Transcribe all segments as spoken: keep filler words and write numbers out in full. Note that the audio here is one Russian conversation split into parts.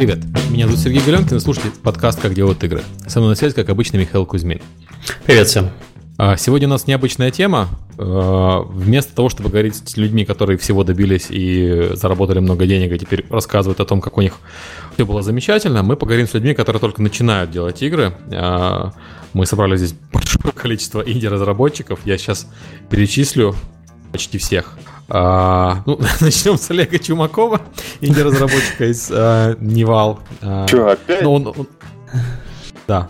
Привет, меня зовут Сергей Галенкин, и слушайте подкаст «Как делают игры». Со мной на связи, как обычно, Михаил Кузьмин. Привет всем. Сегодня у нас необычная тема. Вместо того, чтобы говорить с людьми, которые всего добились и заработали много денег, и теперь рассказывают о том, как у них все было замечательно, мы поговорим с людьми, которые только начинают делать игры. Мы собрали здесь большое количество инди-разработчиков. Я сейчас перечислю почти всех. А, ну, начнем с Олега Чумакова, инди-разработчика из а, Невал. А, Че, опять? Ну, он, он, да.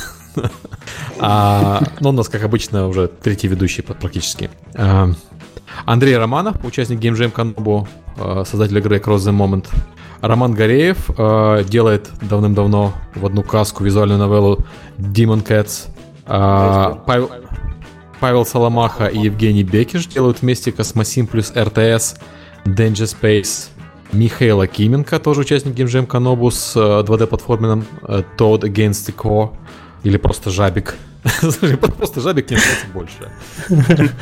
а, ну, у нас, как обычно, уже третий ведущий практически. А, Андрей Романов, участник Game Jam Канобу, создатель игры Across the Moment. Роман Гореев а, делает давным-давно в одну каску визуальную новеллу Demon Cats. А, Павел... Павел Соломаха и Евгений Бекиш делают вместе Космосим плюс эр ти эс, Danger Space. Михаил Акименко, тоже участник Game Jam Канобу с два дэ-платформенным Toad Against the Core. Или просто Жабик. Просто Жабик не нравится больше.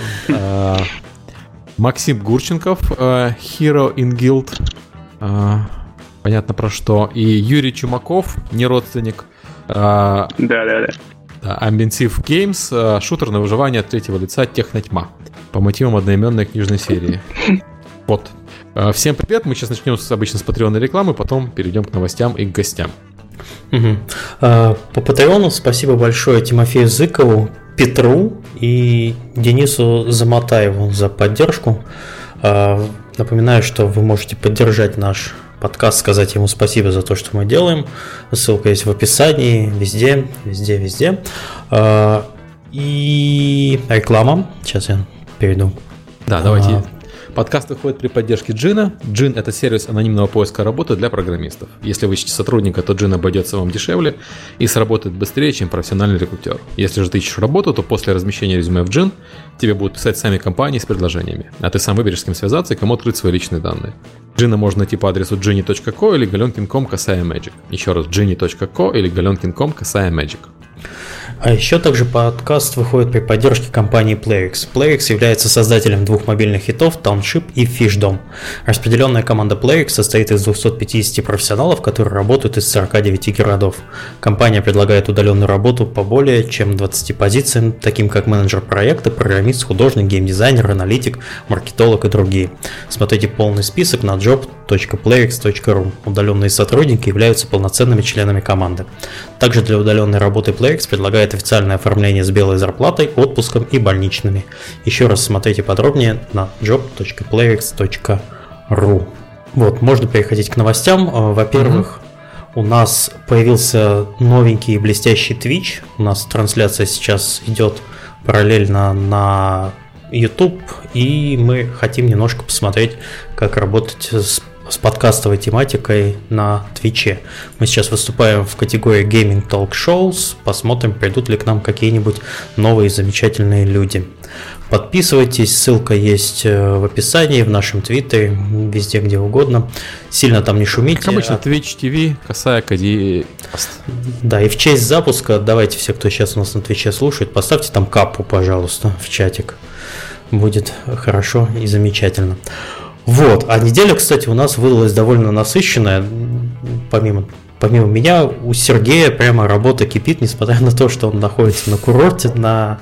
Максим Гурченков, Hero in Guild. Понятно про что. И Юрий Чумаков, не родственник. Да-да-да. Ambensive Games, шутер на выживание от третьего лица Технотьма по мотивам одноименной книжной серии. Вот. Всем привет, мы сейчас начнем с, обычно с патреонной рекламы, потом перейдем к новостям и к гостям. Угу. По патреону спасибо большое Тимофею Зыкову, Петру и Денису Замотаеву за поддержку. Напоминаю, что вы можете поддержать наш подкаст, сказать ему спасибо за то, что мы делаем. Ссылка есть в описании, везде, везде, везде. И реклама. Сейчас я перейду. Да, давайте. А... Подкаст выходит при поддержке Джина. Джин — это сервис анонимного поиска работы для программистов. Если вы ищете сотрудника, то Джин обойдется вам дешевле и сработает быстрее, чем профессиональный рекрутер. Если же ты ищешь работу, то после размещения резюме в Джин тебе будут писать сами компании с предложениями, а ты сам выберешь, с кем связаться и кому открыть свои личные данные. Джина можно найти по адресу джинни точка ко или галенкин точка ком касая magic. Еще раз, джинни точка ко или галенкин точка ком касая magic. А еще также подкаст выходит при поддержке компании PlayX. PlayX является создателем двух мобильных хитов Township и Fishdom. Распределенная команда PlayX состоит из двухсот пятидесяти профессионалов, которые работают из сорока девяти городов. Компания предлагает удаленную работу по более чем двадцати позициям, таким как менеджер проекта, программист, художник, геймдизайнер, аналитик, маркетолог и другие. Смотрите полный список на job точка playx точка ру. Удаленные сотрудники являются полноценными членами команды. Также для удаленной работы PlayX предлагает официальное оформление с белой зарплатой, отпуском и больничными. Еще раз смотрите подробнее на job точка playx точка ру. Вот, можно переходить к новостям. Во-первых, mm-hmm. у нас появился новенький блестящий Twitch. У нас трансляция сейчас идет параллельно на YouTube, и мы хотим немножко посмотреть, как работать с с подкастовой тематикой на Твиче. Мы сейчас выступаем в категории Gaming Talk Shows. Посмотрим, придут ли к нам какие-нибудь новые замечательные люди. Подписывайтесь, ссылка есть в описании, в нашем твиттере, везде, где угодно. Сильно там не шумите. Как обычно, Twitch ти ви, касая Кади. Да, и в честь запуска, давайте все, кто сейчас у нас на Твиче слушает, поставьте там капу, пожалуйста, в чатик. Будет хорошо и замечательно. Вот, а неделя, кстати, у нас выдалась довольно насыщенная. Помимо, помимо меня, у Сергея прямо работа кипит, несмотря на то, что он находится на курорте, на,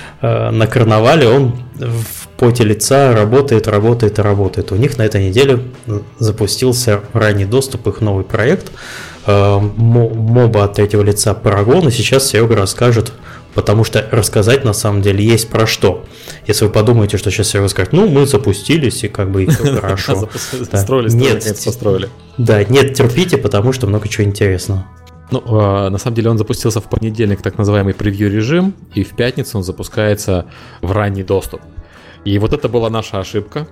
э, на карнавале, он в поте лица работает, работает и работает. У них на этой неделе запустился в ранний доступ их новый проект э, моба от третьего лица Paragon, и сейчас Серега расскажет, потому что рассказать на самом деле есть про что. Если вы подумаете, что сейчас Серега скажет, ну, мы запустились, и как бы и все хорошо. Строились, нет, построили. Да, нет, терпите, потому что много чего интересного. Ну, на самом деле он запустился в понедельник, так называемый превью-режим, и в пятницу он запускается в ранний доступ. И вот это была наша ошибка.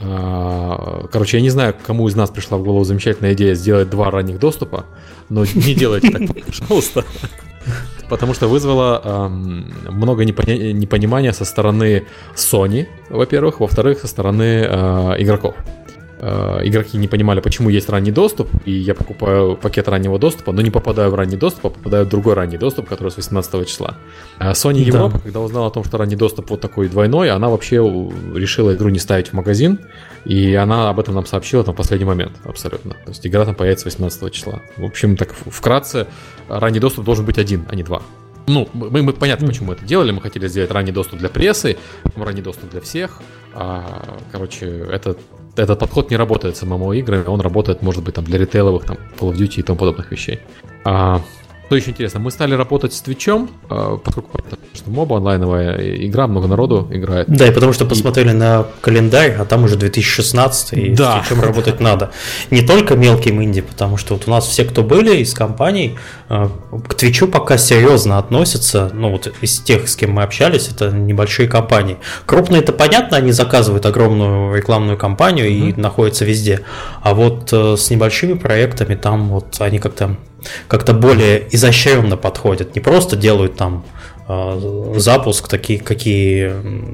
Короче, я не знаю, кому из нас пришла в голову замечательная идея сделать два ранних доступа, но не делайте так, пожалуйста. Потому что вызвало эм, много непоня- непонимания со стороны Sony, во-первых, во-вторых, со стороны э, игроков. э, игроки не понимали, почему есть ранний доступ, и я покупаю пакет раннего доступа, но не попадаю в ранний доступ, а попадаю в другой ранний доступ, который с восемнадцатого числа. А Sony Европа, да. когда узнала о том, что ранний доступ вот такой двойной, она вообще решила игру не ставить в магазин, и она об этом нам сообщила там в последний момент абсолютно. То есть игра там появится восемнадцатого числа. В общем, так вкратце, ранний доступ должен быть один, а не два. Ну, мы, мы понятно, почему мы это делали. Мы хотели сделать ранний доступ для прессы, ранний доступ для всех. А, короче, этот, этот подход не работает с эм эм о-играми, он работает, может быть, там, для ритейловых, там, Call of Duty и тому подобных вещей. А, что еще интересно, мы стали работать с Твичом, поскольку понятно, что моба, онлайновая игра, много народу играет. Да, и потому что посмотрели и... на календарь, а там уже две тысячи шестнадцатый, и да. с Твичом работать надо. Не только мелким инди, потому что вот у нас все, кто были из компаний, к Твичу пока серьезно относятся, ну вот из тех, с кем мы общались, это небольшие компании. Крупные, это понятно, они заказывают огромную рекламную кампанию mm-hmm. и находятся везде, а вот с небольшими проектами там вот они как-то как-то более изощренно подходят, не просто делают там э, запуск, такие какие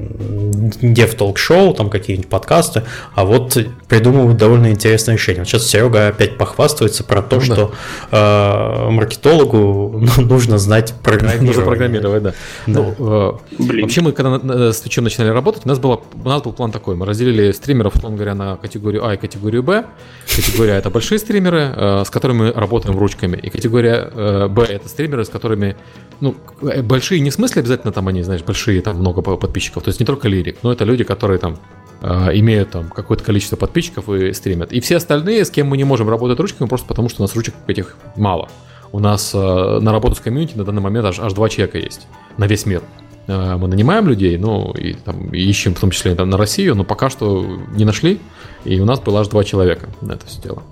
дев-толк-шоу, там какие-нибудь подкасты, а вот придумывают довольно интересное решение. Вот сейчас Серега опять похвастается про то, ну, что да. э, маркетологу нужно знать программирование. Нужно программировать, да. да. Ну, э, вообще мы, когда с Твичом начинали работать, у нас, было, у нас был план такой. Мы разделили стримеров, условно говоря, на категорию А и категорию Б. Категория А — это большие стримеры, э, с которыми мы работаем ручками. И категория э, Б — это стримеры, с которыми, ну, большие не в смысле обязательно там они, знаешь, большие, там много подписчиков. То есть не только лирик, но это люди, которые там э, имеют там какое-то количество подписчиков и стримят. И все остальные, с кем мы не можем работать ручками, просто потому что у нас ручек этих мало. У нас э, на работу с комьюнити на данный момент аж, аж два человека есть на весь мир. Э, мы нанимаем людей, ну, и, там, и ищем в том числе там, на Россию, но пока что не нашли. И у нас было аж два человека на это все дело.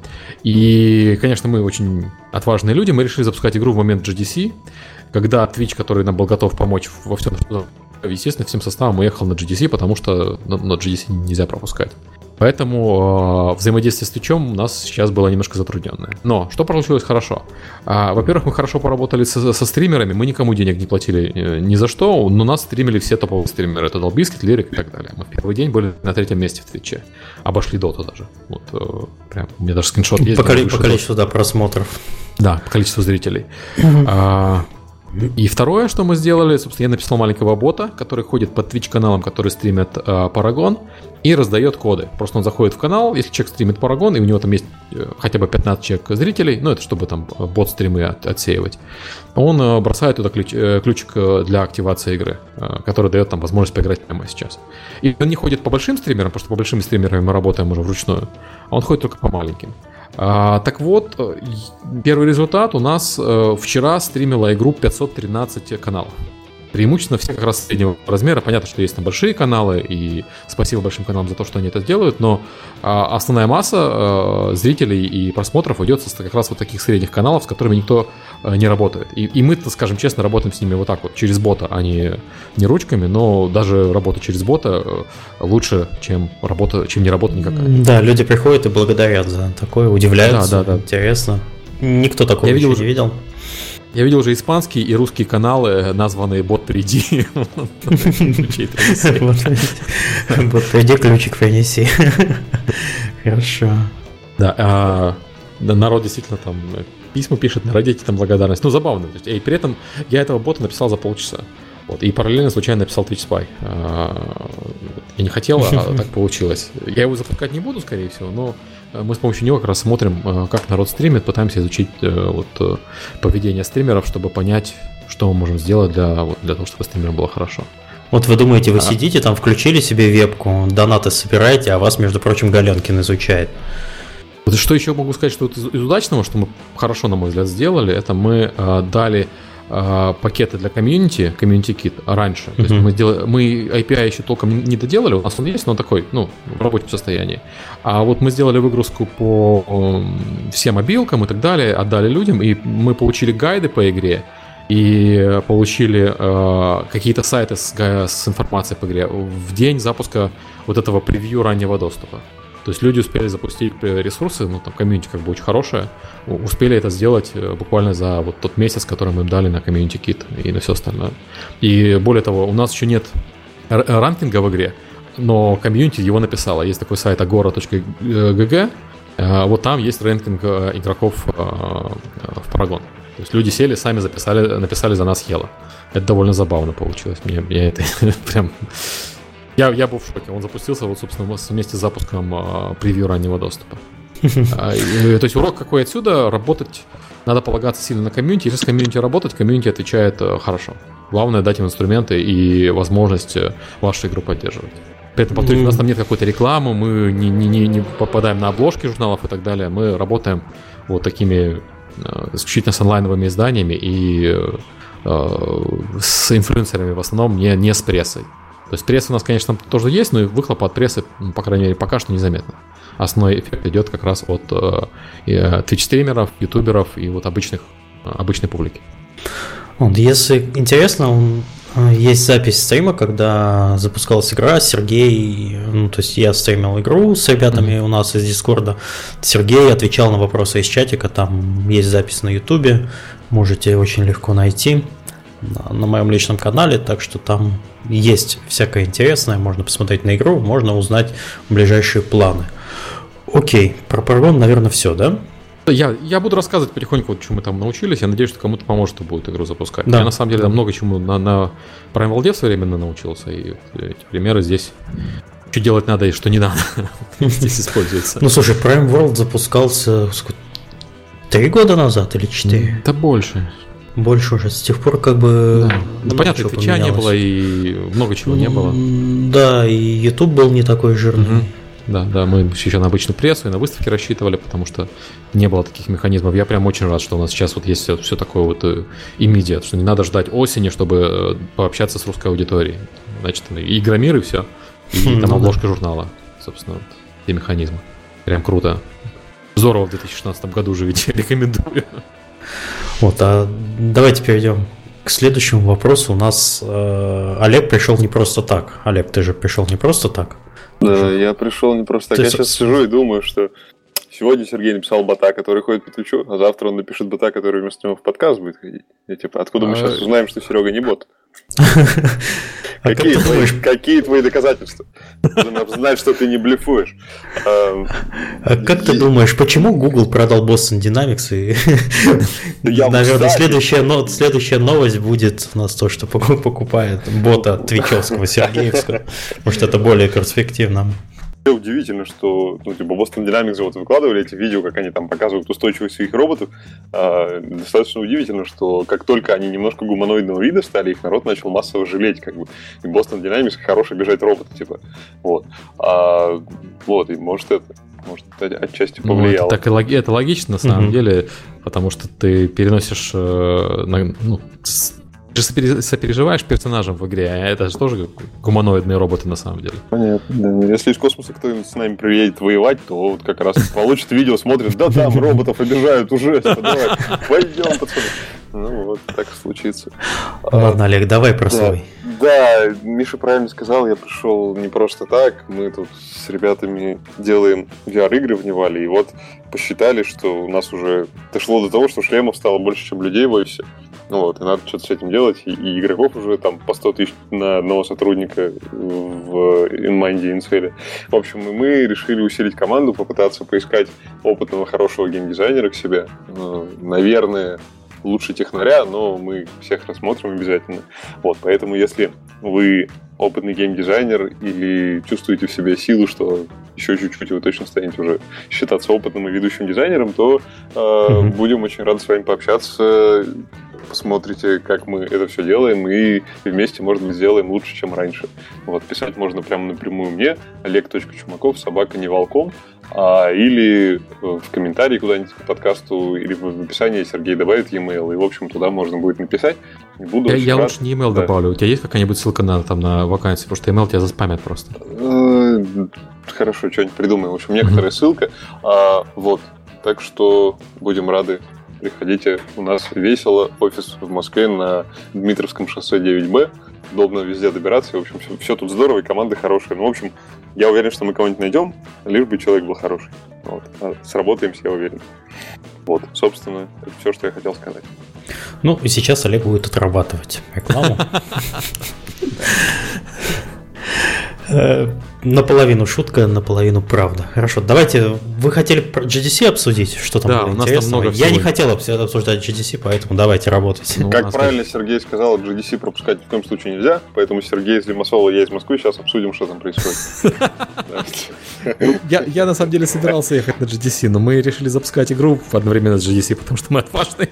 И, конечно, мы очень отважные люди. Мы решили запускать игру в момент джи ди си, когда Twitch, который нам был готов помочь во всем, естественно, всем составом уехал на джи ди си, потому что на джи ди си нельзя пропускать. Поэтому э, взаимодействие с Твичом у нас сейчас было немножко затрудненное. Но что получилось хорошо? А, во-первых, мы хорошо поработали со, со стримерами, мы никому денег не платили э, ни за что, но нас стримили все топовые стримеры. Это Долбискит, Лирик и так далее. Мы в первый день были на третьем месте в Твиче. Обошли Доту даже. Вот, э, прям, у меня даже скриншот есть. По, коли- по количеству да, просмотров. Да, по количеству зрителей. А, и второе, что мы сделали, собственно, я написал маленького бота, который ходит под Twitch-каналом, который стримит э, Paragon, и раздает коды. Просто он заходит в канал, если человек стримит Paragon, и у него там есть э, хотя бы пятнадцать человек зрителей, ну это чтобы там бот-стримы от, отсеивать, он э, бросает туда ключ, э, ключик для активации игры, э, который дает там возможность поиграть прямо сейчас. И он не ходит по большим стримерам, потому что по большим стримерам мы работаем уже вручную, а он ходит только по маленьким. А, так вот, первый результат у нас э, вчера стримила игру пятьсот тринадцать каналов. Преимущественно все как раз среднего размера. Понятно, что есть там большие каналы, и спасибо большим каналам за то, что они это делают, но а, основная масса а, зрителей и просмотров идет с как раз вот таких средних каналов, с которыми никто а, не работает. И, и мы, скажем честно, работаем с ними вот так вот, через бота, а не, не ручками, но даже работа через бота лучше, чем, работа, чем не работа никакая. Да, люди приходят и благодарят за такое, удивляются, да, да, да. Интересно. Никто такого Я еще видел, не видел. Я видел уже испанские и русские каналы, названные «Бот, приди». «Бот, приди, ключик принеси». Хорошо. Да, народ действительно там письма пишет, на Reddit там благодарность. Ну, забавно. И при этом я этого бота написал за полчаса. Вот, и параллельно случайно написал Twitch Spy. Я не хотел, а так получилось. Я его запускать не буду, скорее всего, но мы с помощью него как раз смотрим, как народ стримит, пытаемся изучить вот, поведение стримеров, чтобы понять, что мы можем сделать для, вот, для того, чтобы стримерам было хорошо. Вот вы думаете, вы а. сидите там, включили себе вебку, донаты собираете, а вас, между прочим, Галенкин изучает. Вот что еще могу сказать, что вот из, из удачного, что мы хорошо, на мой взгляд, сделали, это мы э, дали пакеты для комьюнити, комьюнити кит раньше. Uh-huh. То есть мы, сделали, мы эй пи ай еще толком не, не доделали, у нас он есть, но он такой, ну, в рабочем состоянии. А вот мы сделали выгрузку по э, всем мобилкам и так далее, отдали людям, и мы получили гайды по игре, и получили э, какие-то сайты с, с информацией по игре в день запуска вот этого превью раннего доступа. То есть люди успели запустить ресурсы, ну там комьюнити как бы очень хорошее, успели это сделать буквально за вот тот месяц, который мы им дали на комьюнити кит и на все остальное. И более того, у нас еще нет ранкинга в игре, но комьюнити его написало. Есть такой сайт агора точка джи джи, вот там есть рэнкинг игроков в Paragon. То есть люди сели, сами записали, написали за нас Hello. Это довольно забавно получилось. Мне, мне это прям... Я, я был в шоке. Он запустился вот, собственно, вместе с запуском э, превью раннего доступа. То есть урок какой отсюда? Работать, надо полагаться сильно на комьюнити. Если с комьюнити работать, комьюнити отвечает хорошо. Главное дать им инструменты и возможность вашу игру поддерживать. При этом, повторюсь, у нас там нет какой-то рекламы, мы не, не, не, не попадаем на обложки журналов и так далее. Мы работаем вот такими э, исключительно с онлайновыми изданиями и э, с инфлюенсерами в основном, не, не с прессой. То есть пресса у нас, конечно, тоже есть, но и выхлопа от прессы, по крайней мере, пока что незаметно. Основной эффект идет как раз от э, твич-стримеров, ютуберов и вот обычных, обычной публики. Вот, если интересно, он, есть запись стрима, когда запускалась игра, Сергей, ну, то есть я стримил игру с ребятами mm-hmm. у нас из Дискорда, Сергей отвечал на вопросы из чатика, там есть запись на ютубе, можете очень легко найти на, на моем личном канале, так что там есть всякое интересное, можно посмотреть на игру, можно узнать ближайшие планы. Окей, про Paragon, наверное, все, да? Я, я буду рассказывать потихоньку, чему мы там научились. Я надеюсь, что кому-то поможет, кто будет игру запускать. Да. Я на самом деле много чему на, на Prime World своевременно научился. И эти примеры здесь, что делать надо и что не надо, здесь используется. Ну слушай, Prime World запускался три года назад или четыре? Да больше. Больше уже, с тех пор как бы... Да, да понятно, Твича не было и много чего не было. Да, и YouTube был не такой жирный. Угу. Да, да, мы еще на обычную прессу и на выставки рассчитывали, потому что не было таких механизмов. Я прям очень рад, что у нас сейчас вот есть все, все такое вот immediate, что не надо ждать осени, чтобы пообщаться с русской аудиторией. Значит, и Игромир, и все. И там обложка журнала, собственно, вот, те механизмы. Прям круто. Здорово в две тысячи шестнадцатом году уже ведь рекомендую. Вот, а давайте перейдем к следующему вопросу. У нас э, Олег пришел не просто так. Олег, ты же пришел не просто так. Да, я пришел не просто так. Я сейчас сижу и думаю, что сегодня Сергей написал бота, который ходит по Твичу, а завтра он напишет бота, который вместо него в подкаст будет ходить. И типа, откуда мы сейчас узнаем, что Серега не бот? Какие, твои, какие твои доказательства? Надо знать, что ты не блефуешь. А как ты думаешь, почему Google продал Boston Dynamics? И, наверное, следующая, следующая новость будет у нас то, что покупает бота твичевского Сергеевского. Может, это более перспективно. Удивительно, что ну, типа Boston Dynamics вот выкладывали эти видео, как они там показывают устойчивость своих роботов. А, достаточно удивительно, что как только они немножко гуманоидного вида стали, их народ начал массово жалеть, как бы. И Boston Dynamics хороший бежать роботы, типа. Вот. А, вот, и может это, может, отчасти повлияло. Ну, это, так, это логично, на самом mm-hmm. деле, потому что ты переносишь э, на, ну, ты же сопереживаешь персонажам в игре, а это же тоже гуманоидные роботы на самом деле. Понятно, да. Если из космоса кто-нибудь с нами приедет воевать, то вот как раз получит видео, смотрит, да там роботов обижают уже, давай, пойдем, пацаны. Ну вот, так и случится. Ладно, Олег, давай про свой. Да, Миша правильно сказал, я пришел не просто так, мы тут с ребятами делаем ви ар-игры в Невале, и вот посчитали, что у нас уже дошло до того, что шлемов стало больше, чем людей в офисе. Ну вот, и надо что-то с этим делать, и, и игроков уже там по сто тысяч на одного сотрудника в инмайнде и инцеле. В общем, мы решили усилить команду, попытаться поискать опытного, хорошего геймдизайнера к себе. Наверное, лучше технаря, но мы всех рассмотрим обязательно. Вот, поэтому если вы опытный геймдизайнер или чувствуете в себе силу, что еще чуть-чуть вы точно станете уже считаться опытным и ведущим дизайнером, то э, mm-hmm. будем очень рады с вами пообщаться. Посмотрите, как мы это все делаем, и вместе, может быть, сделаем лучше, чем раньше. Вот, писать можно прямо напрямую мне, олег точка чумаков собака невалком, а, или в комментарии куда-нибудь к подкасту, или в описании Сергей добавит e-mail, и, в общем, туда можно будет написать. Буду я я лучше не e-mail да. добавлю. У тебя есть какая-нибудь ссылка на, там, на вакансию? Потому что email тебя заспамят просто. Хорошо, что-нибудь придумаем. В общем, некоторая mm-hmm. ссылка. А, вот, так что будем рады. Приходите, у нас весело, офис в Москве на Дмитровском шоссе девять бэ, удобно везде добираться, в общем, все, все тут здорово, и команда хорошая. Ну, в общем, я уверен, что мы кого-нибудь найдем, лишь бы человек был хороший. Вот. А сработаемся, я уверен. Вот, собственно, это все, что я хотел сказать. Ну, и сейчас Олег будет отрабатывать рекламу. наполовину шутка, наполовину правда. Хорошо, давайте, вы хотели про джи ди си обсудить, что там да, было у нас интересного? Там много Я всего. не хотел обсуждать джи ди си, поэтому давайте работать. Ну, как правильно Сергей сказал, джи ди си пропускать ни в коем случае нельзя, поэтому Сергей из Лимассола, я из Москвы, сейчас обсудим, что там происходит. Я на самом деле собирался ехать на джи ди си, но мы решили запускать игру одновременно с джи ди си, потому что мы отважные.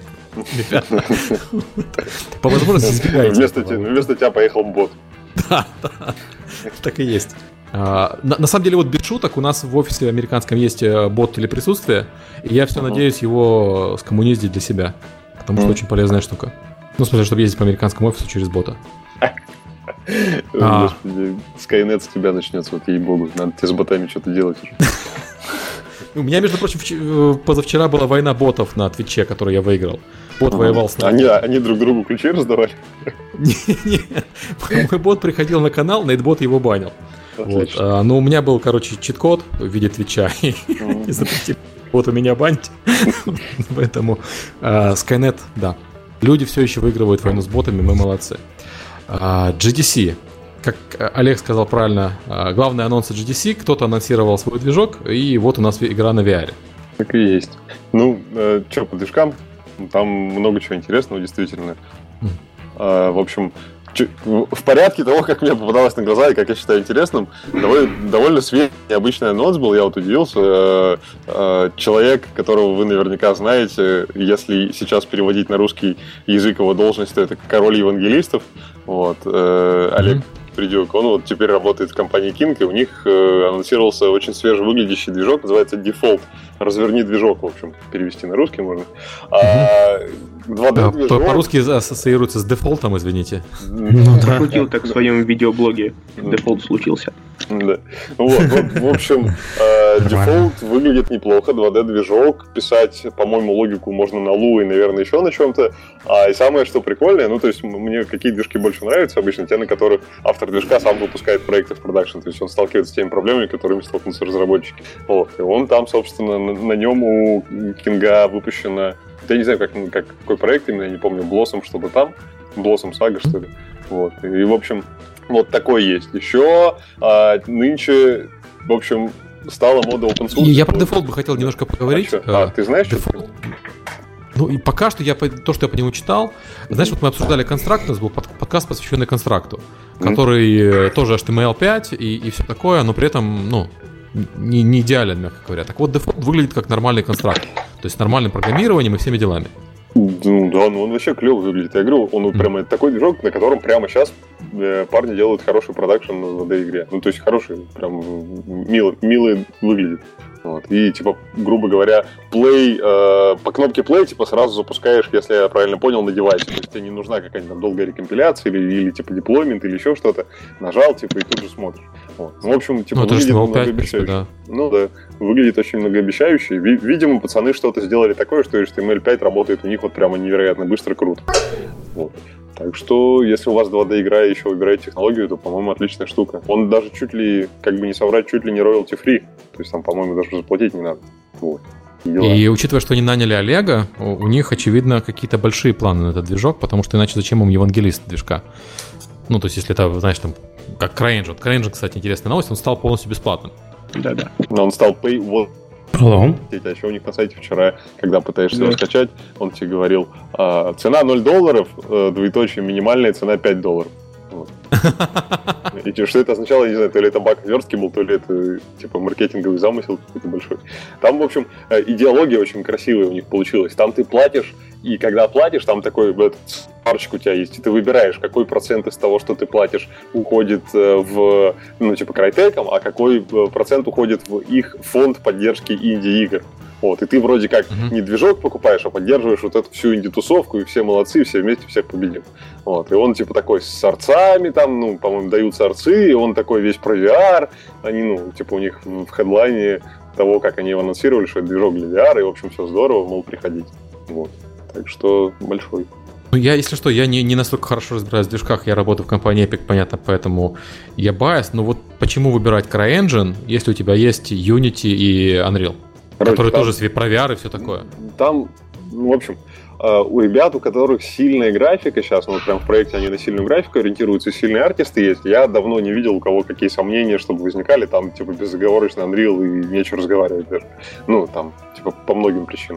По возможности избегаем. Вместо тебя поехал бот. Да, да, так и есть. А, на, на самом деле, вот без шуток, у нас в офисе американском есть бот телеприсутствия, и я все uh-huh. надеюсь его скоммуниздить для себя, потому что uh-huh. очень полезная штука. Ну, в смысле, чтобы ездить по американскому офису через бота. Господи, Skynet с тебя начнется, вот ей-богу, надо тебе с ботами что-то делать уже. У меня, между прочим, позавчера была война ботов на Твиче, которую я выиграл. Бот воевал с нами. Они, они друг другу ключи раздавали? Не-не, мой бот приходил на канал, Нейтбот его банил. Вот. А, но у меня был, короче, чит-код в виде Твича, и запретили бот у меня банить. Поэтому Skynet, да. Люди все еще выигрывают войну с ботами, мы молодцы. джи ди си. Как Олег сказал правильно, главные анонсы джи ди си, кто-то анонсировал свой движок, и вот у нас игра на ви ар. Так и есть. Ну, э, что, по движкам, там много чего интересного, действительно. Mm. Э, в общем, ч- в порядке того, как мне попадалось на глаза и как я считаю интересным, довольно, довольно свежий, необычный анонс был, я вот удивился. Э, э, человек, которого вы наверняка знаете, если сейчас переводить на русский язык его должность, то это король евангелистов, вот, э, Олег mm-hmm. Придюк, он вот теперь работает в компании King, и у них э, анонсировался очень свежевыглядящий движок, называется Default. Разверни движок, в общем, перевести на русский можно. А, два дэ-движок... По-русски ассоциируется с дефолтом, извините. Ну, да. Шутил так в своем видеоблоге. Дефолт случился. Да. Вот, вот, в общем, э, Default выглядит неплохо, два дэ-движок. Писать, по-моему, логику можно на Лу и, наверное, еще на чем-то. А и самое, что прикольное, ну, то есть мне какие движки больше нравятся обычно, те, на которых автор движка сам выпускает проекты в продакшн, то есть он сталкивается с теми проблемами, которыми столкнутся разработчики. Вот. И он там, собственно, на, на нем у Кинга выпущено, я не знаю, как, как, какой проект именно, я не помню, Blossom что-то там, Blossom Saga, что ли. Вот. И, в общем, вот такой есть. Еще а, нынче, в общем, стала мода open source. Я про дефолт бы хотел немножко поговорить. А, а ты знаешь, дефолт? Что Ну и пока что я то, что я по нему читал, знаешь, вот мы обсуждали констракт, у нас был подкаст, посвященный констракту, mm-hmm. который тоже эйч ти эм эл пять и, и все такое, но при этом, ну, не, не идеален, мягко говоря. Так вот, дефолт выглядит как нормальный констракт, то есть с нормальным программированием и всеми делами. Ну да, ну он вообще клево выглядит. Я говорю, он mm-hmm. прямо такой движок, на котором прямо сейчас э, парни делают хороший продакшн на два дэ-игре. Ну то есть хороший, прям мило, мило выглядит. Вот. И, типа, грубо говоря, play, э, по кнопке play, типа, сразу запускаешь, если я правильно понял, на девайсе. То есть тебе не нужна какая-нибудь там долгая рекомпиляция или, или типа, деплоймент или еще что-то. Нажал, типа, и тут же смотришь. Вот. Ну, в общем, типа, ну, выглядит многообещающе. принципе, да. Ну, да, выглядит очень многообещающе. Видимо, пацаны что-то сделали такое, что эйч ти эм эл пять работает у них вот прямо невероятно быстро, круто. Вот. Так что, если у вас два дэ-игра и еще выбираете технологию, то, по-моему, отличная штука. Он даже чуть ли, как бы не соврать, чуть ли не royalty-free. То есть там, по-моему, даже заплатить не надо. Вот. И, и учитывая, что они наняли Олега, у них, очевидно, какие-то большие планы на этот движок, потому что иначе зачем им евангелист движка? Ну, то есть, если это, знаешь, там, как CryEngine. CryEngine, кстати, интересная новость, он стал полностью бесплатным. Да-да. Но он стал pay вот. Hello. А еще у них на сайте вчера, когда пытаешься да. его скачать, он тебе говорил, а, цена ноль долларов, двоеточие, минимальная цена пять долларов. Вот. И что это означало, я не знаю, то ли это баг верстки был, то ли это типа маркетинговый замысел какой-то большой. Там, в общем, идеология очень красивая у них получилась. Там ты платишь, и когда платишь, там такой вот парочка у тебя есть, и ты выбираешь, какой процент из того, что ты платишь, уходит в, ну, типа, крайтекам, а какой процент уходит в их фонд поддержки инди-игр. Вот, и ты вроде как uh-huh. не движок покупаешь, а поддерживаешь вот эту всю инди-тусовку, и все молодцы, все вместе всех победим. Вот, и он типа такой с арцами там, ну, по-моему, даются арцы, и он такой весь про ви ар. Они, ну, типа у них в хедлайне того, как они его анонсировали, что это движок для ви ар, и, в общем, все здорово, мол, приходить. Вот, так что большой. Ну, я, если что, я не, не настолько хорошо разбираюсь в движках, я работаю в компании Epic, понятно, поэтому я байс, но вот почему выбирать CryEngine, если у тебя есть Unity и Unreal? Короче, который там, тоже себе про ви ар и все такое. Там, ну, в общем, у ребят, у которых сильная графика сейчас, ну, вот прям в проекте они на сильную графику ориентируются, сильные артисты есть. Я давно не видел, у кого какие сомнения, чтобы возникали, там, типа, безоговорочно Unreal и нечего разговаривать даже. Ну, там, типа, по многим причинам.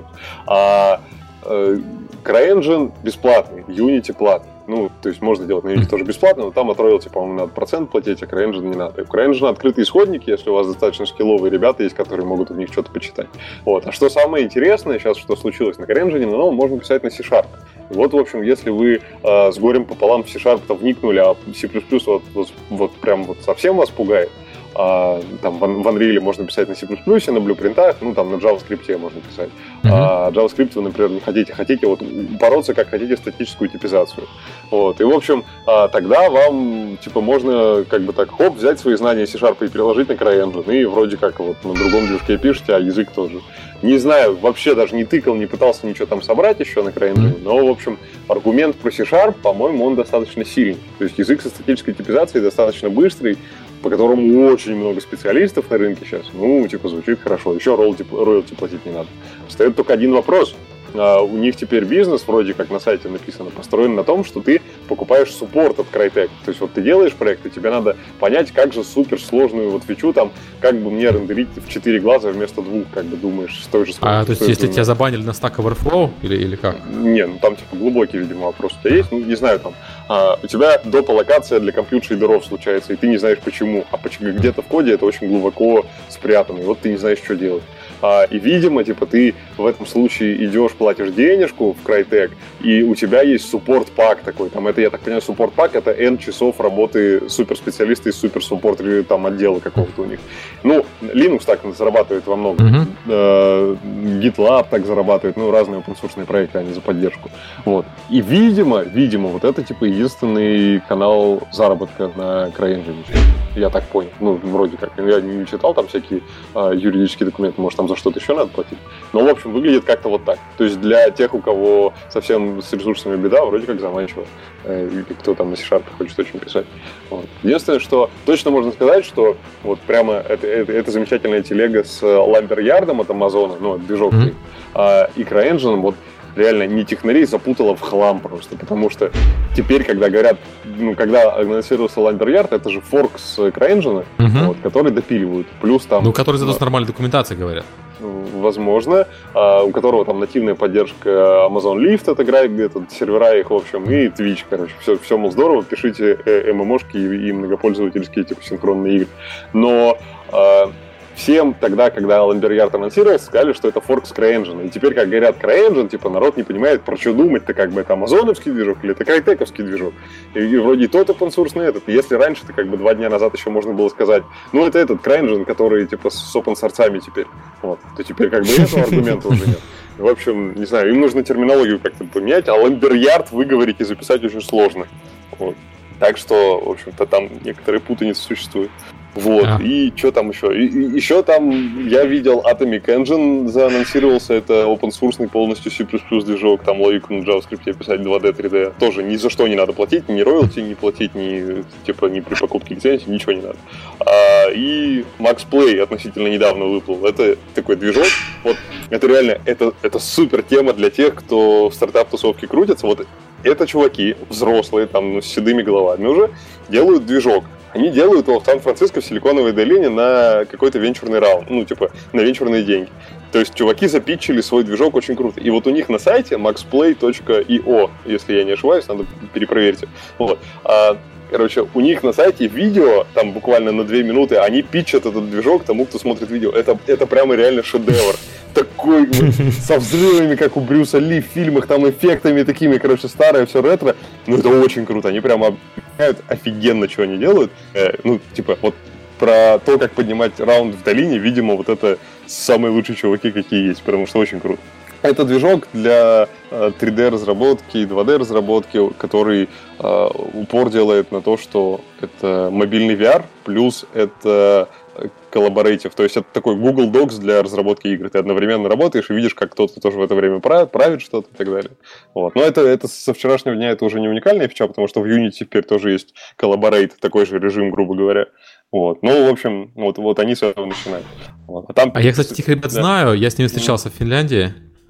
А э, CryEngine бесплатный, Unity платный. Ну, то есть можно делать на Unity тоже бесплатно, но там от роялти, по-моему, надо процент платить, а CryEngine не надо. У CryEngine открытые исходники, если у вас достаточно скилловые ребята есть, которые могут в них что-то почитать. Вот. А что самое интересное сейчас, что случилось на CryEngine, на новом можно писать на C-Sharp. Вот, в общем, если вы э, с горем пополам в C-Sharp вникнули, а C++ вот, вот, вот прям вот совсем вас пугает, а, там в Unreal можно писать на C++, на блюпринтах, ну там на JavaScript можно писать. Uh-huh. А JavaScript вы, например, не хотите, хотите вот бороться, как хотите, статическую типизацию. Вот. И, в общем, а, тогда вам, типа, можно как бы так, хоп, взять свои знания C-Sharp и переложить на CryEngine, и вроде как вот на другом движке пишете, а язык тоже. Не знаю, вообще даже не тыкал, не пытался ничего там собрать еще на CryEngine, но, в общем, аргумент про C-Sharp, по-моему, он достаточно сильный. То есть язык со статической типизацией достаточно быстрый, по которому очень много специалистов на рынке сейчас. Ну, типа, звучит хорошо. Еще роялти, роялти платить не надо. Встает только один вопрос. Uh, у них теперь бизнес, вроде как на сайте написано, построен на том, что ты покупаешь суппорт от Crytek. То есть вот ты делаешь проект, и тебе надо понять, как же суперсложную вот фичу там, как бы мне рендерить в четыре глаза вместо двух, как бы думаешь, с той же скоростью. А, то есть если тебя забанили на Stack Overflow или, или как? Не, ну там типа глубокий, видимо, вопрос у тебя есть. Ну, не знаю, там а, у тебя допа-локация для компьютер-шейдеров случается, и ты не знаешь почему. А почему где-то в коде это очень глубоко спрятано, и вот ты не знаешь, что делать. А, и, видимо, типа, ты в этом случае идешь, платишь денежку в Crytek, и у тебя есть суппорт-пак такой. Там это, я так понимаю, суппорт-пак — это N часов работы суперспециалиста из суперсуппорт там отдела какого-то у них. Ну, Linux так зарабатывает во многом. Mm-hmm. Uh, GitLab так зарабатывает, ну, разные open-source проекты, они за поддержку. Вот. И, видимо, видимо, вот это, типа, единственный канал заработка на CryEngine. Я так понял. Ну, вроде как. Я не читал там всякие а, юридические документы, может, там за что-то еще надо платить. Но, в общем, выглядит как-то вот так. То есть для тех, у кого совсем с ресурсами беда, вроде как заманчиво. И кто там на C-Sharp хочет очень писать. Вот. Единственное, что точно можно сказать, что вот прямо это, это, это замечательная телега с Lumberyard от Amazon, ну, движок, mm-hmm. а, и CryEngine, вот реально не технарей запутала в хлам просто, потому что теперь, когда говорят, ну, когда анонсировался Lumberyard, это же форк с CryEngine, uh-huh. вот, который допиливают, плюс там... Ну, который зато с нормальной документацией говорят. Возможно, а, у которого там нативная поддержка Amazon Lift отыграет где-то, сервера их, в общем, и Twitch, короче, все, все, мол, здорово, пишите эм эм о-шки и, и многопользовательские, типа, синхронные игры. Но... А, всем тогда, когда Lumberyard анонсировался, сказали, что это форк с CryEngine. И теперь, как говорят CryEngine, типа, народ не понимает, про что думать-то, как бы это амазоновский движок или это крайтековский движок. И, и вроде и тот open-source, этот. И если раньше-то, как бы, два дня назад еще можно было сказать, ну, это этот CryEngine, который, типа, с open-source'ами теперь, вот, то теперь, как бы, этого аргумента уже нет. В общем, не знаю, им нужно терминологию как-то поменять, а Lumberyard выговорить и записать очень сложно. Вот. Так что, в общем-то, там некоторые путаницы существуют. Вот, а. И что там еще? И, и, еще там я видел Atomic Engine заанонсировался, это open-source полностью C++ движок, там логику на JavaScript писать два дэ, три дэ. Тоже ни за что не надо платить, ни роялти не платить, ни, типа, ни при покупке лицензии, ничего не надо. А, и Max Play относительно недавно выплыл. Это такой движок, вот, это реально, это, это супер тема для тех, кто в стартап-тусовке крутится. Вот это чуваки, взрослые, там, ну, с седыми головами уже, делают движок. Они делают его в Сан-Франциско, в Силиконовой долине на какой-то венчурный раунд, ну, типа, на венчурные деньги. То есть чуваки запитчили свой движок очень круто. И вот у них на сайте maxplay точка io, если я не ошибаюсь, надо перепроверить. Вот. А, короче, у них на сайте видео, там буквально на две минуты, они питчат этот движок тому, кто смотрит видео. Это, это прямо реально шедевр. Такой вот, со взрывами, как у Брюса Ли в фильмах, там эффектами такими, короче, старое, все ретро. Ну, это очень круто. Они прямо объясняют офигенно, что они делают. Э, ну, типа, вот про то, как поднимать раунд в долине, видимо, вот это самые лучшие чуваки, какие есть, потому что очень круто. Это движок для э, три дэ-разработки и два дэ-разработки, который э, упор делает на то, что это мобильный ви ар, плюс это коллаборейтив, то есть это такой Google Docs для разработки игр. Ты одновременно работаешь и видишь, как кто-то тоже в это время правит, правит что-то и так далее. Вот. Но это, это со вчерашнего дня это уже не уникальная фича, потому что в Unity теперь тоже есть Collaborate, такой же режим, грубо говоря. Вот. Ну, в общем, вот, вот они с этого начинают. Вот. А, там... а я, кстати, этих ребят да. знаю, я с ними встречался в Финляндии.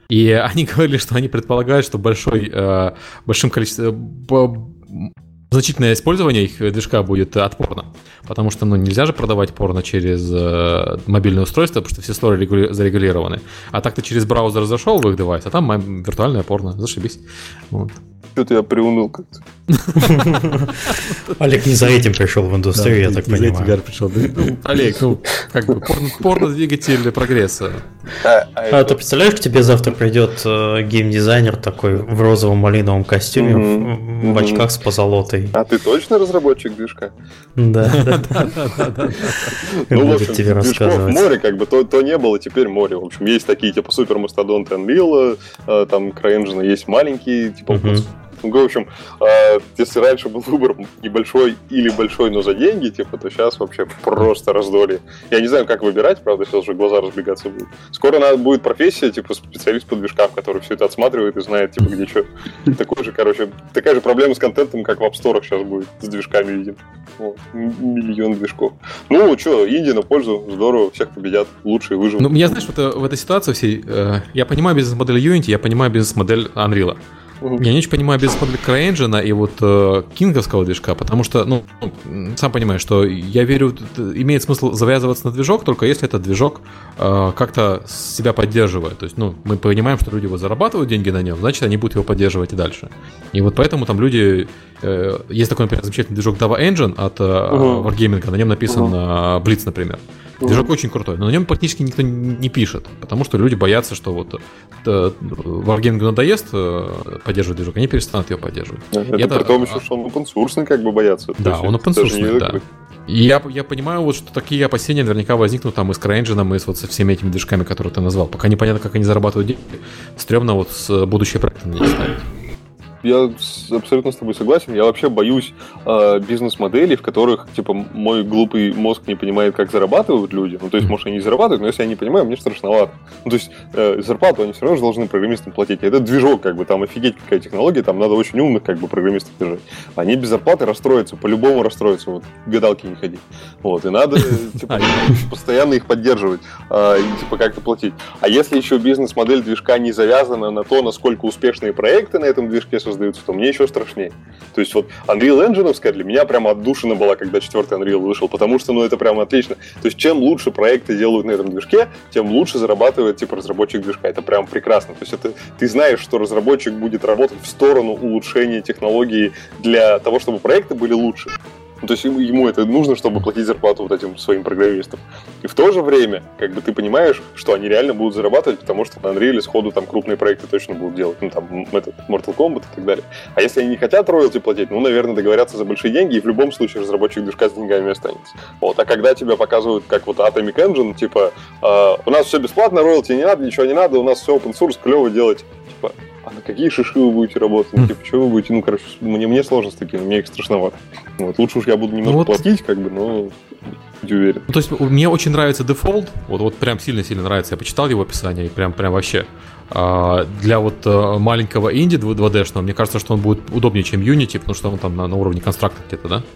И они говорили, что они предполагают, что большой, э, большим количеством... Значительное использование их движка будет отпорно, потому что ну, нельзя же продавать порно через э, мобильное устройство, потому что все сторы регули- зарегулированы. А так ты через браузер зашел в их девайс, а там м- виртуальное порно, зашибись. Вот. Что-то я приуныл как-то. Олег не за этим пришел в индустрию, я так понимаю. Олег, ну, как бы, порно-двигатель прогресса. А ты представляешь, к тебе завтра придет геймдизайнер такой в розовом малиновом костюме, в очках с позолотой. А ты точно разработчик движка? Да. Ну, в общем, движков море, как бы, то не было, теперь море. В общем, есть такие, типа, супермастодонты Unreal, там, CryEngine есть маленькие, типа, в общем, э, если раньше был выбор небольшой или большой, но за деньги, типа, то сейчас вообще просто раздолье. Я не знаю, как выбирать, правда, сейчас уже глаза разбегаться будут. Скоро надо будет профессия, типа, специалист по движкам, который все это отсматривает и знает, типа, где что. Такой же, короче, такая же проблема с контентом, как в App Store сейчас будет с движками, видим. Вот. Миллион движков. Ну, что, инди на пользу, здорово, всех победят, лучшие выживут. Ну, я, знаешь, вот в этой ситуации всей, э, я понимаю бизнес-модель Unity, я понимаю бизнес-модель Unreal. Uh-huh. Я не очень понимаю бизнес-модель CryEngine и вот э, кинговского движка, потому что, ну, сам понимаешь, что я верю, имеет смысл завязываться на движок, только если этот движок э, как-то себя поддерживает. То есть, ну, мы понимаем, что люди вот зарабатывают деньги на нем, значит, они будут его поддерживать и дальше. И вот поэтому там люди... Э, есть такой, например, замечательный движок Dava Engine от э, uh-huh. Wargaming, на нем написан uh-huh. Blitz, например. Движок uh-huh. очень крутой, но на нем практически никто не пишет, потому что люди боятся, что вот э, Wargaming надоест э, поддерживать движок, они перестанут его поддерживать. Это, это при том еще, что он open-source как бы боятся. Да, он open-source, да. И я, я понимаю, вот, что такие опасения наверняка возникнут там и с CryEngine, и с, вот, со всеми этими движками, которые ты назвал. Пока непонятно, как они зарабатывают деньги, стрёмно вот с будущие проекты на них ставить. Я абсолютно с тобой согласен. Я вообще боюсь э, бизнес-моделей, в которых, типа, мой глупый мозг не понимает, как зарабатывают люди. Ну, то есть, может, они и зарабатывают, но если я не понимаю, мне страшновато. Ну, то есть, э, зарплату они все равно же должны программистам платить. Это движок, как бы, там офигеть какая технология, там надо очень умных, как бы, программистов держать. Они без зарплаты расстроятся, по-любому расстроятся, вот, гадалки не ходи. Вот, и надо, типа, постоянно их поддерживать, и, типа, как-то платить. А если еще бизнес-модель движка не завязана на то, насколько успешные проекты на этом движке создаются, то мне еще страшнее. То есть вот Unreal Engine для меня прямо отдушина была, когда четвертый Unreal вышел, потому что, ну, это прямо отлично. То есть чем лучше проекты делают на этом движке, тем лучше зарабатывает, типа, разработчик движка. Это прям прекрасно. То есть это ты знаешь, что разработчик будет работать в сторону улучшения технологии для того, чтобы проекты были лучше. Ну, то есть ему, ему это нужно, чтобы платить зарплату вот этим своим программистам. И в то же время, как бы ты понимаешь, что они реально будут зарабатывать, потому что на Unreal сходу там крупные проекты точно будут делать. Ну, там, этот, Mortal Kombat и так далее. А если они не хотят роялти платить, ну, наверное, договорятся за большие деньги, и в любом случае разработчик движка с деньгами останется. Вот. А когда тебя показывают, как вот Atomic Engine, типа, э, у нас все бесплатно, роялти не надо, ничего не надо, у нас все open source, клево делать. Типа, а на какие шиши вы будете работать? Ну, типа, что вы будете? Ну, короче, мне, мне сложно с такими, мне их страшновато. Вот. Лучше уж я буду немного вот платить, как бы, но будь уверен. Ну, то есть, мне очень нравится Default, вот, вот прям сильно-сильно нравится. Я почитал его описание, и прям, прям вообще. А, для вот а, маленького инди два дэ-шного, мне кажется, что он будет удобнее, чем Unity, потому что он там на, на уровне констракта где-то, да?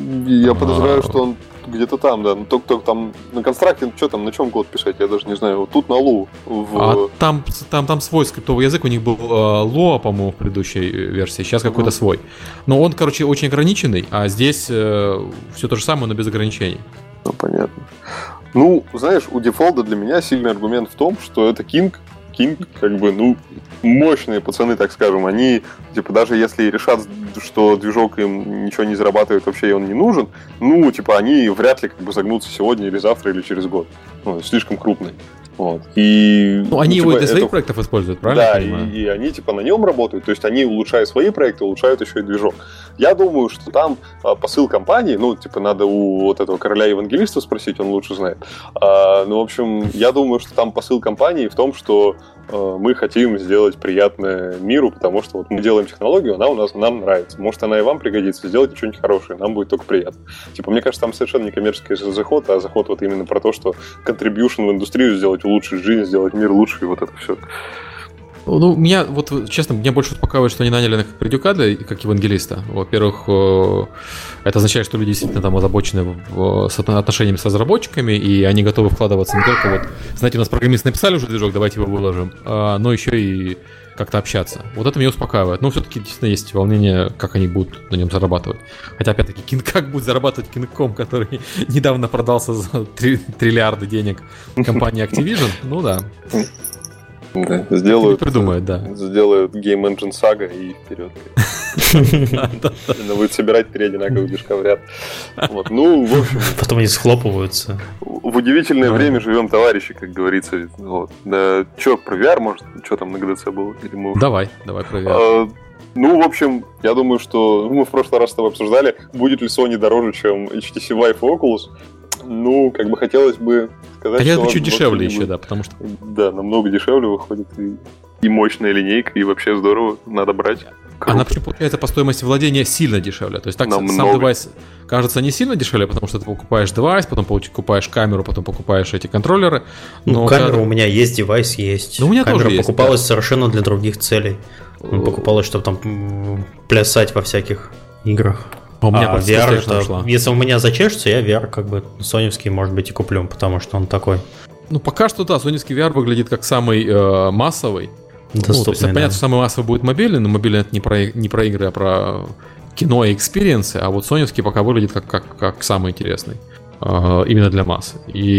Я подозреваю, что он где-то там, да. Только-только там на констракте, что там, на чем код писать, я даже не знаю. Вот тут на Лу. В... А там, там, там свой скриптовый язык, у них был э, Lua, по-моему, в предыдущей версии, сейчас uh-huh. какой-то свой. Но он, короче, очень ограниченный, а здесь э, все то же самое, но без ограничений. Ну, понятно. Ну, знаешь, у дефолта для меня сильный аргумент в том, что это King, King, как бы, ну, мощные пацаны, так скажем, они, типа, даже если решат, что движок им ничего не зарабатывает вообще, и он не нужен, ну, типа, они вряд ли, как бы, загнутся сегодня или завтра, или через год. Ну, слишком крупный. Вот. И, ну, они ну, его типа, и для своих это... проектов используют, правильно? Да, и, и они, типа, на нем работают, то есть они, улучшая свои проекты, улучшают еще и движок. Я думаю, что там а, посыл компании, ну, типа, надо у вот этого короля-евангелиста спросить, он лучше знает. А, ну, в общем, я думаю, что там посыл компании в том, что а, мы хотим сделать приятное миру, потому что вот мы делаем технологию, она у нас, нам нравится. Может, она и вам пригодится, сделайте что-нибудь хорошее, нам будет только приятно. Типа, мне кажется, там совершенно не коммерческий заход, а заход вот именно про то, что contribution в индустрию сделать, улучшить жизнь, сделать мир лучше, и вот это все. Ну, меня, вот, честно, меня больше успокаивает, что они наняли как придюка для, как евангелиста. Во-первых, это означает, что люди действительно там озабочены с отношениями с разработчиками, и они готовы вкладываться не только вот, знаете, у нас программисты написали уже движок, давайте его выложим, но еще и как-то общаться. Вот это меня успокаивает. Но все-таки действительно есть волнение, как они будут на нем зарабатывать. Хотя, опять-таки, King, как будет зарабатывать Кинг.ком, который недавно продался за три триллиарда денег компании Activision? Ну да. Да, сделают, придумают, да. Сделают Game Engine Saga и вперед. Она будет собирать три одинаковых движка в ряд. Ну, в общем... Потом они схлопываются. В удивительное время живем, товарищи, как говорится. Да, что, про ви ар, может? Что там на ГДЦ было? Давай, давай про ви ар. Ну, в общем, я думаю, что мы в прошлый раз с тобой обсуждали, будет ли Sony дороже, чем эйч ти си Vive и Oculus. Ну, как бы хотелось бы сказать, хотелось что... бы чуть дешевле еще, да, потому что... Да, намного дешевле выходит, и, и мощная линейка, и вообще здорово, надо брать. Круто. Она вообще получается по стоимости владения сильно дешевле. То есть так намного. Сам девайс кажется не сильно дешевле, потому что ты покупаешь девайс, потом покупаешь камеру, потом покупаешь эти контроллеры. Но ну, камера когда... у меня есть, девайс есть. Ну, у меня камера тоже покупалась есть, да. совершенно для других целей. Ну, покупалась, чтобы там плясать во всяких играх. А у меня а ви ар это, если у меня зачешется, я ви ар как бы соневский, может быть, и куплю, потому что он такой. Ну, пока что, да, соневский ви ар выглядит как самый э, массовый. Доступный, ну, то есть, да. понятно, что самый массовый будет мобильный, но мобильный это не про, не про игры, а про кино и экспириенсы, а вот соневский пока выглядит как, как, как самый интересный. Э, именно для массы.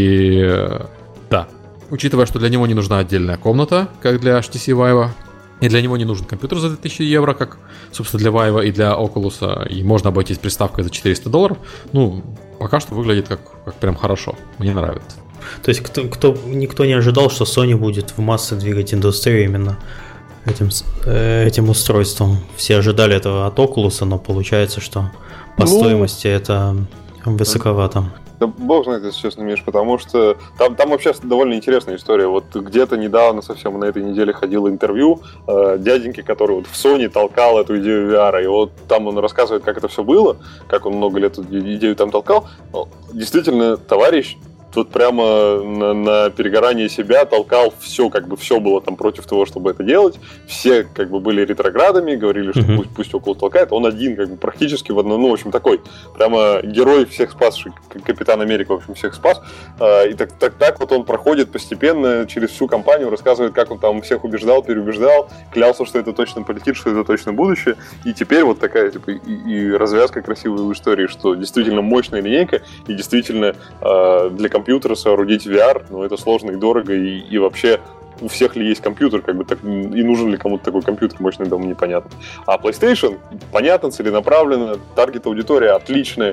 И э, да, учитывая, что для него не нужна отдельная комната, как для эйч ти си Vive, и для него не нужен компьютер за две тысячи евро, как, собственно, для Vive и для Oculus, и можно обойтись приставкой за четыреста долларов. Ну, пока что выглядит как, как прям хорошо. Мне нравится. То есть кто, кто, никто не ожидал, что Sony будет в массы двигать индустрию именно этим, этим устройством. Все ожидали этого от Oculus, но получается, что по ну, стоимости это высоковато. Да бог знает, если честно, Миш, потому что там, там вообще довольно интересная история. Вот где-то недавно совсем на этой неделе ходило интервью э, дяденьки, который вот в Sony толкал эту идею ви ар, и вот там он рассказывает, как это все было, как он много лет эту идею там толкал. Действительно, товарищ тут прямо на, на перегорание себя толкал все, как бы все было там против того, чтобы это делать. Все как бы были ретроградами, говорили, что mm-hmm. пусть, пусть Oculus толкает. Он один как бы практически в одном, ну, в общем, такой прямо герой всех спасший, Капитан Америка, в общем, всех спас. И так, так, так вот он проходит постепенно через всю компанию, рассказывает, как он там всех убеждал, переубеждал, клялся, что это точно полетит, что это точно будущее. И теперь вот такая, типа, и, и развязка красивая в истории, что действительно мощная линейка, и действительно э, для компьютера соорудить ви ар, но это сложно и дорого, и, и вообще у всех ли есть компьютер, как бы так, и нужен ли кому-то такой компьютер мощный, дома непонятно. А PlayStation, понятно, целенаправленно, таргет-аудитория отличная, э,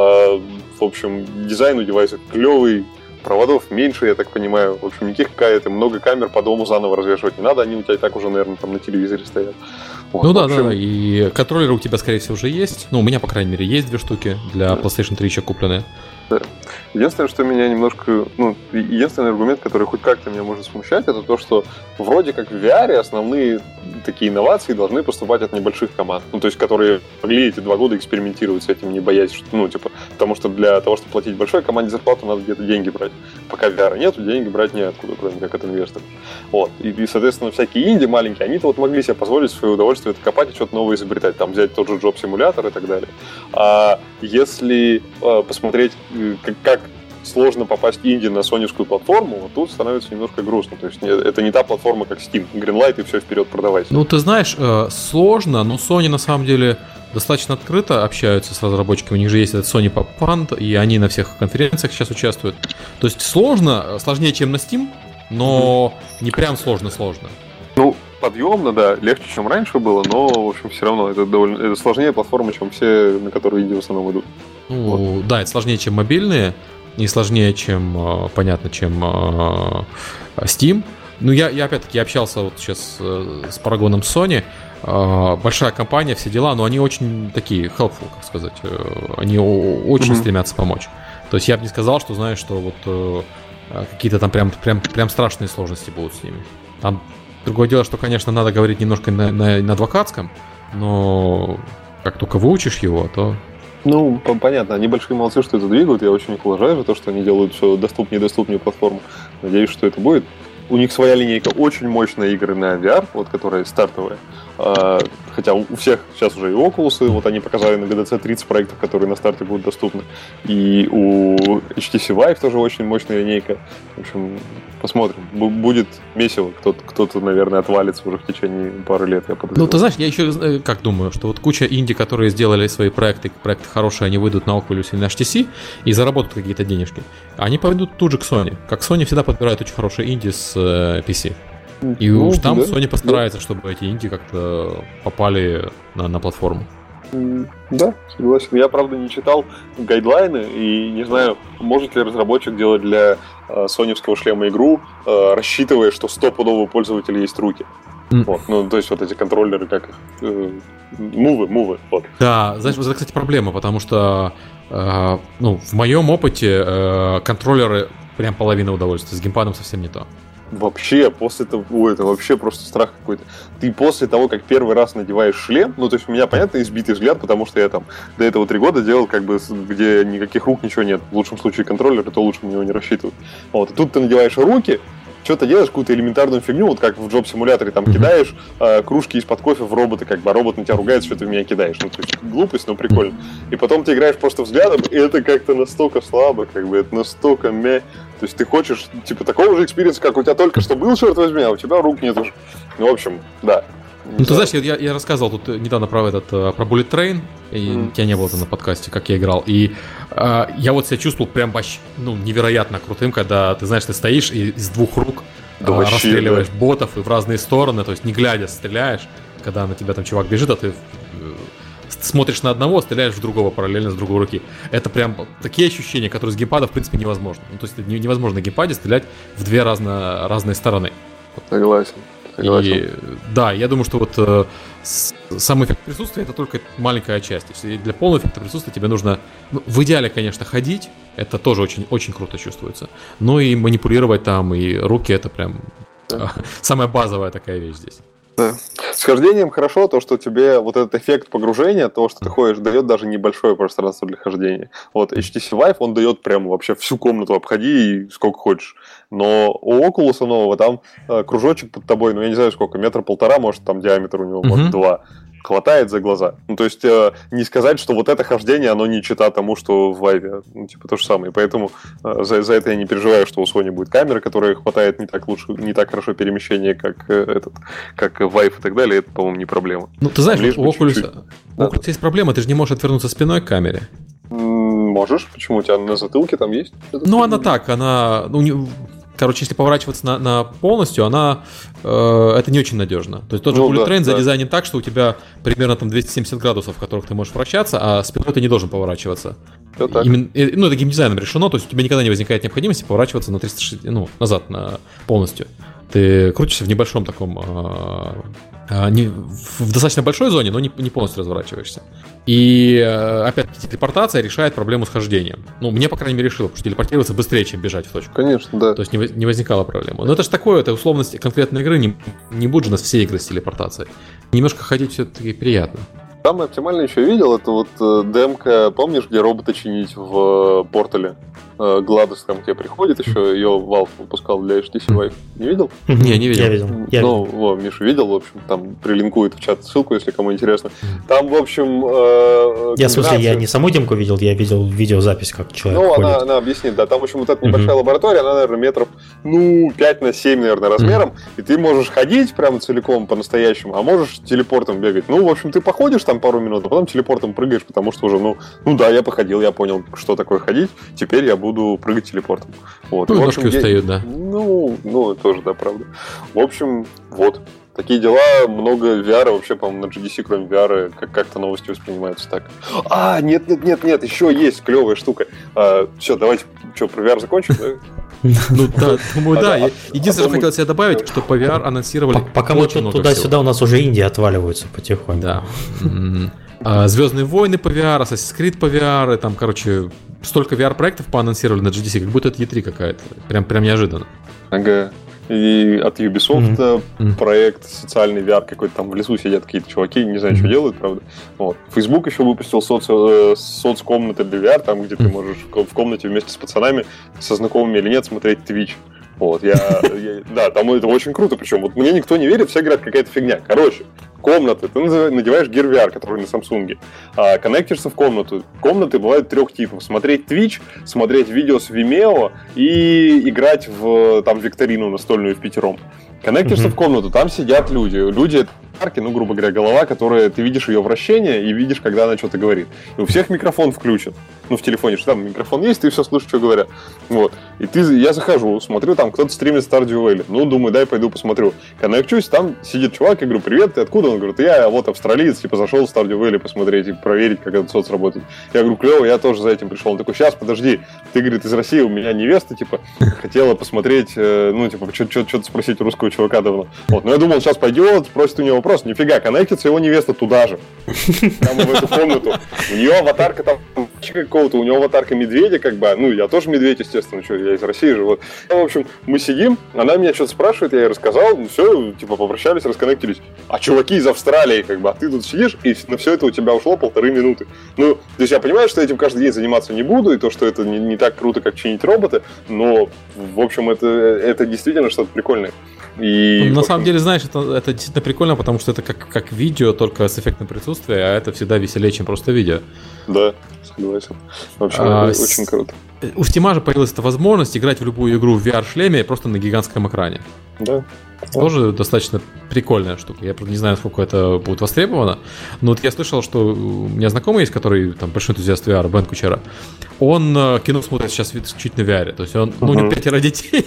в общем, дизайн у девайсов клевый, проводов меньше, я так понимаю, в общем, никаких какая-то, много камер по дому заново развешивать не надо, они у тебя и так уже, наверное, там на телевизоре стоят. Вот, ну да, общем... да, и контроллеры у тебя, скорее всего, уже есть, ну, у меня, по крайней мере, есть две штуки для PlayStation три еще купленные. Да. Единственное, что меня немножко, ну, единственный аргумент, который хоть как-то меня может смущать, это то, что вроде как в ви ар основные такие инновации должны поступать от небольших команд, ну, то есть, которые могли эти два года экспериментировать с этим, не боясь, что, ну, типа, потому что для того, чтобы платить большой команде зарплату, надо где-то деньги брать. Пока ви ар нету, деньги брать неоткуда, кроме как от инвесторов. Вот. И, и, соответственно, всякие инди маленькие, они-то вот могли себе позволить в свое удовольствие это копать и что-то новое изобретать, там, взять тот же Job-симулятор и так далее. А если э, посмотреть, как, как сложно попасть инди на соневскую платформу, вот тут становится немножко грустно. То есть это не та платформа, как Steam. Greenlight и все вперед продавайся. Ну, ты знаешь, э, сложно, но Sony на самом деле достаточно открыто общаются с разработчиками. У них же есть этот Sony Pop Fund, и они на всех конференциях сейчас участвуют. То есть сложно, сложнее, чем на Steam, но mm-hmm. не прям сложно-сложно. Ну, подъемно, да, легче, чем раньше было, но, в общем, все равно это довольно это сложнее платформа, чем все, на которые инди в основном идут. Ну, вот. Да, это сложнее, чем мобильные, и сложнее, чем, понятно, чем Steam. Ну, я, я опять-таки общался вот сейчас с Парагоном Sony. Большая компания, все дела, но они очень такие helpful, как сказать. Они очень mm-hmm. стремятся помочь. То есть я бы не сказал, что, знаешь, что вот какие-то там прям, прям, прям страшные сложности будут с ними. Там другое дело, что, конечно, надо говорить немножко на, на, на адвокатском, но как только выучишь его, то... Ну, понятно, они большие молодцы, что это двигают, я очень их уважаю за то, что они делают все доступнее и доступнее платформу. Надеюсь, что это будет. у них своя линейка очень мощные игры на ви ар, вот, которые стартовые. Хотя у всех сейчас уже и Oculus, вот они показали на джи ди си тридцать проектов, которые на старте будут доступны. И у эйч ти си Vive тоже очень мощная линейка. В общем, посмотрим. Будет месиво. Кто-то, кто-то, наверное, отвалится уже в течение пары лет, я подозреваю. Ну, ты знаешь, я еще как думаю, что вот куча инди, которые сделали свои проекты, проекты хорошие, они выйдут на Oculus и на эйч ти си и заработают какие-то денежки. Они пойдут тут же к Sony. Как Sony всегда подбирает очень хорошие инди с э, пи си. И ну, уж там да, Sony постарается, да. чтобы эти инди как-то попали на, на платформу. Да, согласен. Я, правда, не читал гайдлайны и не знаю, может ли разработчик делать для э, соневского шлема игру, э, рассчитывая, что стопудово у пользователя есть руки. Mm. Вот, ну, то есть вот эти контроллеры, как их... Э, мувы, мувы, вот. Да, знаешь, это, кстати, проблема, потому что э, ну, в моем опыте э, контроллеры прям половина удовольствия, с геймпадом совсем не то. Вообще, после того, ой, это вообще просто страх какой-то. Ты после того, как первый раз надеваешь шлем, ну, то есть у меня, понятно, избитый взгляд, потому что я там до этого три года делал, как бы, где никаких рук, ничего нет. В лучшем случае контроллер, и то лучше на него не рассчитывают. Вот, и тут ты надеваешь руки, что-то делаешь, какую-то элементарную фигню, вот как в джоб-симуляторе, там, mm-hmm. кидаешь э, кружки из-под кофе в робота, как бы, а робот на тебя ругается, что ты в меня кидаешь. Ну, то есть, глупость, но прикольно. И потом ты играешь просто взглядом, и это как-то настолько слабо, как бы, это настолько мя... То есть ты хочешь, типа, такого же экспириенса, как у тебя только что был, черт возьми, а у тебя рук нет уже. Ну, в общем, да. Ну, ты знаешь, я, я рассказывал тут недавно про этот, про Bullet Train, и mm. тебя не было там на подкасте, как я играл, и э, я вот себя чувствовал прям вообще, ну, невероятно крутым, когда, ты знаешь, ты стоишь и из двух рук да, э, вообще, расстреливаешь да. ботов и в разные стороны, то есть не глядя стреляешь, когда на тебя там чувак бежит, а ты э, смотришь на одного, стреляешь в другого параллельно с другой руки. Это прям такие ощущения, которые с геймпада, в принципе, невозможно. Ну, то есть невозможно на геймпаде стрелять в две разно, разные стороны. Согласен. И, да, я думаю, что вот э, с, сам эффект присутствия — это только маленькая часть. И для полного эффекта присутствия тебе нужно, ну, в идеале, конечно, ходить, это тоже очень, очень круто чувствуется. Но и манипулировать там, и руки — это прям да. э, самая базовая такая вещь здесь. Да. С хождением хорошо то, что тебе вот этот эффект погружения, то, что ты ходишь, дает даже небольшое пространство для хождения. Вот эйч ти си Vive, он дает прям вообще всю комнату обходи и сколько хочешь. Но у Oculus нового там э, кружочек под тобой, ну я не знаю сколько, метра полтора, может там диаметр у него, mm-hmm. может два. Хватает за глаза. Ну, то есть, э, не сказать, что вот это хождение, оно не чита тому, что в Vive. Ну, типа, то же самое. Поэтому э, за, за это я не переживаю, что у Sony будет камера, которая хватает не так лучше, не так хорошо перемещение, как э, этот, как Vive и так далее. Это, по-моему, не проблема. Ну, ты знаешь, у Oculus, у Oculus есть проблема, ты же не можешь отвернуться спиной к камере. Можешь. Почему? У тебя на затылке там есть? Ну, она так, она... Ну, не... Короче, если поворачиваться на, на полностью, она э, это не очень надежно. То есть тот же ну, Bullet Train да, задизайнен да. так, что у тебя примерно там двести семьдесят градусов, в которых ты можешь вращаться, а спиной ты не должен поворачиваться. Именно, ну, это геймдизайном решено, то есть у тебя никогда не возникает необходимости поворачиваться на триста шестьдесят, ну, назад на полностью. Ты крутишься в небольшом таком... Э, э, не, в достаточно большой зоне, но не, не полностью разворачиваешься. И, э, опять-таки, телепортация решает проблему с хождением. Ну, мне, по крайней мере, решила, потому что телепортироваться быстрее, чем бежать в точку. Конечно, да. То есть не, не возникала проблема. Но это же такое, это условность конкретной игры, не, не будут же у нас все игры с телепортацией. Немножко ходить все-таки приятно. Самое оптимальное еще видел, это вот э, демка, помнишь, где робота чинить в э, портале? Э, Гладус там к тебе приходит, еще ее Valve выпускал для эйч ти си Vive. Не видел? Не, не видел. Я видел. Я ну, видел. Во, Миша видел, в общем, там прилинкует в чат ссылку, если кому интересно. Там, в общем... Э, я, в смысле, я не саму демку видел, я видел видеозапись, как человек Ну, ходит. она, она объяснит, да. Там, в общем, вот эта небольшая mm-hmm. лаборатория, она, наверное, метров, ну, пять на семь, наверное, размером, mm-hmm. и ты можешь ходить прямо целиком по-настоящему, а можешь телепортом бегать. Ну, в общем, ты походишь там пару минут, а потом телепортом прыгаешь, потому что уже, ну, ну да, я походил, я понял, что такое ходить, теперь я буду прыгать телепортом. Вот. Ну, ножки устают, я... да. Ну, ну, тоже, да, правда. В общем, вот. Такие дела, много ви ар, вообще, по-моему, на джи ди си, кроме ви ар, как- как-то новости воспринимаются так. А, нет, нет, нет, нет, еще есть клевая штука. А, все, давайте, что, про ви ар закончим, да? Ну да, думаю, да. Единственное, что хотел себе добавить, что по ви ар анонсировали. Пока мы туда-сюда, у нас уже Индии отваливаются потихоньку. Да. Звездные войны по ви ар, Assassin's Creed по ви ар, там, короче, столько ви ар-проектов поанонсировали на джи ди си, как будто это и три какая-то. Прям, прям неожиданно. Ага. И от Ubisoft Mm-hmm. проект социальный ви ар какой-то, там в лесу сидят какие-то чуваки, не знаю, mm-hmm. что делают, правда. Вот. Facebook еще выпустил соци... соцкомнаты для ви ар, там, где mm-hmm. ты можешь в комнате вместе с пацанами, со знакомыми или нет, смотреть Twitch. Вот, я, я, да, там это очень круто, причем вот мне никто не верит, все говорят, какая-то фигня. Короче, комнаты, ты надеваешь Gear ви ар, который на Samsung, а, коннектишься в комнату. Комнаты бывают трех типов. Смотреть Twitch, смотреть видео с Vimeo и играть в там викторину настольную в пятером. Коннектишься mm-hmm. в комнату, там сидят люди. Люди — это арки, ну, грубо говоря, голова, которая... Ты видишь ее вращение и видишь, когда она что-то говорит. И у всех микрофон включен. Ну, в телефоне, что там микрофон есть, ты все слышишь, что говорят. Вот. И ты, я захожу, смотрю, там кто-то стримит Stardew Valley. Ну, думаю, дай пойду посмотрю. Коннекчусь, там сидит чувак, я говорю, привет, ты откуда? Он говорит, я вот австралиец, типа, зашел в Stardew Valley посмотреть и проверить, как этот соц работает. Я говорю, клево, я тоже за этим пришел. Он такой, сейчас, подожди, ты, говорит, из России, у меня невеста, типа, хотела посмотреть, ну, типа, что-то спросить у русского чувака давно. Вот, но я думал, сейчас пойдет, спросит у него вопрос. Нифига, коннектится его невеста туда же. Прямо в эту комнату. У нее аватарка там какого-то, у него аватарка медведя, как бы. Ну, я тоже медведь, естественно, что, я из России же. Вот. Ну, в общем, мы сидим, она меня что-то спрашивает, я ей рассказал, ну, все, типа, попрощались, расконнектились. А чуваки из Австралии, как бы, а ты тут сидишь, и на все это у тебя ушло полторы минуты. Ну, то есть я понимаю, что этим каждый день заниматься не буду, и то, что это не, не так круто, как чинить робота, но, в общем, это, это действительно что-то прикольное. И, на общем... самом деле, знаешь, это, это действительно прикольно, потому что это как, как видео, только с эффектом присутствия, а это всегда веселее, чем просто видео. Да, согласен. В общем, а, это с... очень круто. У Steam же появилась эта возможность играть в любую игру в ви ар-шлеме просто на гигантском экране. Да. Тоже да. достаточно прикольная штука. Я, правда, не знаю, насколько это будет востребовано, но вот я слышал, что у меня знакомый есть, который там большой энтузиаст ви ар, Бен Кучера. Он кино смотрит сейчас исключительно в ви ар. То есть он, ну, у него пятеро детей.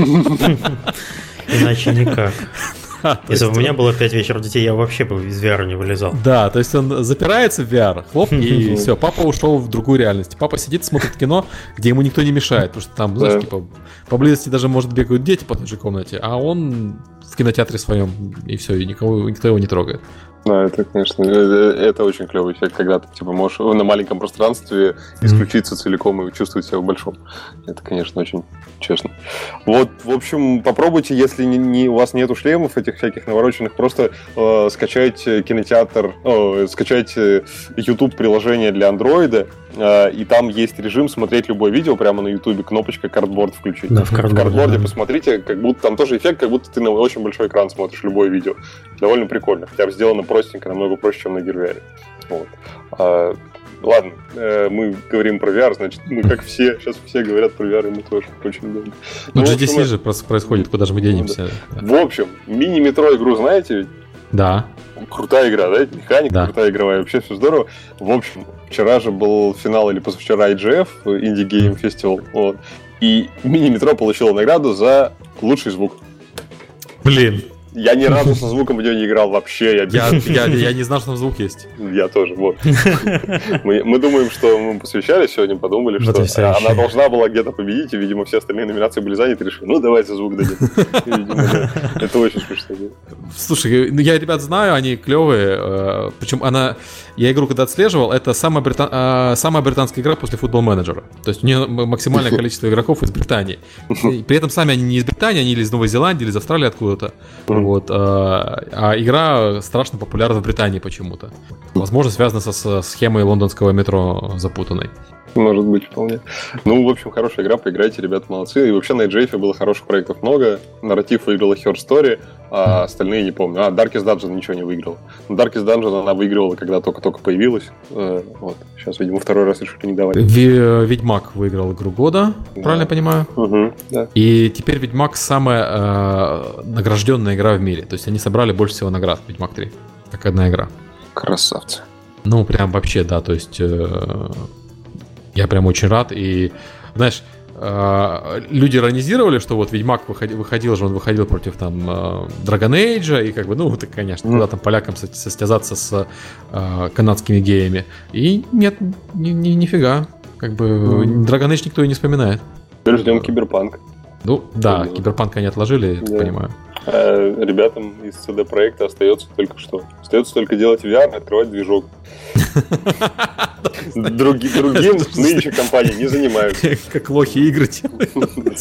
Иначе никак. Да, если бы у меня было пять вечера детей, я вообще бы из ви ар не вылезал. Да, то есть он запирается в ви ар, хлоп, и все, папа ушел в другую реальность. Папа сидит, смотрит кино, где ему никто не мешает, потому что там, знаешь, да. типа, поблизости даже, может, бегают дети по той же комнате, а он в кинотеатре своем, и все, и никого, никто его не трогает. Да, это, конечно, это очень клевый эффект, когда ты типа можешь на маленьком пространстве исключиться mm-hmm. целиком и чувствовать себя в большом. Это, конечно, очень честно. Вот, в общем, попробуйте, если не, не, у вас нету шлемов этих всяких навороченных, просто э, скачайте кинотеатр, э, скачайте YouTube-приложение для андроида, э, и там есть режим смотреть любое видео прямо на YouTube, кнопочка картборд включить. Да, в картборде, в картборде да. посмотрите, как будто там тоже эффект, как будто ты на очень большой экран смотришь любое видео. Довольно прикольно. Хотя бы сделано простенько, намного проще, чем на Gear ви ар. Вот. А, ладно, э, мы говорим про ви ар, значит, мы как все, сейчас все говорят про ви ар, и мы тоже очень долго. Ну, джи ти си же просто происходит, куда же мы денемся. Да. В общем, мини-метро игру знаете ведь? Да. Крутая игра, да? Механика да. крутая игровая, вообще все здорово. В общем, вчера же был финал или позавчера ай джи эф, Indie Game Festival, вот. И мини-метро получило награду за лучший звук. Блин. Я ни разу со звуком в нее не играл вообще. Я, я, я, я не знал, что там звук есть. Я тоже, вот. мы, мы думаем, что мы посвящали сегодня, подумали, что она должна была где-то победить, и, видимо, все остальные номинации были заняты, решили, ну, давайте звук дадим. Видимо, да. Это очень смешно. Слушай, ну, я ребят знаю, они клевые, причем она, я игру когда отслеживал, это самая, брита... самая британская игра после Football Manager. То есть у нее максимальное количество игроков из Британии. И при этом сами они не из Британии, они или из Новой Зеландии, или из Австралии откуда-то. Вот, а, а игра страшно популярна в Британии почему-то. Возможно, связано со, со схемой лондонского метро запутанной. Может быть, вполне. Ну, в общем, хорошая игра, поиграйте, ребята, молодцы. И вообще на ай джи эф было хороших проектов много. Нарратив выиграла Her Story, а остальные не помню. А, Darkest Dungeon ничего не выиграла. Darkest Dungeon она выигрывала, когда только-только появилась. Вот. Сейчас, видимо, второй раз решили не давать. Ведьмак выиграл игру года, да. Правильно я понимаю? Угу, да. И теперь Ведьмак самая э, награжденная игра в мире. То есть они собрали больше всего наград в Ведьмак три. Как одна игра. Красавцы. Ну, прям вообще, да, то есть... Э, я прям очень рад, и, знаешь, э, люди иронизировали, что вот Ведьмак выходил, выходил же, он выходил против там э, Dragon Age, и как бы, ну, это, конечно, mm. куда там полякам состязаться с э, канадскими геями. И нет, ни, ни, нифига, как бы mm. Dragon Age никто и не вспоминает. Теперь ждем Киберпанк. Ну, да, mm. Киберпанк они отложили, я yeah. понимаю. А ребятам из си ди-проекта остается только что? Остается только делать ви ар и открывать движок. Другим нынче компании не занимаются. Как лохи игры делают.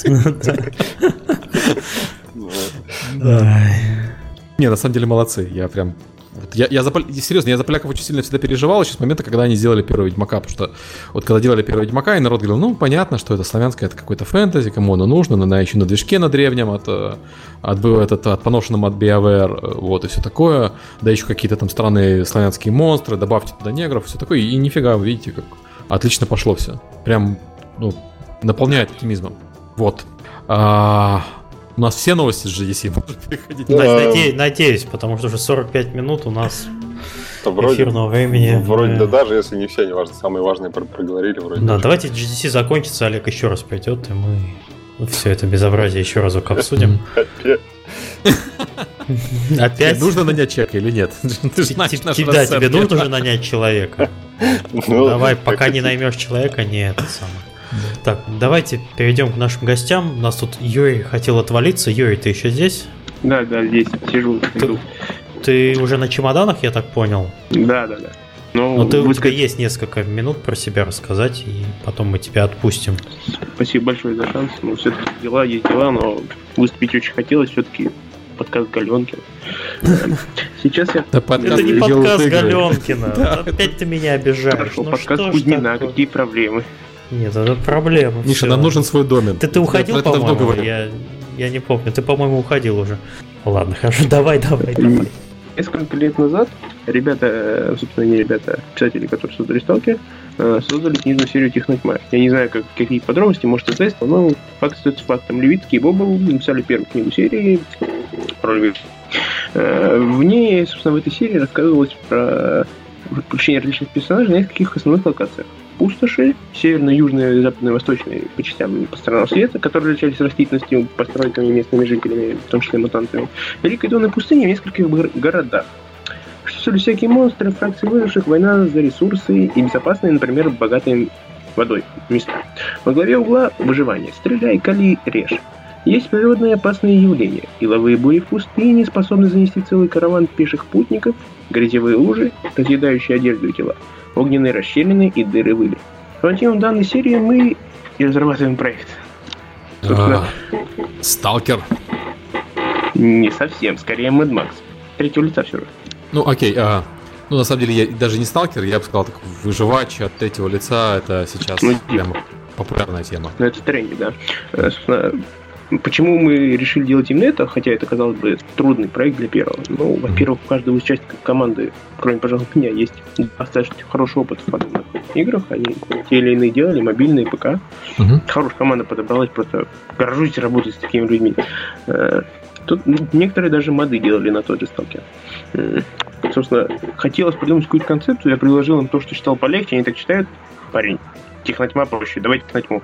Не, на самом деле молодцы. Я прям Вот я, я за, серьезно, я за поляков очень сильно всегда переживал еще с момента, когда они сделали первого Ведьмака, потому что вот когда делали первого Ведьмака, и народ говорил, ну, понятно, что это славянское, это какой-то фэнтези, кому оно нужно, на еще на движке на древнем, от, от, от, от, от поношенном от BioWare, вот, и все такое, да еще какие-то там странные славянские монстры, добавьте туда негров, все такое, и нифига, вы видите, как отлично пошло все. Прям, ну, наполняет оптимизмом. Вот. А, у нас все новости с джи ди си могут переходить. Да, надеюсь, надеюсь, потому что уже сорок пять минут у нас вроде, эфирного времени. Вроде, да, даже если не все, не важно, самые важные проговорили. Вроде да, даже. Давайте джи ди си закончится, Олег еще раз придет, и мы все это безобразие еще разок обсудим. Опять? Нужно нанять человека или нет? Ты же знаешь наши Да, тебе нужно же нанять человека. Давай, пока не наймешь человека, не это самое. Так, давайте перейдем к нашим гостям. У нас тут Юрий хотел отвалиться. Юрий, ты еще здесь? Да, да, здесь сижу. Ты, ты уже на чемоданах, я так понял? Да, да, да. Но ты, у тебя есть несколько минут про себя рассказать, и потом мы тебя отпустим. Спасибо большое за шанс. Ну, все-таки дела есть дела, но выступить очень хотелось. Все-таки подкаст Галенкина. Сейчас я... Это не подкаст Галенкина. Опять ты меня обижаешь. Хорошо, подкаст Кузьмина. Какие проблемы? Нет, это проблема. Миша, нам нужен свой домен. Ты, ты уходил, по-моему? Я, я не помню. Ты, по-моему, уходил уже. Ладно, хорошо. Давай, давай, давай. Несколько лет назад ребята, собственно, не ребята, писатели, которые создали Сталкер, создали книжную серию «Технотьма». Я не знаю, как, какие подробности, может, это издательство, но факт остается фактом. Левицкий и Бобл написали первую книгу серии про Левицкий. В ней, собственно, в этой серии рассказывалось про приключения различных персонажей на нескольких основных локациях. Пустоши, северно-южные, западные, восточные по частям по сторонам света, которые отличались растительностью, постройками, местными жителями, в том числе мутантами. Великой донной пустыни в нескольких городах. Что ли всякие монстры, фракции выживших, война за ресурсы и безопасные, например, богатые водой места. Во главе угла выживание. Стреляй, кали, режь. Есть природные опасные явления. Иловые бури в пустыне способны занести целый караван пеших путников, грязевые лужи, разъедающие одежду и тела, огненные расщелины и дыры выли. По мотивам данной серии мы и разрабатываем проект. Собственно, Сталкер? Не совсем, скорее Mad Max. Третьего лица все же. Ну, окей. А, ну, на самом деле, я даже не сталкер, я бы сказал, так, выживач от третьего лица, это сейчас ну, прям популярная тема. Ну, это в тренде, да. Собственно, почему мы решили делать именно это, хотя это, казалось бы, трудный проект для первого? Ну, во-первых, у каждого участника команды, кроме, пожалуй, меня, есть достаточно хороший опыт в подобных играх. Они те или иные делали, мобильные, ПК. Uh-huh. Хорошая команда подобралась, просто горжусь работать с такими людьми. Тут некоторые даже моды делали на тот же Сталкер. Собственно, хотелось придумать какую-то концепцию, я предложил им то, что читал полегче, они так читают. Парень, Технотьма проще, давайте Технотьму.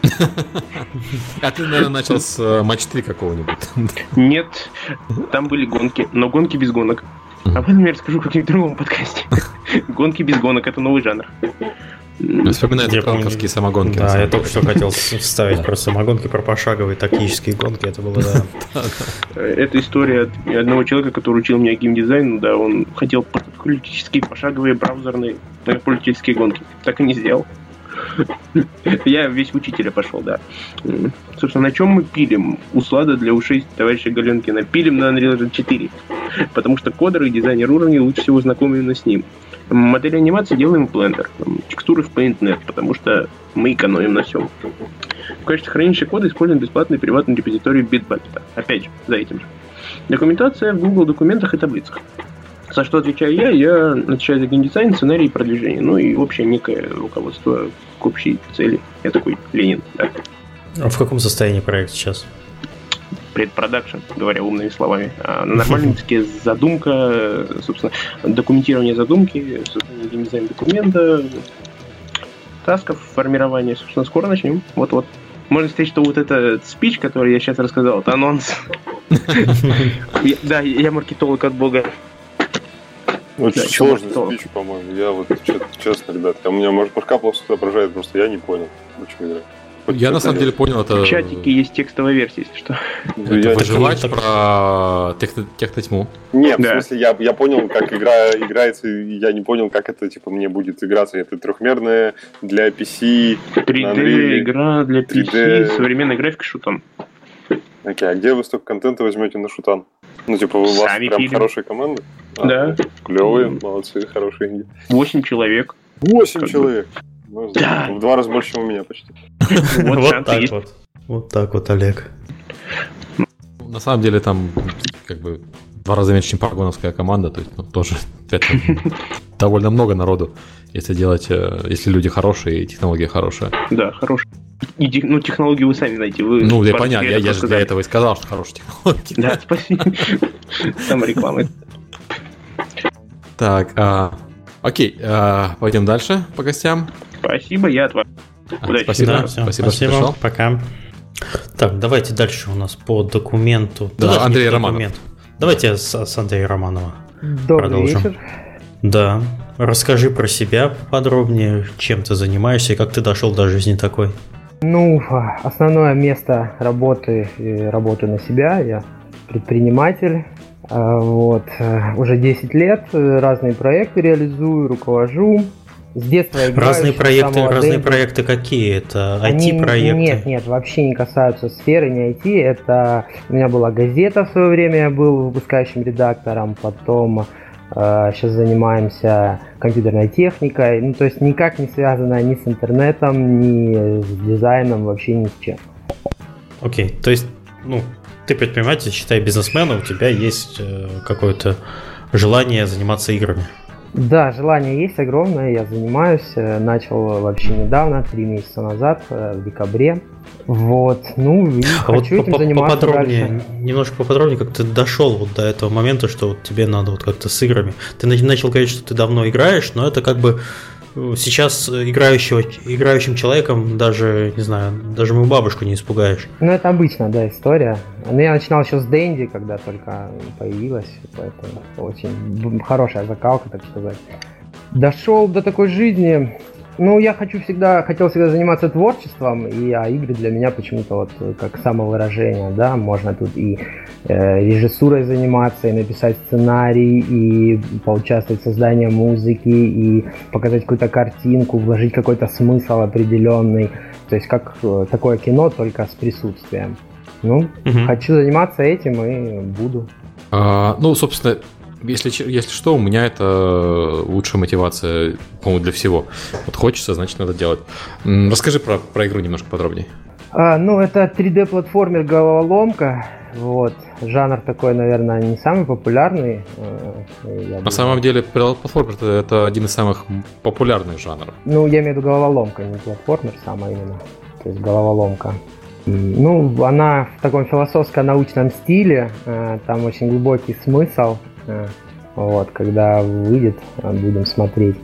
А ты, наверное, начал с матч три какого-нибудь? Нет, там были гонки, но гонки без гонок. Об этом я расскажу в каком-нибудь другом подкасте. Гонки без гонок — это новый жанр. Вспоминаю пранковские самогонки. Да, я только что хотел вставить про самогонки, про пошаговые тактические гонки. Это было, да. Это история от одного человека, который учил меня геймдизайну. Да, он хотел политические пошаговые браузерные политические гонки. Так и не сделал. Я весь в учителя пошел, да. Собственно, на чем мы пилим? Услада для ушей товарища Галенкина. Пилим на Unreal Engine четыре. Потому что кодеры и дизайнер уровней лучше всего знакомы именно с ним. Модели анимации делаем в Blender. Текстуры в PaintNet, потому что мы экономим на всем. В качестве хранилища кода используем бесплатный приватный репозиторий Bitbucket. Опять же, за этим же. Документация в Google документах и таблицах. За что отвечаю я? Я отвечаю за геймдизайн, сценарий и продвижение. Ну и общее некое руководство к общей цели. Я такой Ленин, да. А в каком состоянии проект сейчас? Предпродакшн, говоря умными словами. А на нормальном языке задумка, собственно, документирование задумки, создание геймдизайн документа, тасков, формирование. Собственно, скоро начнем. Вот-вот. Можно сказать, что вот этот спич, который я сейчас рассказал, это анонс. Да, я маркетолог от бога. Очень сложный спич, по-моему. Я вот, честно, ребят, у меня, может, башка плохо соображает, просто я не понял. Очень Я на самом деле понял, это... В чатике есть текстовая версия, если что. Это я выживач про технотьму. Нет, да. В смысле, я, я понял, как игра играется, и я не понял, как это, типа, мне будет играться. Это трехмерная для пи си. три дэ игра для пи си, современная графика шутан. Окей, а где вы столько контента возьмете на шутан? Ну, типа, у вас Сами прям пилим. хорошая команда? А, Да. Клевые, М. молодцы, хорошие инди. Восемь человек. Восемь Как бы. человек! Ну, Да. В два раза больше, чем у меня почти. Вот Вот шансы так есть. вот. Вот так вот, Олег. На самом деле там как бы в два раза меньше, чем парагоновская команда, то есть ну, тоже это довольно много народу, если делать, э, если люди хорошие и технология хорошая. Да, хороший. И тех- ну, технологии вы сами знаете. Вы Ну, я пару понятно, я, секретов я же для рассказали. этого и сказал, что хорошие технологии. Да, спасибо. Самореклама. Так, а, окей, а, пойдем дальше по гостям. Спасибо, я от вас. А, Удачи. спасибо, Да, всё, спасибо, что пришел. пока. Так, давайте дальше у нас по документу. Да, даже не Андрей по Романов. документу. Давайте с, с Андрея Романова. Добрый Продолжим. вечер. Да. Расскажи про себя поподробнее, чем ты занимаешься и как ты дошел до жизни такой. Ну, основное место работы, э, работаю на себя, я предприниматель. А, Вот, э, уже десять лет, э, разные проекты реализую, руковожу. С детства играю. Разные еще с проекты, самого разные Денди. проекты какие? Это Они- ай ти-проекты? Нет, нет, вообще не касаются сферы, не ай ти. Это у меня была газета в свое время, я был выпускающим редактором, потом э, сейчас занимаемся компьютерной техникой. Ну, то есть никак не связано ни с интернетом, ни с дизайном, вообще ни с чем. Окей, то есть, ну, ты предприниматель, считай бизнесмен, у тебя есть э, какое-то желание заниматься играми. Да, желание есть огромное, я занимаюсь, э, начал вообще недавно, три месяца назад, э, в декабре. Вот, ну и А вот хочу этим по- по- заниматься поподробнее, дальше. немножко поподробнее, как ты дошел вот до этого момента, что вот тебе надо вот как-то с играми. Ты на- начал говорить, что ты давно играешь, но это как бы э, сейчас играющего, играющим человеком даже, не знаю, даже мою бабушку не испугаешь. Ну, это обычная, да, история. Ну, я начинал еще с Дэнди, когда только появилась, поэтому очень б- хорошая закалка, так сказать. Дошел до такой жизни. Ну, я хочу всегда, хотел всегда заниматься творчеством, и а игры для меня почему-то вот как самовыражение, да, можно тут и э, режиссурой заниматься, и написать сценарий, и поучаствовать в создании музыки, и показать какую-то картинку, вложить какой-то смысл определенный, то есть как э, такое кино, только с присутствием. Ну, Мгм. хочу заниматься этим и буду. А, ну, собственно, если, че- если что, у меня это лучшая мотивация, по-моему, для всего. Вот хочется, значит, надо делать. М, Расскажи про, про игру немножко подробнее. А, ну, это три дэ-платформер головоломка. Вот. Жанр такой, наверное, не самый популярный. э, я На думаю. самом деле, платформер это, это один из самых популярных жанров. Ну, я имею в виду головоломка, не платформер сам, а именно. То есть головоломка. М, Ну, она в таком философско-научном стиле. э, Там очень глубокий смысл. э, Вот, когда выйдет, э, будем смотреть.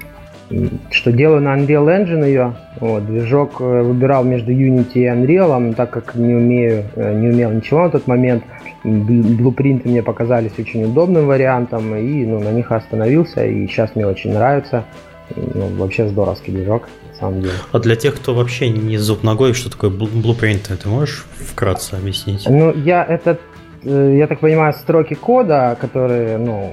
М, Что делаю на Unreal Engine ее. Вот, движок э, выбирал между Unity и Unreal, но так как не умею, э, не умел ничего на тот момент, м, бл- блупринты мне показались очень удобным вариантом, и ну, на них остановился, и сейчас мне очень нравится. Ну, вообще здоровский движок, на самом деле. А для тех, кто вообще не зуб ногой, что такое блу- блупринты, ты можешь вкратце объяснить? Ну, я это, э, я так понимаю, строки кода, которые, ну,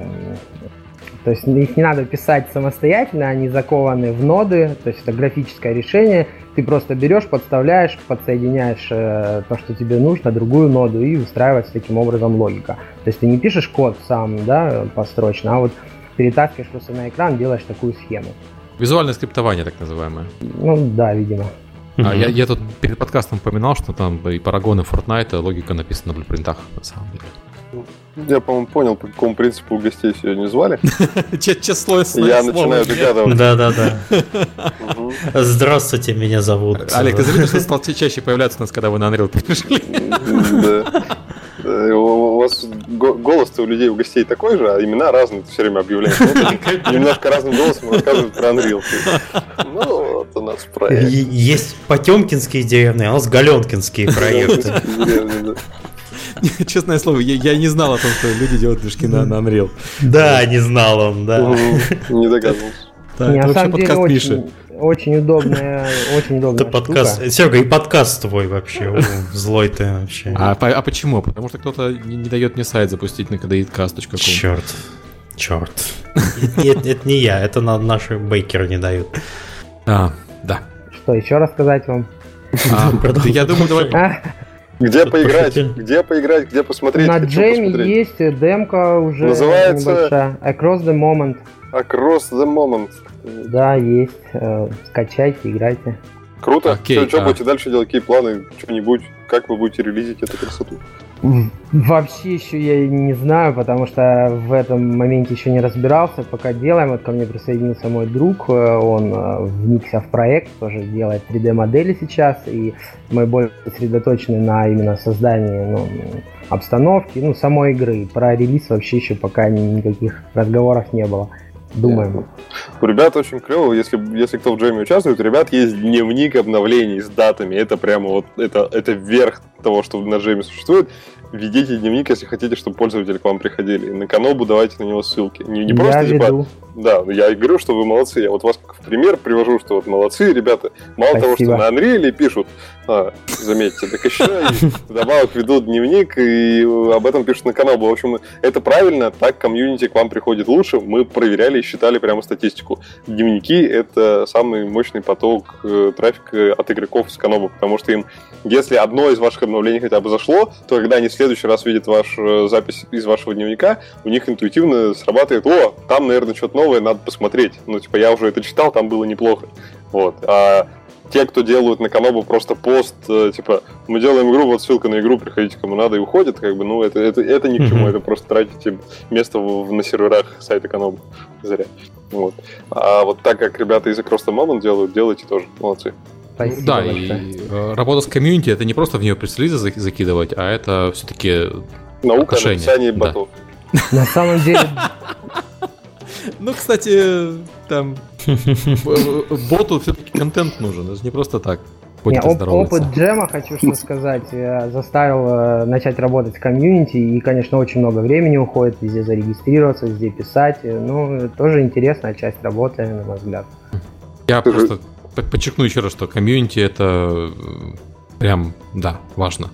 то есть их не надо писать самостоятельно, они закованы в ноды, то есть это графическое решение. Ты просто берешь, подставляешь, подсоединяешь э, то, что тебе нужно, другую ноду, и устраивается таким образом логика. То есть ты не пишешь код сам, да, построчно, а вот перетаскиваешь просто на экран, делаешь такую схему. Визуальное скриптование, так называемое. Ну да, видимо. А, Мгм. я, я тут перед подкастом упоминал, что там и Парагон, и Fortnite логика написана на блюпринтах, на самом деле. Я, по-моему, понял, по какому принципу гостей сегодня звали. Честное Я начинаю догадываться. Да-да-да. Мгм. Здравствуйте, меня зовут. Олег, ты заметил, что стал чаще появляться у нас, когда вы на Unreal пришли? Да. Да, У вас го- голос-то у людей, у гостей такой же, а имена разные, ты все время объявляешь. Вот, немножко разным голосом рассказывают про Unreal. Ну, вот у нас проект. Е- Есть потемкинские деревни, а у нас галенкинские проекты. Честное слово, я, я не знал о том, что люди делают движки на, на Unreal. Да, не знал он, да. Мгм. Не догадывался. Да, Не, это на вообще самом деле подкаст Миши. очень, очень удобная, очень удобная Это подкаст. штука. Серега, и подкаст твой вообще. О, злой ты вообще. А, по- а почему? Потому что кто-то не, не дает мне сайт запустить на кадеиткаст точка ком. Черт. Черт. Это, это- это не я, это на- наши бейкеры не дают. А, да. Что еще рассказать вам? А, да я думаю, давай А, Где Тут поиграть, пошутили. где поиграть, где посмотреть? На Хочу Джеме посмотреть. есть демка уже Называется- небольшая. Across the Moment. Across the Moment. Да, есть. Э, Скачайте, играйте. Круто. Окей, Что а- будете дальше делать? Какие планы? Что-нибудь? Как вы будете релизить эту красоту? Вообще еще я и не знаю, потому что в этом моменте еще не разбирался. Пока делаем, вот ко мне присоединился мой друг, э, он э, вникся в проект, тоже делает три дэ-модели сейчас, и мы больше сосредоточены на именно создании ну, обстановки, ну, самой игры. Про релиз вообще еще пока ни- никаких разговоров не было. Думаем. У ребят очень клево, если, если кто в джеме участвует, у ребят есть дневник обновлений с датами. Это прямо вот, это, это верх того, что на джеме существует. Ведите дневник, если хотите, чтобы пользователи к вам приходили. На Канобу давайте на него ссылки. Не, не просто Я типа, веду. да, я и говорю, что вы молодцы. Я вот вас как в пример привожу, что вот молодцы, ребята. Мало того, Спасибо. что на Unreal пишут, а, заметьте, так еще и вдобавок ведут дневник и об этом пишут на Канобу. В общем, это правильно, так комьюнити к вам приходит лучше. Мы проверяли и считали прямо статистику. Дневники — это самый мощный поток э, трафика от игроков с Канобу, потому что им, если одно из ваших обновлений хотя бы зашло, то когда они в следующий раз видят вашу запись из вашего дневника, у них интуитивно срабатывает: о, там, наверное, что-то новое, надо посмотреть. Ну, типа, я уже это читал, там было неплохо. Вот. А те, кто делают на Канобу просто пост, э, типа, мы делаем игру, вот ссылка на игру, приходите кому надо, и уходят, как бы, ну, это, это, это ни к чему, Мгм. это просто тратите место в- на серверах сайта Канобу. Зря. Вот. А вот так как ребята из Across the Moment делают, делайте тоже. Молодцы. Спасибо Да, большое. и э, работа с комьюнити — это не просто в нее пресс-релизы за- закидывать, а это все-таки... Наука о Отношения, написании да. ботов. На самом деле, Ну, кстати, там боту все-таки контент нужен, это же не просто так. не, Ходит и оп- здоровается. опыт джема, хочу что сказать, э, заставил э, начать работать с комьюнити, и, конечно, очень много времени уходит, везде зарегистрироваться, везде писать. э, Ну, тоже интересная часть работы, на мой взгляд. Я Ты же- просто по- подчеркну еще раз, что комьюнити — это э, прям, да, важно.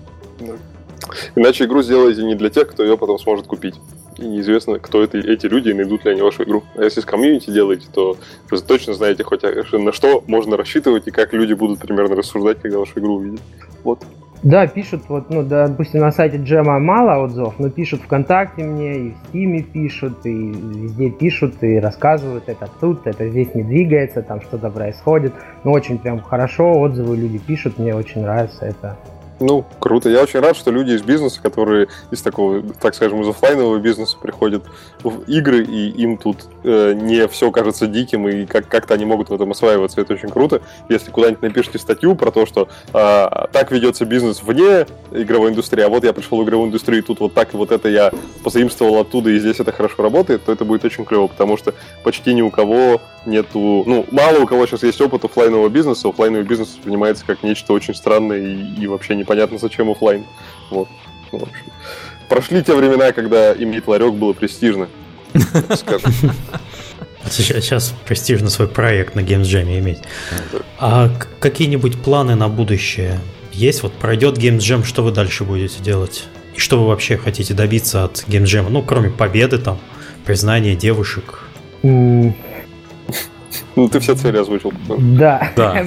Иначе игру сделаете не для тех, кто ее потом сможет купить. И неизвестно, кто это, эти люди, и найдут ли они вашу игру. А если с комьюнити делаете, то вы точно знаете, хоть на что можно рассчитывать и как люди будут примерно рассуждать, когда вашу игру увидят. Вот. Да, пишут, вот, ну, да, допустим, на сайте джема мало отзывов, но пишут ВКонтакте мне, и в Стиме пишут, и везде пишут, и рассказывают, это тут, это здесь не двигается, там что-то происходит. Ну, очень прям хорошо, отзывы люди пишут, мне очень нравится это. Ну, круто. Я очень рад, что люди из бизнеса, которые из такого, так скажем, из оффлайнового бизнеса приходят в игры, и им тут э, не все кажется диким, и как- как-то они могут в этом осваиваться. Это очень круто. Если куда-нибудь напишите статью про то, что э, так ведется бизнес вне игровой индустрии, а вот я пришел в игровую индустрию, и тут вот так и вот это я позаимствовал оттуда, и здесь это хорошо работает, то это будет очень клево, потому что почти ни у кого нету... Ну, мало у кого сейчас есть опыт оффлайнового бизнеса. Оффлайновый бизнес воспринимается как нечто очень странное и, и вообще непонятно, зачем оффлайн. Вот. Ну, в общем. Прошли те времена, когда иметь ларек было престижно. так скажем. Сейчас, сейчас престижно свой проект на Games Jam иметь. А к- какие-нибудь планы на будущее есть? Вот пройдет Games Jam, что вы дальше будете делать? И что вы вообще хотите добиться от Games Jam? Ну, кроме победы, там, признания девушек. М, Ну, ты все цели озвучил. Да. Да.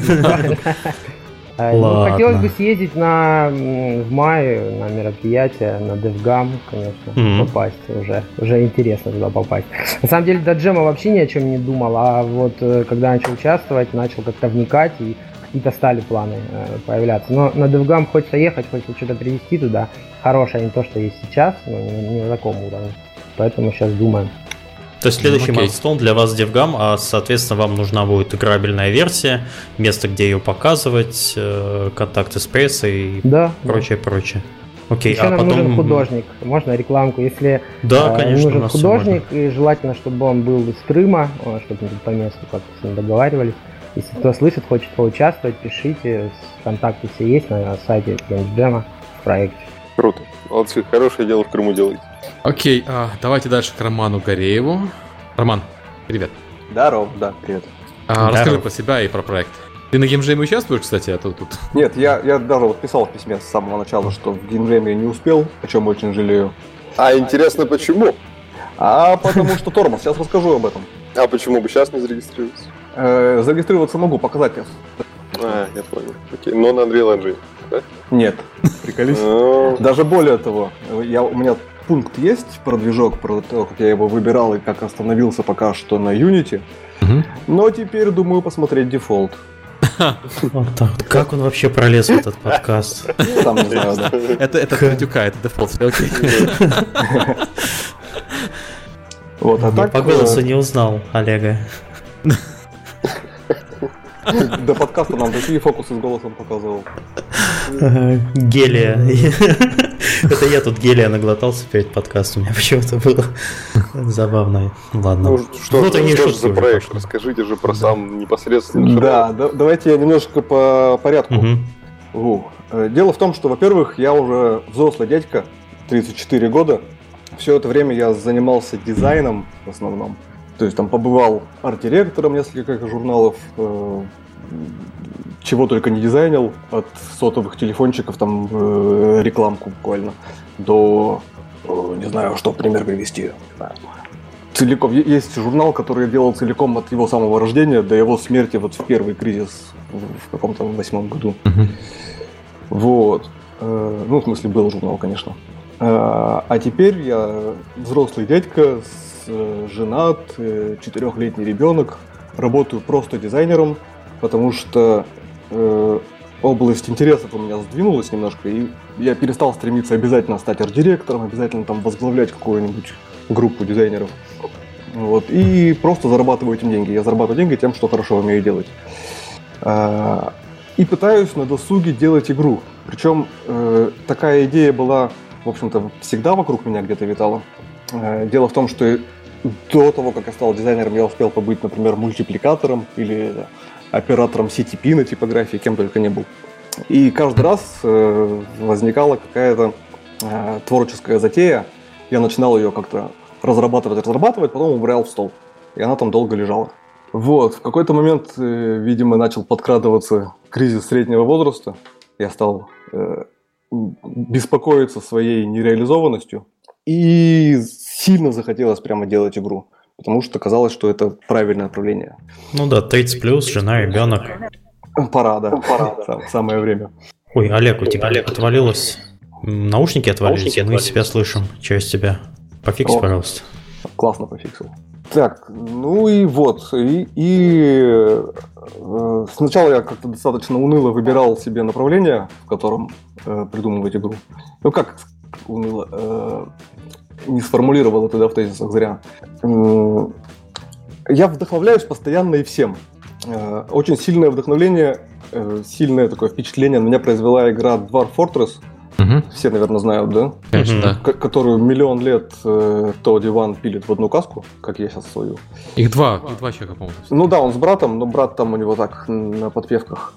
А, ну, Ладно. хотелось бы съездить на, м, в мае на мероприятие, на DevGam, конечно, Мгм. попасть уже. Уже интересно туда попасть. На самом деле до джема вообще ни о чем не думал, а вот э, когда начал участвовать, начал как-то вникать, и какие-то стали планы э, появляться. Но на DevGam хочется ехать, хочется что-то привезти туда хорошее, не то, что есть сейчас, но не, не на таком уровне. Поэтому сейчас думаем. То есть следующий окей. майлстоун для вас DevGam, а соответственно вам нужна будет играбельная версия, место, где ее показывать, э, контакты с прессой и Да. прочее, прочее. Окей, Еще а нам потом... нужен художник. Можно рекламку, если Да, э, конечно, у нужен нас всё художник, и желательно, чтобы он был из Крыма, э, чтобы мы тут по месту как-то с ним договаривались. Если кто слышит, хочет поучаствовать, пишите, контакты все есть на сайте Games Jam в проекте. Круто. Молодцы. Хорошее дело в Крыму делаете. Окей, а, давайте дальше к Роману Горееву. Роман, привет. Здорово, да, привет. А, Здорово. расскажи про себя и про проект. Ты на геймджеме участвуешь, кстати, а то тут... Нет, я, я даже вот писал в письме с самого начала, что в геймджеме я не успел, о чем очень жалею. А интересно, почему? А потому что тормоз, сейчас расскажу об этом. А почему бы сейчас не зарегистрироваться? Э, зарегистрироваться могу, показать. А, я понял. Окей, но на Unreal Engine. да? Нет, приколись. Даже более того, я, у меня пункт есть про движок, про то, как я его выбирал и как остановился пока что на Unity. Мгм. Но теперь думаю посмотреть дефолт. Вот так. Как он вообще пролез в этот подкаст? Там не знаю, да. Это, это Твердюка, это дефолт. Окей. Вот, а Я так, по голосу э, не узнал Олега. до подкаста нам такие фокусы с голосом показывал. Ага, Гелия. Это я тут гелия наглотался перед подкастом. У меня почему-то было забавно. Ладно. Ну, что, Внутренние что же шутки за уже проект? пошли. Расскажите же про сам непосредственно. Да, да, давайте я немножко по порядку. Мгм. Угу. Э, Дело в том, что, во-первых, я уже взрослый дядька, тридцать четыре года. Все это время я занимался дизайном в основном. То есть там побывал арт-директором нескольких журналов, э, чего только не дизайнил, от сотовых телефончиков, там э, рекламку буквально, до, э, не знаю, что в пример привести. Не знаю. Целиком. Е- Есть журнал, который я делал целиком от его самого рождения до его смерти вот в первый кризис в в каком-то восьмом году. Мгм. Вот. Э, Ну, в смысле, был журнал, конечно. Э, А теперь я взрослый дядька, с- э, женат, э, четырехлетний ребенок, работаю просто дизайнером, потому что э, область интересов у меня сдвинулась немножко, и я перестал стремиться обязательно стать арт-директором, обязательно там возглавлять какую-нибудь группу дизайнеров. Вот. И просто зарабатываю этим деньги. Я зарабатываю деньги тем, что хорошо умею делать. А, И пытаюсь на досуге делать игру. Причем э, такая идея была, в общем-то, всегда вокруг меня где-то витала. Э, Дело в том, что до того, как я стал дизайнером, я успел побыть, например, мультипликатором или оператором си ти пи на типографии, кем только не был. И каждый раз э, возникала какая-то э, творческая затея. Я начинал ее как-то разрабатывать, разрабатывать, потом убирал в стол. И она там долго лежала. Вот, в какой-то момент, э, видимо, начал подкрадываться кризис среднего возраста. Я стал э, беспокоиться своей нереализованностью. И сильно захотелось прямо делать игру. Потому что казалось, что это правильное направление. Ну да, тридцать плюс, жена, ребенок. Пора, да. Сам- Самое время. Ой, Олег, у тебя отвалилось. М, Наушники отвалились, и мы себя слышим через тебя. Пофикс, О. пожалуйста. Классно пофиксил. Так, ну и вот. И, и, э, сначала я как-то достаточно уныло выбирал себе направление, в котором э, придумывать игру. Ну как уныло? Э, не сформулировал это, да, в тезисах зря. М, Я вдохновляюсь постоянно и всем. Э, Очень сильное вдохновление, э, сильное такое впечатление на меня произвела игра Dwarf Fortress. Мгм. Все, наверное, знают, да? Конечно, Мгм. да. Ко- Которую миллион лет э, Тодди Ван пилит в одну каску, как я сейчас свою. Их два, их два человека, по-моему. Ну да, он с братом, но брат там у него так на подпевках.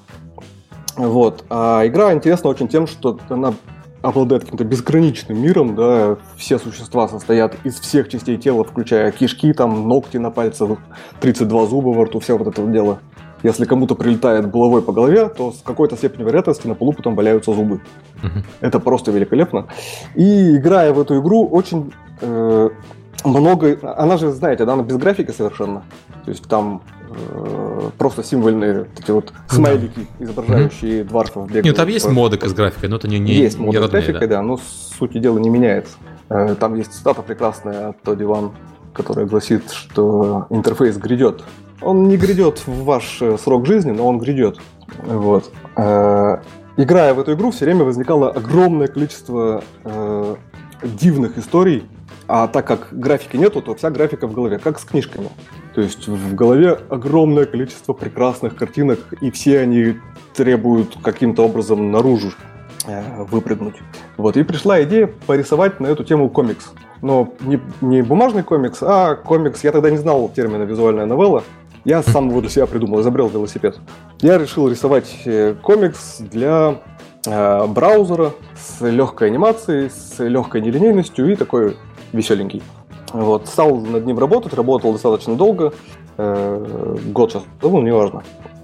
Вот. А игра интересна очень тем, что она обладает каким-то безграничным миром, да, все существа состоят из всех частей тела, включая кишки, там, ногти на пальцах, тридцать два зуба во рту, все вот это вот дело. Если кому-то прилетает булавой по голове, то с какой-то степенью вероятности на полу потом валяются зубы. Мгм. Это просто великолепно. И играя в эту игру, очень э, много... Она же, знаете, да, она без графики совершенно. То есть там э, просто символьные вот эти вот смайлики, изображающие дварфов. бегают Нет, там есть по- модек с графикой, но это не, не, Есть не моды с родные, графикой, да. да, но суть дела не меняется. Э, Там есть цитата прекрасная от Тодди Ван, которая гласит, что интерфейс грядет. Он не грядет в ваш э, срок жизни, но он грядет. Вот. Э, Играя в эту игру, все время возникало огромное количество э, дивных историй, а так как графики нету, то вся графика в голове, как с книжками. То есть в голове огромное количество прекрасных картинок, и все они требуют каким-то образом наружу э, выпрыгнуть. Вот, и пришла идея порисовать на эту тему комикс. Но не, не бумажный комикс, а комикс, я тогда не знал термина «визуальная новелла», я сам его для себя придумал, изобрел велосипед. Я решил рисовать э, комикс для э, браузера с легкой анимацией, с легкой нелинейностью и такой веселенький. Вот. Стал над ним работать, работал достаточно долго, э, год сейчас, ну, неважно.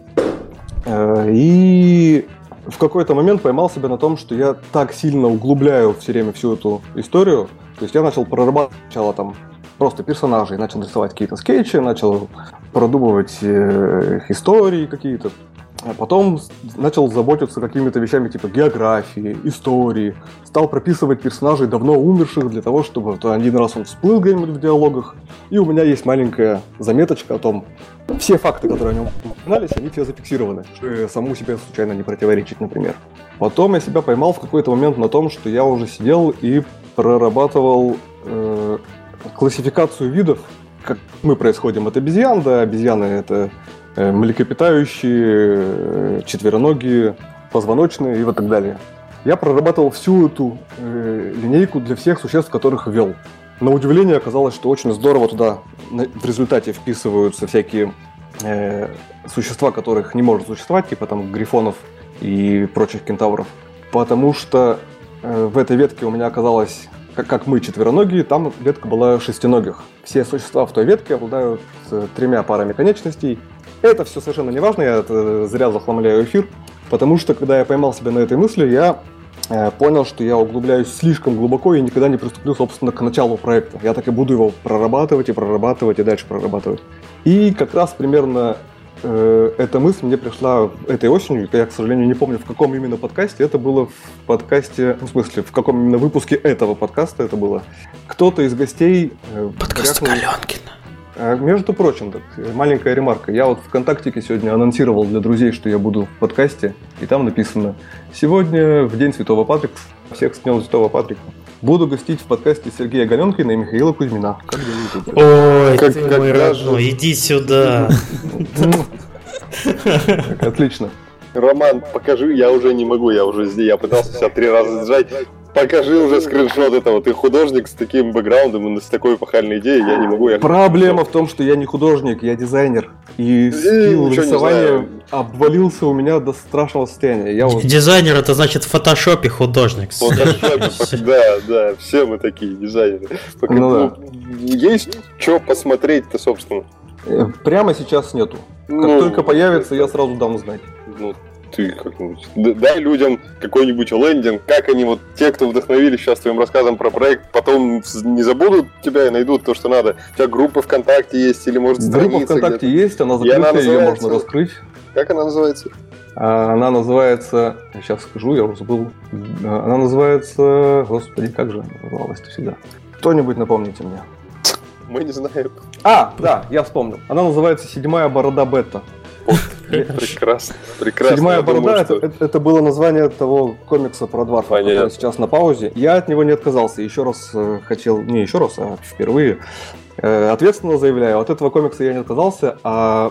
Э, и в какой-то момент поймал себя на том, что я так сильно углубляю все время всю эту историю. То есть я начал прорабатывать сначала там просто персонажей, начал рисовать какие-то скетчи, начал продумывать э, их истории какие-то. Потом начал заботиться какими-то вещами типа географии, истории. Стал прописывать персонажей давно умерших для того, чтобы вот один раз он всплыл где-нибудь в диалогах. И у меня есть маленькая заметочка о том, все факты, которые о нем упоминались, они все зафиксированы, чтобы самому себе случайно не противоречить, например. Потом я себя поймал в какой-то момент на том, что я уже сидел и прорабатывал э, классификацию видов, как мы происходим от обезьян, да, обезьяны это э, млекопитающие, э, четвероногие, позвоночные и вот так далее. Я прорабатывал всю эту э, линейку для всех существ, которых ввел. На удивление оказалось, что очень здорово туда в результате вписываются всякие э, существа, которых не может существовать, типа там грифонов и прочих кентавров. Потому что э, в этой ветке у меня оказалось, как, как мы, четвероногие, там ветка была шестиногих. Все существа в той ветке обладают э, тремя парами конечностей. Это все совершенно не важно, я это зря захламляю эфир, потому что, когда я поймал себя на этой мысли, я э, понял, что я углубляюсь слишком глубоко и никогда не приступлю, собственно, к началу проекта. Я так и буду его прорабатывать и прорабатывать и дальше прорабатывать. И как раз примерно э, эта мысль мне пришла этой осенью. Я, к сожалению, не помню, в каком именно подкасте. Это было в подкасте, ну, в смысле, в каком именно выпуске этого подкаста это было. Кто-то из гостей... Э, Подкаст Галенкина. Между прочим, так, маленькая ремарка. Я вот ВКонтактике сегодня анонсировал для друзей, что я буду в подкасте, и там написано: сегодня, в день Святого Патрика, всех с Днем Святого Патрика, буду гостить в подкасте Сергея Галенкина и Михаила Кузьмина. Как делаете? Ой, Как- ты как мой даже- родной, иди сюда. Отлично. Роман, покажи, я уже не могу, я уже здесь, я пытался себя три раза сжать. Покажи уже скриншот этого. Ты художник с таким бэкграундом и с такой эпохальной идеей, я не могу. Я Проблема в том, что я не художник, я дизайнер. И скилл ничего не рисования знаю. обвалился у меня до страшного состояния. Я вот... Дизайнер — это значит в фотошопе художник. Фотошопе, да, да, все мы такие дизайнеры. Пока- Ну да. ну, есть что посмотреть-то, собственно. э, Прямо сейчас нету. Как Ну, только появится, я сразу дам знать. Ну, ты как-нибудь... д- Дай людям какой-нибудь лендинг, как они вот, те, кто вдохновились сейчас твоим рассказом про проект, потом с- не забудут тебя и найдут то, что надо. У тебя группа ВКонтакте есть или, может, Группа страница ВКонтакте где-то? есть, она И она закрытая, ее называется- можно раскрыть. Как она называется? А Она называется... Сейчас скажу, я уже забыл. Она называется... Господи, как же она называлась-то всегда? Кто-нибудь напомните мне. Мы не знаем. А, да, я вспомнил. Она называется «Седьмая борода Бетта». Прекрасно, прекрасно. «Седьмая Я борода» думаю, это, что- это, это было название того комикса про Дварфа, Понятно. который сейчас на паузе. Я от него не отказался. Еще раз э, хотел... Не еще раз, а впервые. Э, ответственно заявляю, от этого комикса я не отказался, а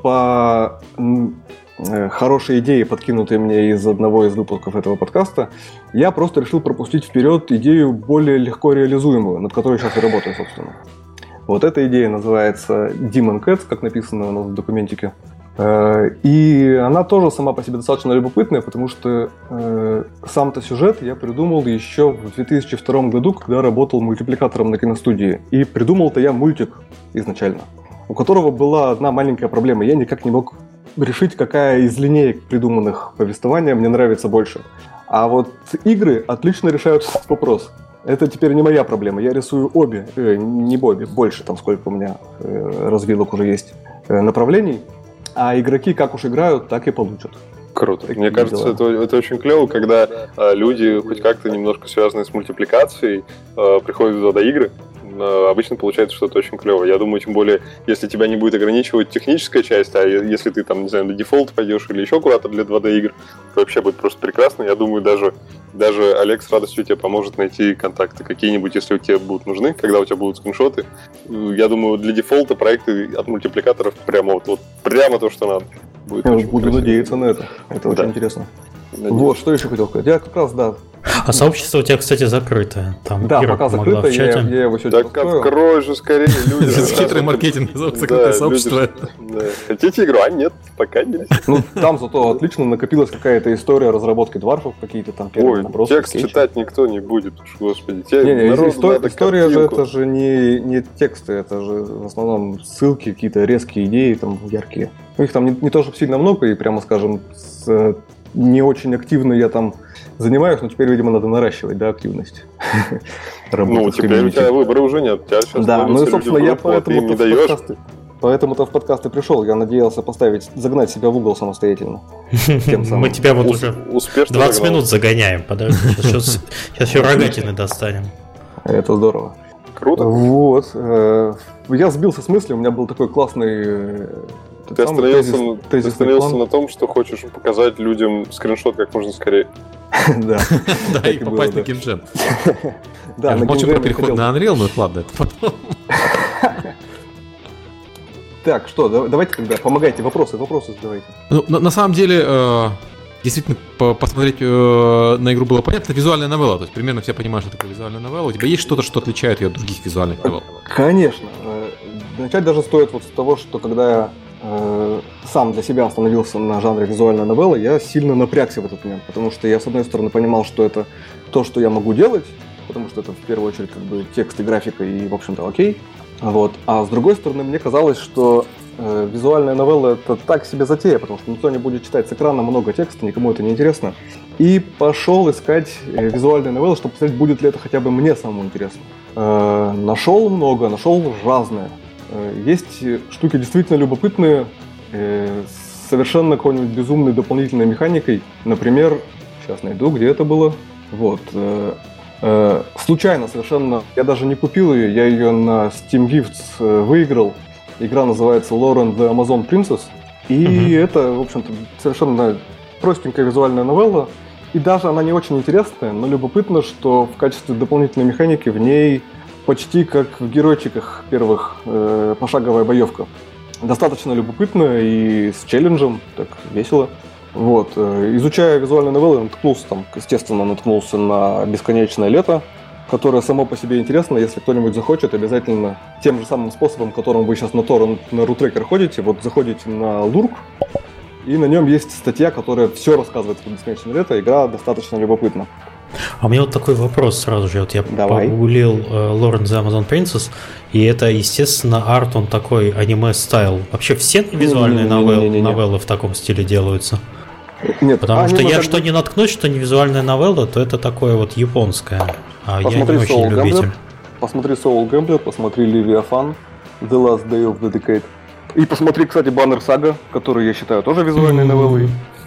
по м, э, хорошей идее, подкинутой мне из одного из выпусков этого подкаста, я просто решил пропустить вперед идею более легко реализуемую, над которой сейчас и работаю, собственно. Вот эта идея называется Demon Cats, как написано у нас в документике. Э, И она тоже сама по себе достаточно любопытная, потому что э, сам-то сюжет я придумал еще в две тысячи втором году, когда работал мультипликатором на киностудии. И придумал-то я мультик изначально, у которого была одна маленькая проблема. Я никак не мог решить, какая из линеек придуманных повествования мне нравится больше. А вот игры отлично решают этот вопрос. Это теперь не моя проблема. Я рисую обе, э, не обе, больше, там сколько у меня э, развилок уже есть э, направлений. А игроки как уж играют, так и получат. Круто. Такие Мне кажется, это, это очень клево, когда э, люди, хоть как-то немножко связанные с мультипликацией, э, приходят в два дэ-игры. Э, обычно получается что-то очень клево. Я думаю, тем более, если тебя не будет ограничивать техническая часть, а е- если ты там, не знаю, на дефолт пойдешь или еще куда-то для два дэ-игр, то вообще будет просто прекрасно. Я думаю, даже, даже Олег с радостью тебе поможет найти контакты какие-нибудь, если у тебя будут нужны, когда у тебя будут скриншоты. Э, Я думаю, для дефолта проекты от мультипликаторов прямо вот, вот прямо то, что надо. Будет Я очень буду красиво. надеяться на это. Это Да. очень интересно. Надеюсь. Вот, что еще хотел сказать. Я как раз, да. А сообщество у тебя, кстати, закрытое. Там Да, Ира пока помогла закрыто, в я, чате. я его сегодня Так раскрою. открой же скорее, люди. Хитрый маркетинг, закрытое сообщество. Да. Хотите игру? А нет, пока нельзя. Ну, там зато отлично накопилась какая-то история разработки дварфов, какие-то там первые Ой, наброски, текст скетчи. читать никто не будет, уж, господи. Тебе Не-не, народу исто- надо история же картинку. это же не, не тексты, это же в основном ссылки, какие-то резкие идеи, там, яркие. Ну, их там не, не то чтобы сильно много, и прямо скажем, с, э, не очень активно я там занимаюсь, но теперь, видимо, надо наращивать, да, активность. Ну, Работы с теперь у комьюнити. тебя выбора уже нет. У тебя сейчас Да, ну и, становятся собственно, люди в я группу, а ты поэтому им не в даешь. подкасты, Поэтому-то в подкаст и пришел. Я надеялся поставить, загнать себя в угол самостоятельно. Мы тебя вот уже Успешно двадцать загнал. минут загоняем. Подожди, сейчас еще рогатины достанем. Это здорово. Круто. Вот. э, Я сбился с мысли, у меня был такой классный э, тот Ты самый остановился, тезис- на- ты тезисный остановился план. на том, что хочешь показать людям скриншот как можно скорее. Да. Да, Так и и было, попасть на да. Game Jam. Да, Я на молчу Game Jam про я переход хотел- на Unreal, но это ладно, это потом. Так, что, да- давайте тогда, помогайте, вопросы, вопросы задавайте. Ну, на, на самом деле, э, действительно, по- посмотреть э, на игру было понятно. Это визуальная новелла, то есть примерно все понимают, что такое визуальная новелла. У тебя есть что-то, что отличает ее от других визуальных новелл? Конечно. Э, Начать даже стоит вот с того, что когда я э, сам для себя остановился на жанре визуальная новелла, я сильно напрягся в этот момент, потому что я, с одной стороны, понимал, что это то, что я могу делать, потому что это в первую очередь как бы текст и графика, и, в общем-то, окей. Вот. А с другой стороны, мне казалось, что э, визуальная новелла — это так себе затея, потому что никто не будет читать с экрана много текста, никому это не интересно. И пошел искать э, визуальные новеллы, чтобы посмотреть, будет ли это хотя бы мне самому интересно. Э, нашел много, нашел разное. Э, есть штуки действительно любопытные, э, с совершенно какой-нибудь безумной дополнительной механикой. Например, сейчас найду, где это было. Вот. Э, э, случайно совершенно, я даже не купил ее, я ее на Steam Gifts э, выиграл. Игра называется Lauren the Amazon Princess. И Мгм. это, в общем-то, совершенно простенькая визуальная новелла. И даже она не очень интересная, но любопытно, что в качестве дополнительной механики в ней почти как в геройчиках первых э, пошаговая боевка. Достаточно любопытно и с челленджем, так весело. Вот. э, Изучая визуальные новеллы, наткнулся там, естественно, наткнулся на «Бесконечное лето», которое само по себе интересно. Если кто-нибудь захочет, обязательно тем же самым способом, которым вы сейчас на торрент, на рутрекер ходите, вот заходите на Лурк, и на нем есть статья, которая все рассказывает про «Бесконечное лето». Игра достаточно любопытна. А у меня вот такой вопрос сразу же. Вот я Давай. погуглил Lauren the Amazon Princess, и это, естественно, арт, он такой аниме-стайл. Вообще все визуальные новеллы, Не-не-не-не-не-не. новеллы в таком стиле делаются? Нет, Потому что аниме я как что бы- не наткнусь, что не визуальная новелла, то это такое вот японское. А я Посмотри не очень Soul любитель. Gambler, посмотри Soul Gambler, посмотри Leviathan, The Last Day of the Decade. И посмотри, кстати, Banner Saga, который я считаю тоже визуальной новеллой.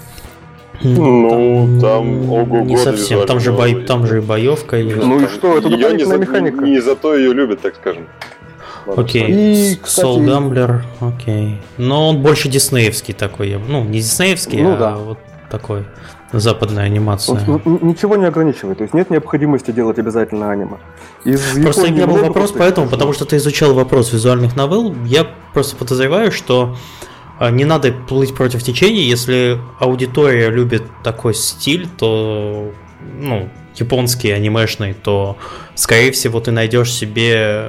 Ну, там ого-го Не совсем. Там же, бой, визуальной там же и боевка есть. Ну и что, это Её не, дополнительная за, механика. не, не зато ее любят, так скажем. Ладно, Окей. И, кстати- Soul Gambler, окей. Но он больше диснеевский такой. я- Ну, не диснеевский, Ну а да. вот такой. Западная анимация. Вот, н- ничего не ограничивает, то есть нет необходимости делать обязательно аниме. Из Просто у Японии меня был много вопрос просто- поэтому, потому что ты изучал вопрос визуальных новелл. Я просто подозреваю, что а, не надо плыть против течения. Если аудитория любит такой стиль, то, ну, японский, анимешный, то, скорее всего, ты найдешь себе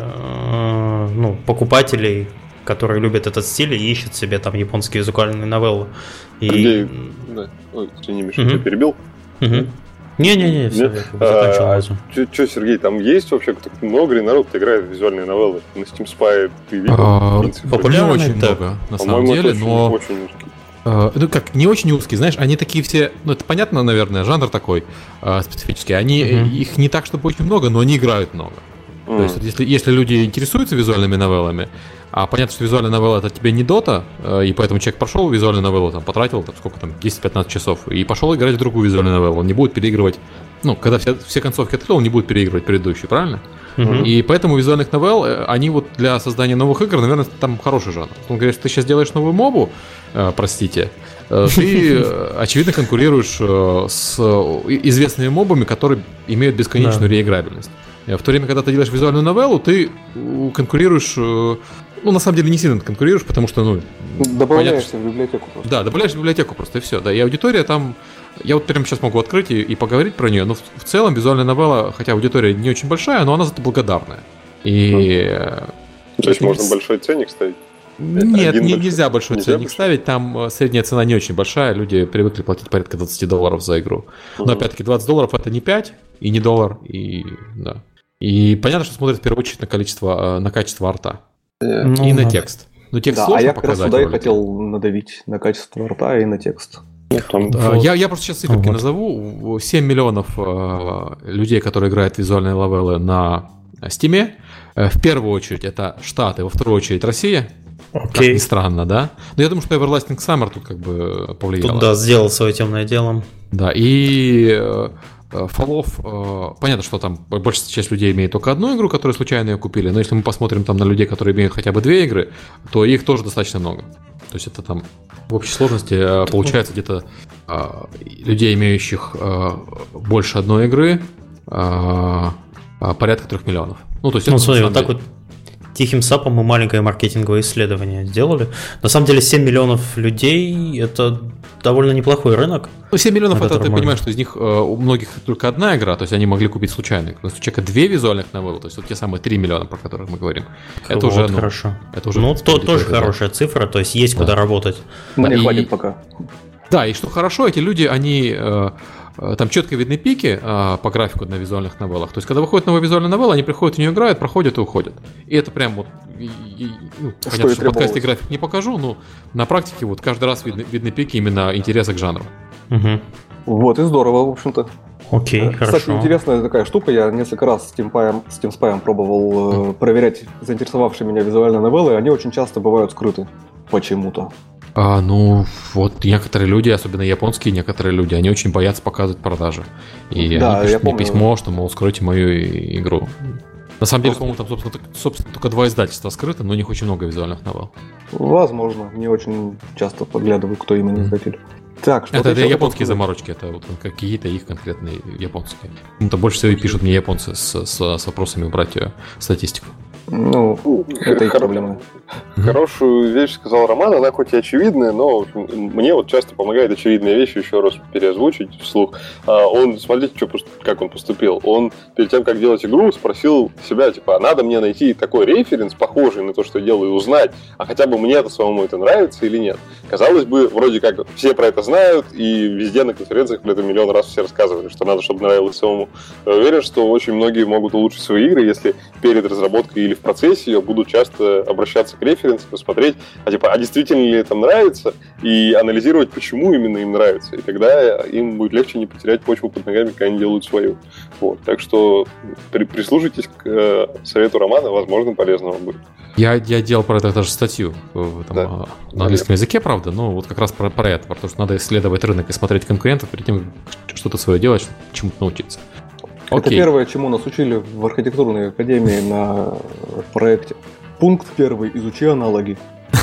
э, ну, покупателей, которые любят этот стиль и ищут себе там японские визуальные новеллы. И... Сергей, да. Ой, извини, Миша, Мгм. тебя перебил. Мгм. Не-не-не, все, Нет? закончил А, мысль. Че, Сергей, там есть вообще кто много ли народ играет в визуальные новеллы? На Steam Spy ты видел? А, В принципе, Не популярный, очень так. много, на самом По-моему, это деле, очень, но... очень узкий. Э, Ну как, не очень узкие, знаешь, они такие все, ну это понятно, наверное, жанр такой э, специфический. Они, Мгм. их не так, чтобы очень много, но они играют много. То есть, вот если, если люди интересуются визуальными новеллами, а понятно, что визуальная новелла это тебе не дота, э, и поэтому человек прошел визуальную новеллу, там, потратил там, сколько там, десять-пятнадцать часов, и пошел играть в другую визуальную новеллу. Он не будет переигрывать, ну, когда все, все концовки открыл, он не будет переигрывать предыдущую, правильно? Мгм. И поэтому визуальных новелл, э, они вот для создания новых игр, наверное, там хороший жанр. Он говорит, что ты сейчас делаешь новую мобу, э, простите, э, ты, э, очевидно, конкурируешь э, с э, известными мобами, которые имеют бесконечную Да. реиграбельность. Э, В то время, когда ты делаешь визуальную новеллу, ты э, конкурируешь, э, ну, на самом деле, не сильно конкурируешь, потому что, ну, Добавляешься в библиотеку просто. да, добавляешь в библиотеку просто, и все, да, и аудитория там, я вот прямо сейчас могу открыть и, и поговорить про нее, но в, в целом визуальная новелла, хотя аудитория не очень большая, но она зато благодарная. И... э, То есть это не можно с- большой ценник ставить? Нет, один не- большой- нельзя большой нельзя ценник большой? ставить, там э, средняя цена не очень большая, люди привыкли платить порядка двадцать долларов за игру. Но Мгм. опять-таки двадцать долларов это не пять и не доллар, и да. И понятно, что смотрят в первую очередь на количество, э, на качество арта Ну, и на да. текст. Ну, текст Да, а сложно я как раз показать. сюда и ролики. хотел надавить на качество рта и на текст. Там, А, Вот. Я, я просто сейчас циферки Вот. назову. семь миллионов э, людей, которые играют в визуальные новеллы на Steam. Э, В первую очередь это Штаты, во вторую очередь Россия. Okay. Как ни странно, да? Но я думаю, что Everlasting Summer тут как бы повлияло. Тут, да, сделал свое темное дело. Да, и Фолов, понятно, что там большая часть людей имеет только одну игру, которую случайно ее купили, но если мы посмотрим там на людей, которые имеют хотя бы две игры, то их тоже достаточно много. То есть это там в общей сложности получается где-то людей, имеющих больше одной игры, порядка трех миллионов. Ну, то есть ну, смотри, вот так вот тихим сапом мы маленькое маркетинговое исследование сделали. На самом деле семь миллионов людей – это довольно неплохой рынок. Ну, семь миллионов – это, ты понимаешь, что из них э, у многих только одна игра, то есть они могли купить случайно. Но если у человека две визуальных новеллы, то есть вот те самые три миллиона, про которых мы говорим. Это вот, уже, ну, хорошо. Это уже, ну, то, тоже хорошая цифра, то есть есть да. куда работать. Мне да, хватит и, пока. Да, и что хорошо, эти люди, они… Э, там четко видны пики а, по графику на визуальных новеллах. То есть, когда выходит новая визуальная новелла, они приходят в нее играют, проходят и уходят. И это прям вот... И, и, ну, что понятно, что в подкасте график не покажу, но на практике вот каждый раз видны, видны пики именно интереса к жанру. Угу. Вот, и здорово, в общем-то. Окей, Кстати, хорошо. интересная такая штука. Я несколько раз с Steam Spy, с Steam Spy пробовал mm. э, проверять заинтересовавшие меня визуальные новеллы. Они очень часто бывают скрыты почему-то. А, ну, вот некоторые люди, особенно японские некоторые люди, они очень боятся показывать продажи. И да, они пишут мне помню. письмо, что, мол, скройте мою игру. На самом деле, по-моему, там, собственно, собственно, только два издательства скрыты, но у них очень много визуальных новелл. Возможно. Не очень часто подглядываю, кто именно издатель. Mm. Так, что это, это японские заморочки, это вот какие-то их конкретные японские. Ну-то больше всего и пишут мне японцы с, с, с вопросами убрать статистику. Ну, это их проблема. Хорошую вещь сказал Роман, она хоть и очевидная, но мне вот часто помогает очевидные вещи еще раз переозвучить вслух. Он, смотрите, что, как он поступил. Он перед тем, как делать игру, спросил себя, типа, а надо мне найти такой референс, похожий на то, что я делаю, и узнать, а хотя бы мне-то самому это нравится или нет. Казалось бы, вроде как все про это знают, и везде на конференциях про это миллион раз все рассказывали, что надо, чтобы нравилось самому. Я уверен, что очень многие могут улучшить свои игры, если перед разработкой или в процессе ее будут часто обращаться к референсам, посмотреть, а типа, а действительно ли это нравится, и анализировать, почему именно им нравится. И тогда им будет легче не потерять почву под ногами, когда они делают свою. Вот. Так что при, прислушайтесь к э, совету Романа, возможно, полезно вам будет. Я, я делал про это даже статью там, да. на английском языке, правда, но вот как раз про, про это, про то, что надо исследовать рынок и смотреть конкурентов перед тем, что-то свое делать, чтобы чему-то научиться. Это Окей. первое, чему нас учили в архитектурной академии на проекте. Пункт первый. Изучи аналоги.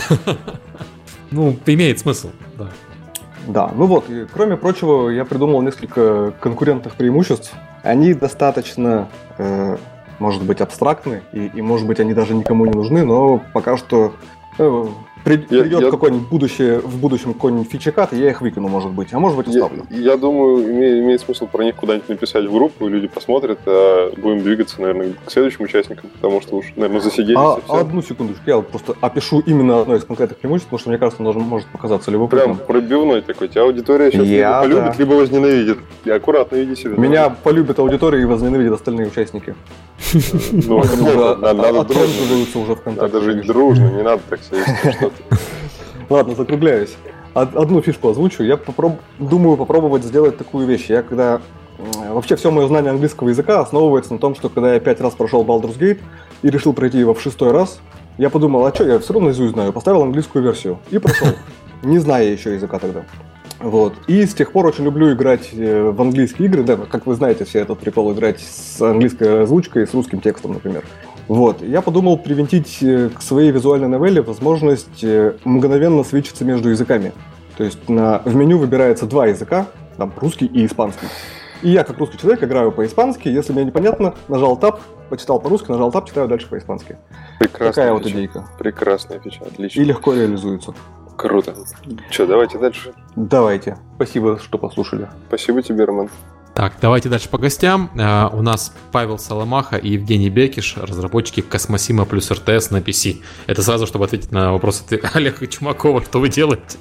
Ну, имеет смысл, да. Да, ну вот, и, кроме прочего, я придумал несколько конкурентных преимуществ. Они достаточно, э, может быть, абстрактны, и, и, может быть, они даже никому не нужны, но пока что... Э, Придет я, какое-нибудь будущее, в будущем какой-нибудь фичекат, и я их выкину, может быть, а может быть оставлю. Я, я думаю, имеет, имеет смысл про них куда-нибудь написать в группу, и люди посмотрят, а будем двигаться, наверное, к следующим участникам, потому что уж, наверное, засиделись а, совсем. Одну секундочку, я вот просто опишу именно одно из конкретных преимуществ, потому что, мне кажется, оно может показаться любопытным. Прям пробивной такой, тебя аудитория сейчас я, либо полюбит, да. либо возненавидит. И аккуратно веди себя. Меня полюбит аудитория и возненавидят остальные участники. Ну, надо дружно. уже ВКонтакте. Надо жить дружно, не надо так себя вести что-то. Ладно, закругляюсь. Одну фишку озвучу. Я попроб... думаю попробовать сделать такую вещь. Я когда... Вообще все мое знание английского языка основывается на том, что когда я пять раз прошел Baldur's Gate и решил пройти его в шестой раз, я подумал, а что, я все равно наизусть знаю. Поставил английскую версию и прошел. Не зная еще языка тогда. Вот. И с тех пор очень люблю играть в английские игры. Да, как вы знаете, все этот прикол играть с английской озвучкой и с русским текстом, например. Вот. Я подумал привинтить к своей визуальной новелле возможность мгновенно свитчиться между языками. То есть на, в меню выбирается два языка, там русский и испанский. И я, как русский человек, играю по-испански. Если мне непонятно, нажал тап, почитал по-русски, нажал тап, читаю дальше по-испански. Прекрасная Такая фича. Вот идейка. Прекрасная фича, отлично. И легко реализуется. Круто. Че, давайте дальше. Давайте. Спасибо, что послушали. Спасибо тебе, Роман. Так, давайте дальше по гостям. Uh, у нас Павел Соломаха и Евгений Бекиш, разработчики Космосима плюс эр тэ эс на пи си. Это сразу, чтобы ответить на вопрос от Олега Чумакова, что вы делаете.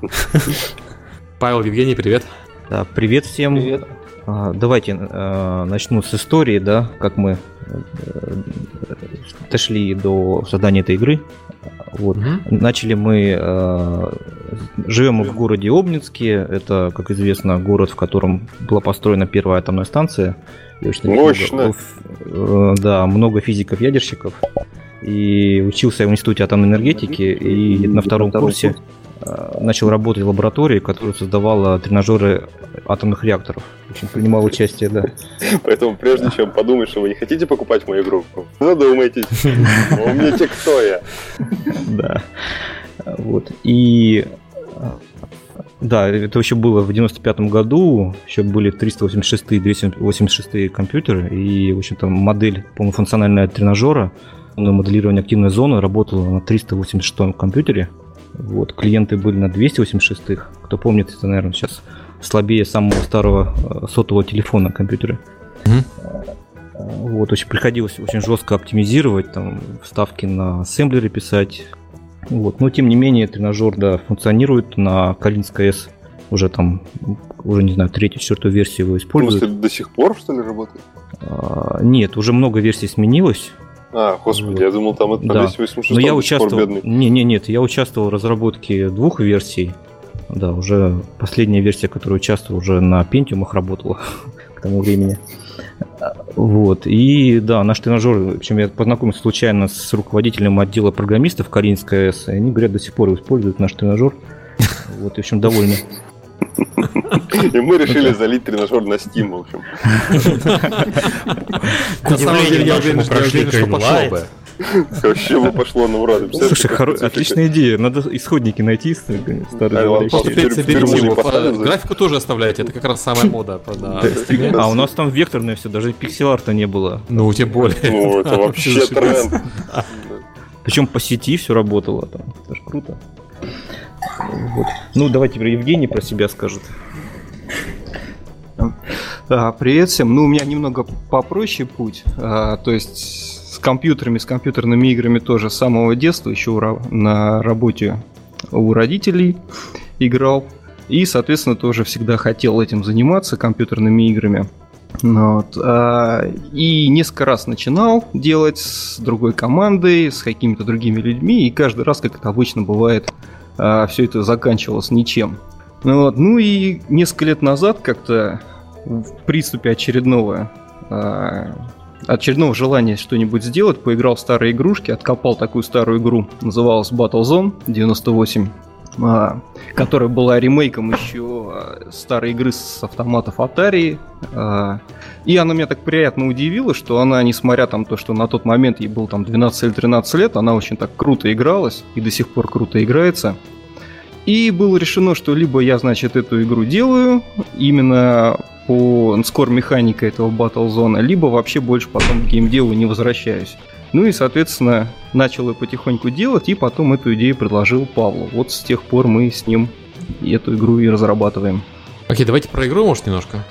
Павел, Евгений, привет. Да, привет всем. Привет. Uh, давайте uh, начну с истории, да, как мы uh, дошли до создания этой игры. Вот. Mm-hmm. Начали мы, э, живем мы в городе Обнинске, это, как известно, город, в котором была построена первая атомная станция. И очень Мощно! Много, э, да, много физиков-ядерщиков. и учился в Институте атомной энергетики, и на втором курсе начал работать в лаборатории, которая создавала тренажеры атомных реакторов. В общем, принимал участие, да. Поэтому прежде чем подумать, что вы не хотите покупать мою игру, задумайтесь, помните, кто я. Да. Вот. И да, это еще было в девяносто пятом году, еще были триста восемьдесят шестые, двести восемьдесят шестые компьютеры, и, в общем-то, модель полнофункциональная тренажера, моделирование активной зоны работала на триста восемьдесят шестом компьютере. Вот, клиенты были на двести восемьдесят шестых. Кто помнит, это, наверное, сейчас слабее самого старого сотового телефона компьютера. Mm-hmm. Вот, очень приходилось очень жестко оптимизировать, там, вставки на ассемблеры писать. Вот, но, тем не менее, тренажер, да, функционирует на Калининской АЭС. Уже там, уже, не знаю, третью, четвертую версию его используют. В смысле, до сих пор, что ли, работает? А, нет, уже много версий сменилось. А, господи, вот. Я думал, там это да. на двести восемьдесят шесть Но я участвовал... Не, не, нет, я участвовал в разработке двух версий. Да, уже последняя версия, в которой участвовал, уже на Pentium'ах работала к тому времени. Вот, и да, наш тренажер, в общем, я познакомился случайно с руководителем отдела программистов Калининской АЭС, и они говорят, до сих пор используют наш тренажер. Вот, в общем, довольны. И мы решили залить тренажер на Steam, в общем. На самом деле, я уверен, что пошло бы. Вообще бы пошло на ура. Слушай, отличная идея. Надо исходники найти. Графику тоже оставляйте, это как раз самая мода. А у нас там векторное все, даже пиксель-арта не было. Ну, тем более. Ну, это вообще тренд. Причем по сети все работало там. Это ж круто. Вот. Ну, давайте теперь Евгений про себя скажет. А, привет всем. Ну, у меня немного попроще путь. А, то есть с компьютерами, с компьютерными играми тоже с самого детства, еще на работе у родителей играл. И, соответственно, тоже всегда хотел этим заниматься, компьютерными играми. Вот. А, и несколько раз начинал делать с другой командой, с какими-то другими людьми. И каждый раз, как это обычно бывает, а, все это заканчивалось ничем. Вот. Ну и несколько лет назад как-то в приступе очередного, а, очередного желания что-нибудь сделать, поиграл в старые игрушки, откопал такую старую игру, называлась Battlezone девяносто восемь, а, которая была ремейком еще старой игры с автоматов Atari. А, и она меня так приятно удивила, что она, несмотря на то, что на тот момент ей было там двенадцать или тринадцать лет, она очень так круто игралась и до сих пор круто играется. И было решено, что либо я, значит, эту игру делаю именно по скор-механике этого Battlezone, либо вообще больше потом к геймдеву не возвращаюсь. Ну и, соответственно, начал ее потихоньку делать, и потом эту идею предложил Павлу. Вот с тех пор мы с ним эту игру и разрабатываем. Окей, давайте про игру, может, немножко?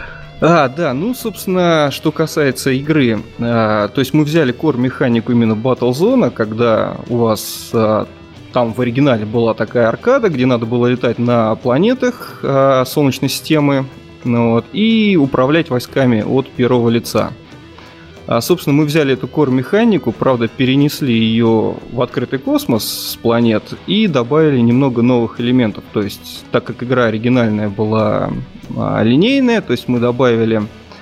А, да, ну, собственно, что касается игры, а, то есть мы взяли кор-механику именно Battlezone, когда у вас... А, там в оригинале была такая аркада, где надо было летать на планетах э, Солнечной системы, ну, вот, и управлять войсками от первого лица. А, собственно, мы взяли эту кор-механику, правда, перенесли ее в открытый космос с планет и добавили немного новых элементов. То есть, так как игра оригинальная была а, линейная, то есть мы добавили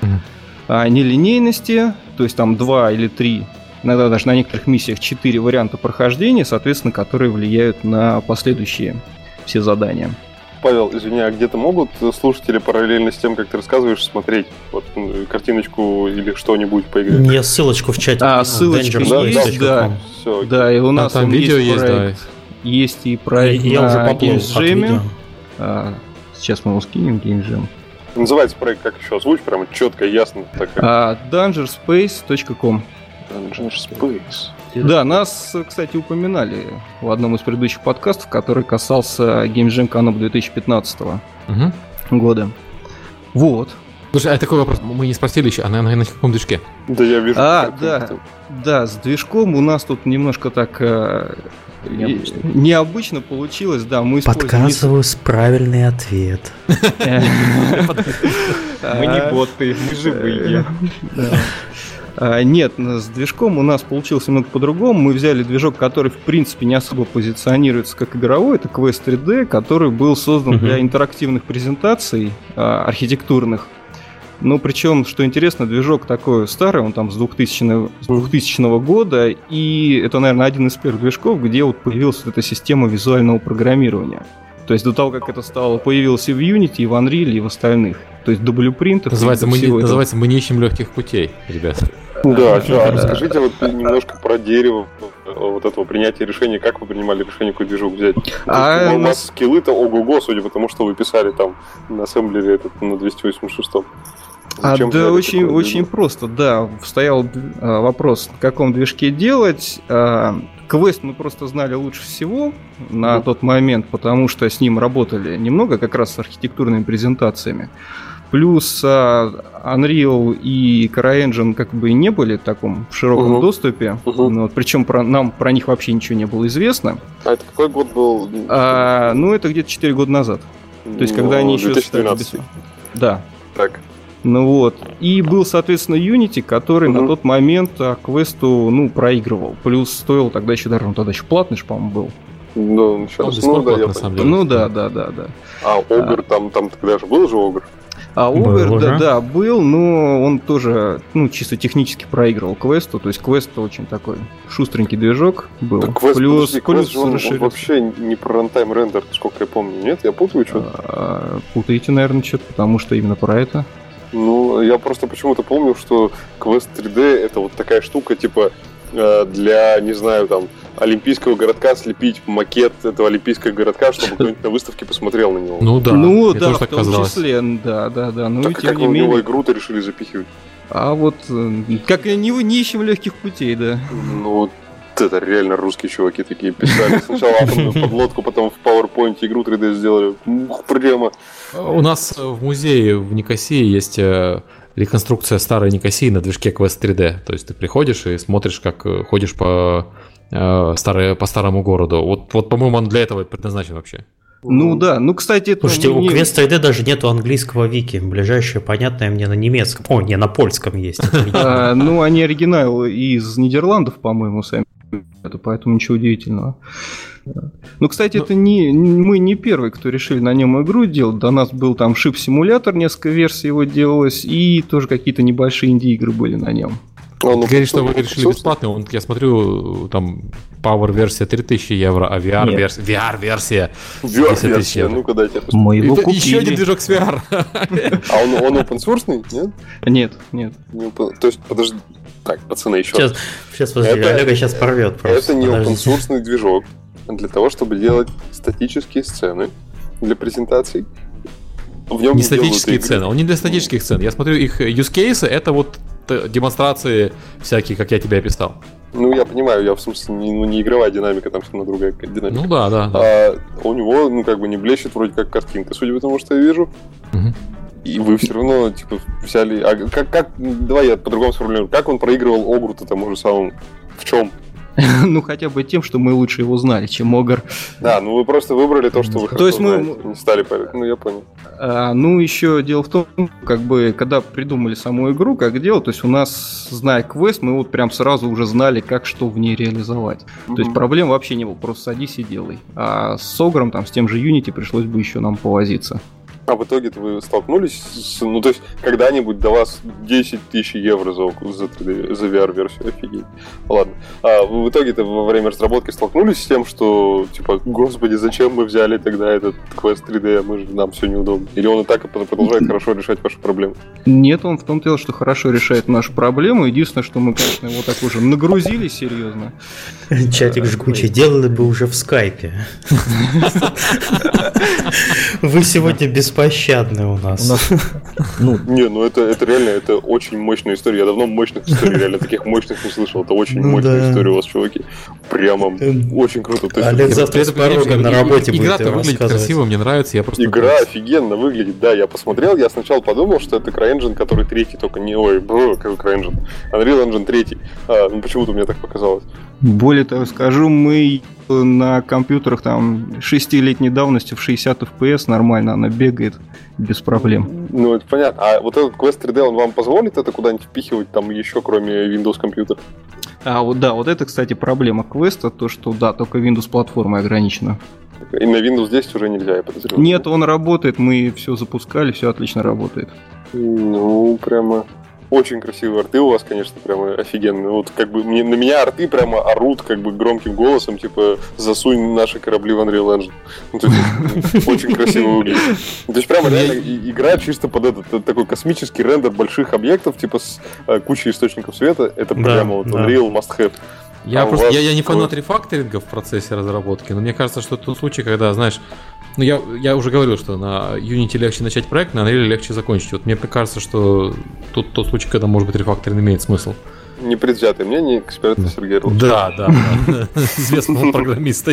а, нелинейности, то есть там два или три, иногда даже на некоторых миссиях четыре варианта прохождения, соответственно, которые влияют на последующие все задания. Павел, извини, а где-то могут слушатели параллельно с тем, как ты рассказываешь, смотреть вот картиночку или что-нибудь по игре? Я ссылочку в чате. А, ссылочка есть, да. Все, да, и у нас а там видео есть, проект, да. Есть и проект я на уже поплыл от видео. А, сейчас мы его скинем, GameJam. Называется проект как еще? Озвучь прямо четко, ясно. Так как... а, данжерспейс точка ком. Данжерспейс. Да, нас, кстати, упоминали в одном из предыдущих подкастов, который касался Game Jam Canop две тысячи пятнадцатого угу. года. Вот. Слушай, а такой вопрос, мы не спросили еще, а на, на, на каком движке? Да, я вижу. А, да, да, с движком у нас тут немножко так э, необычно. необычно получилось, да, мы использовали... Подсказываю правильный ответ. Мы не боты, мы живые. А, нет, с движком у нас получилось немного по-другому. Мы взяли движок, который, в принципе, не особо позиционируется как игровой. Это Quest три дэ, который был создан uh-huh. для интерактивных презентаций а, архитектурных. Ну, причем, что интересно, движок такой старый, он там с двухтысячного, с двухтысячного года, и это, наверное, один из первых движков, где вот появилась вот эта система визуального программирования. То есть до того, как это стало, появилось и в Unity, и в Unreal, и в остальных. То есть до блюпринтов. Называется, мы не, называется «Мы не ищем легких путей», ребята. Да, а расскажите вот немножко про дерево вот этого принятия решения. Как вы принимали решение, какой движок взять? А у нас скиллы-то ого-го, судя по тому, что вы писали там на ассемблере этот, на двести восемьдесят шестом. А, да, очень, очень просто, да. Стоял а, вопрос, в каком движке делать. А, квест мы просто знали лучше всего на mm-hmm. тот момент, потому что с ним работали немного как раз с архитектурными презентациями. Плюс а, Unreal и CryEngine как бы не были в таком в широком uh-huh. доступе. Uh-huh. Ну, вот, причем про, нам про них вообще ничего не было известно. А это какой год был? А, ну, это где-то четыре года назад. То есть, ну, когда они еще... две тысячи двенадцатый. Да. Так. Ну вот. И был, соответственно, Unity, который uh-huh. на тот момент а, квесту, ну, проигрывал. Плюс стоил тогда еще даже, он тогда еще платный шпам был. Ну, сейчас, ну, да, я понял. Ну, да, да, да, да. А Огр, а, там, там тогда же был же Огр? А Огр, да, да, был, но он тоже, ну, чисто технически проигрывал квесту. То есть квест очень такой шустренький движок был. Так квест, плюс, подожди, плюс квест, он, он вообще не про рантайм рендер, сколько я помню. Нет, я путаю что-то? А, путаете, наверное, что-то, потому что именно про это. Ну, я просто почему-то помню, что квест три дэ это вот такая штука, типа, для, не знаю, там, олимпийского городка слепить макет этого олимпийского городка, чтобы кто-нибудь на выставке посмотрел на него. Ну да, ну, да, в том казалось. числе, да, да, да. Ну, так, и тем как не вы менее... в него игру-то решили запихивать? А вот, как не, не ищем легких путей, да. Ну, это реально русские чуваки такие писали. Сначала атомную подлодку, потом в PowerPoint игру три дэ сделали. Ух, прямо. У нас в музее в Никосии есть реконструкция старой Никосии на движке Quest три дэ. То есть ты приходишь и смотришь, как ходишь по, э, старой, по старому городу. Вот, вот, по-моему, он для этого предназначен вообще. Ну да, ну, кстати... Это Слушайте, не... у Quest три дэ даже нету английского вики. Ближайшее, понятное мне, на немецком. О, не, на польском есть. а, ну, они оригиналы из Нидерландов, по-моему, сами. Это поэтому ничего удивительного. Ну, кстати, Но... это не мы не первые, кто решили на нем игру делать. До нас был там шип-симулятор, несколько версий его делалось, и тоже какие-то небольшие инди-игры были на нем. А, ну, ты говоришь, что вы решили бесплатно, он, я смотрю, там Power-версия три тысячи евро, а ви ар-версия... ви ар-версия десять тысяч евро. Ну-ка, дайте. Мы его купили. Еще один движок с ви ар. А он, он open-source, нет? Нет, нет. То есть, подожди... Так, пацаны, еще Сейчас, сейчас подожди, это, Олега сейчас порвет просто. Это не open-source движок для того, чтобы делать статические сцены для презентаций. В нем не статические сцены, он не для статических сцен. Я смотрю, их use cases это вот демонстрации всякие, как я тебе описал. Ну, я понимаю, я в смысле, не, ну, не игровая динамика, там все на другая динамика. Ну да, да. да. А у него, ну, как бы не блещет вроде как картинка, судя по тому, что я вижу. Угу. И вы все равно, типа, взяли... А как, как... Давай я по-другому сформулирую. Как он проигрывал Огру-то тому же самому? В чем? Ну, хотя бы тем, что мы лучше его знали, чем Огр. Да, ну вы просто выбрали то, что вы то есть мы знаете, не стали парить. Ну, я понял. А, ну, еще дело в том, как бы, когда придумали саму игру, как делать, то есть у нас, зная квест, мы вот прям сразу уже знали, как что в ней реализовать. Mm-hmm. То есть проблем вообще не было, просто садись и делай. А с Огром, там, с тем же Unity пришлось бы еще нам повозиться. А в итоге-то вы столкнулись с... Ну, то есть, когда-нибудь до вас десять тысяч евро за, за, три дэ, за ви ар-версию, офигеть. Ладно. А вы в итоге-то во время разработки столкнулись с тем, что, типа, господи, зачем мы взяли тогда этот квест три дэ, мы же, нам все неудобно? Или он и так продолжает хорошо решать ваши проблемы? Нет, он в том дело, что хорошо решает нашу проблему. Единственное, что мы, конечно, его так уже нагрузили серьезно. Чатик жгучий делали бы уже в скайпе. Вы сегодня беспощадны у нас. Ну, не, ну это, это реально, это очень мощная история. Я давно мощных историй, реально таких мощных не слышал. Это очень ну, мощная да. история у вас, чуваки. Прямо очень круто. То есть, Олег завтра с порога на работе будет игра-то выглядит красиво, мне нравится. Я просто игра офигенно выглядит, да. Я посмотрел, я сначала подумал, что это CryEngine, который третий, только не... Ой, какой CryEngine. Unreal Engine третий. А, ну почему-то мне так показалось. Более того, скажу, мы на компьютерах там шестилетней давности в шестьдесят эф пи эс нормально она бегает без проблем. Ну, это понятно. А вот этот Quest три дэ, он вам позволит это куда-нибудь впихивать там еще, кроме Windows компьютера? А вот да, вот это, кстати, проблема Quest, то, что да, только Windows платформой ограничена. И на Windows десять уже нельзя, я подозреваю. Нет, он работает, мы все запускали, все отлично работает. Ну, прямо очень красивые арты у вас, конечно, прямо офигенные. Вот как бы мне, на меня арты прямо орут как бы громким голосом, типа засунь наши корабли в Unreal Engine. Ну, то есть, очень красиво выглядит. То есть прямо реально игра чисто под этот такой космический рендер больших объектов, типа с кучей источников света. Это прямо вот Unreal must have. Я, а просто, я, я не фанат рефакторинга в процессе разработки, но мне кажется, что тот случай, когда, знаешь, ну я, я уже говорил, что на Unity легче начать проект, на Unreal легче закончить. Вот мне кажется, что тут тот случай, когда, может быть, рефакторинг имеет смысл. Непредвзятое мнение эксперта Сергея Орлова. Да, да, да. Известного программиста.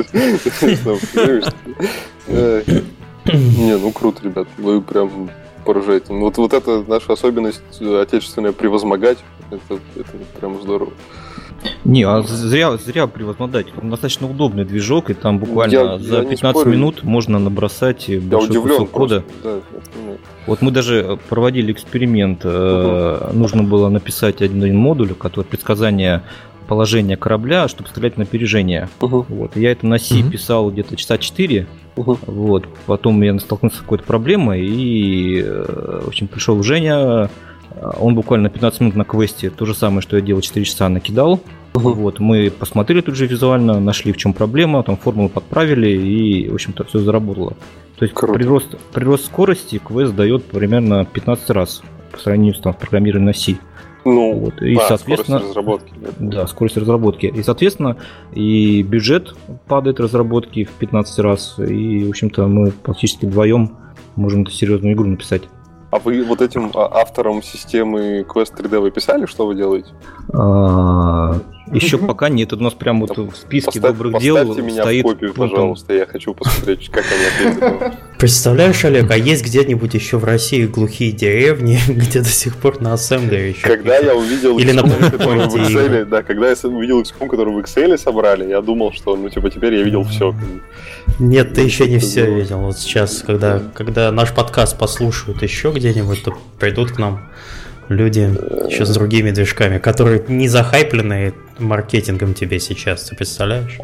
Не, ну круто, ребят, вы прям поражаете. Вот, вот это наша особенность отечественная превозмогать, это, это прям здорово. Не, а зря, зря превозмогать. Достаточно удобный движок, и там буквально я, за я пятнадцать минут можно набросать большой кусок кода. Да, вот мы даже проводили эксперимент. Uh-huh. Нужно было написать один модуль, который предсказание положения корабля, чтобы стрелять на опережение. Uh-huh. Вот. Я это на C uh-huh. писал где-то часа четыре. Uh-huh. Вот. Потом я столкнулся с какой-то проблемой, и, в общем, пришел Женя. Он буквально пятнадцать минут на квесте то же самое, что я делал четыре часа, накидал. Uh-huh. Вот, мы посмотрели тут же визуально, нашли, в чем проблема, там формулу подправили, и, в общем-то, все заработало. То есть прирост, прирост скорости квест дает примерно пятнадцать раз по сравнению с там, программированием на C. Ну, вот. И, да, соответственно, скорость разработки. Да, скорость разработки. И, соответственно, и бюджет падает разработки в пятнадцать раз, и, в общем-то, мы практически вдвоем можем эту серьезную игру написать. А вы вот этим автором системы Quest три дэ вы писали, что вы делаете? А, еще пока нет. У нас прям вот в списке Поставь, добрых дел стоит. Поставьте меня в копию, пожалуйста. Я хочу посмотреть, как они ответят. Представляешь, Олег, а есть где-нибудь еще в России глухие деревни, где до сих пор на ассемблере еще? Когда я увидел икс ком, который в Excel, да, когда я увидел икс ком, который в Excel собрали, я думал, что, ну, типа, теперь я видел все. Нет, ты еще не все видел. Вот сейчас, когда, когда наш подкаст послушают еще где-нибудь, то придут к нам люди еще с другими движками, которые не захайплены маркетингом тебе сейчас, ты представляешь?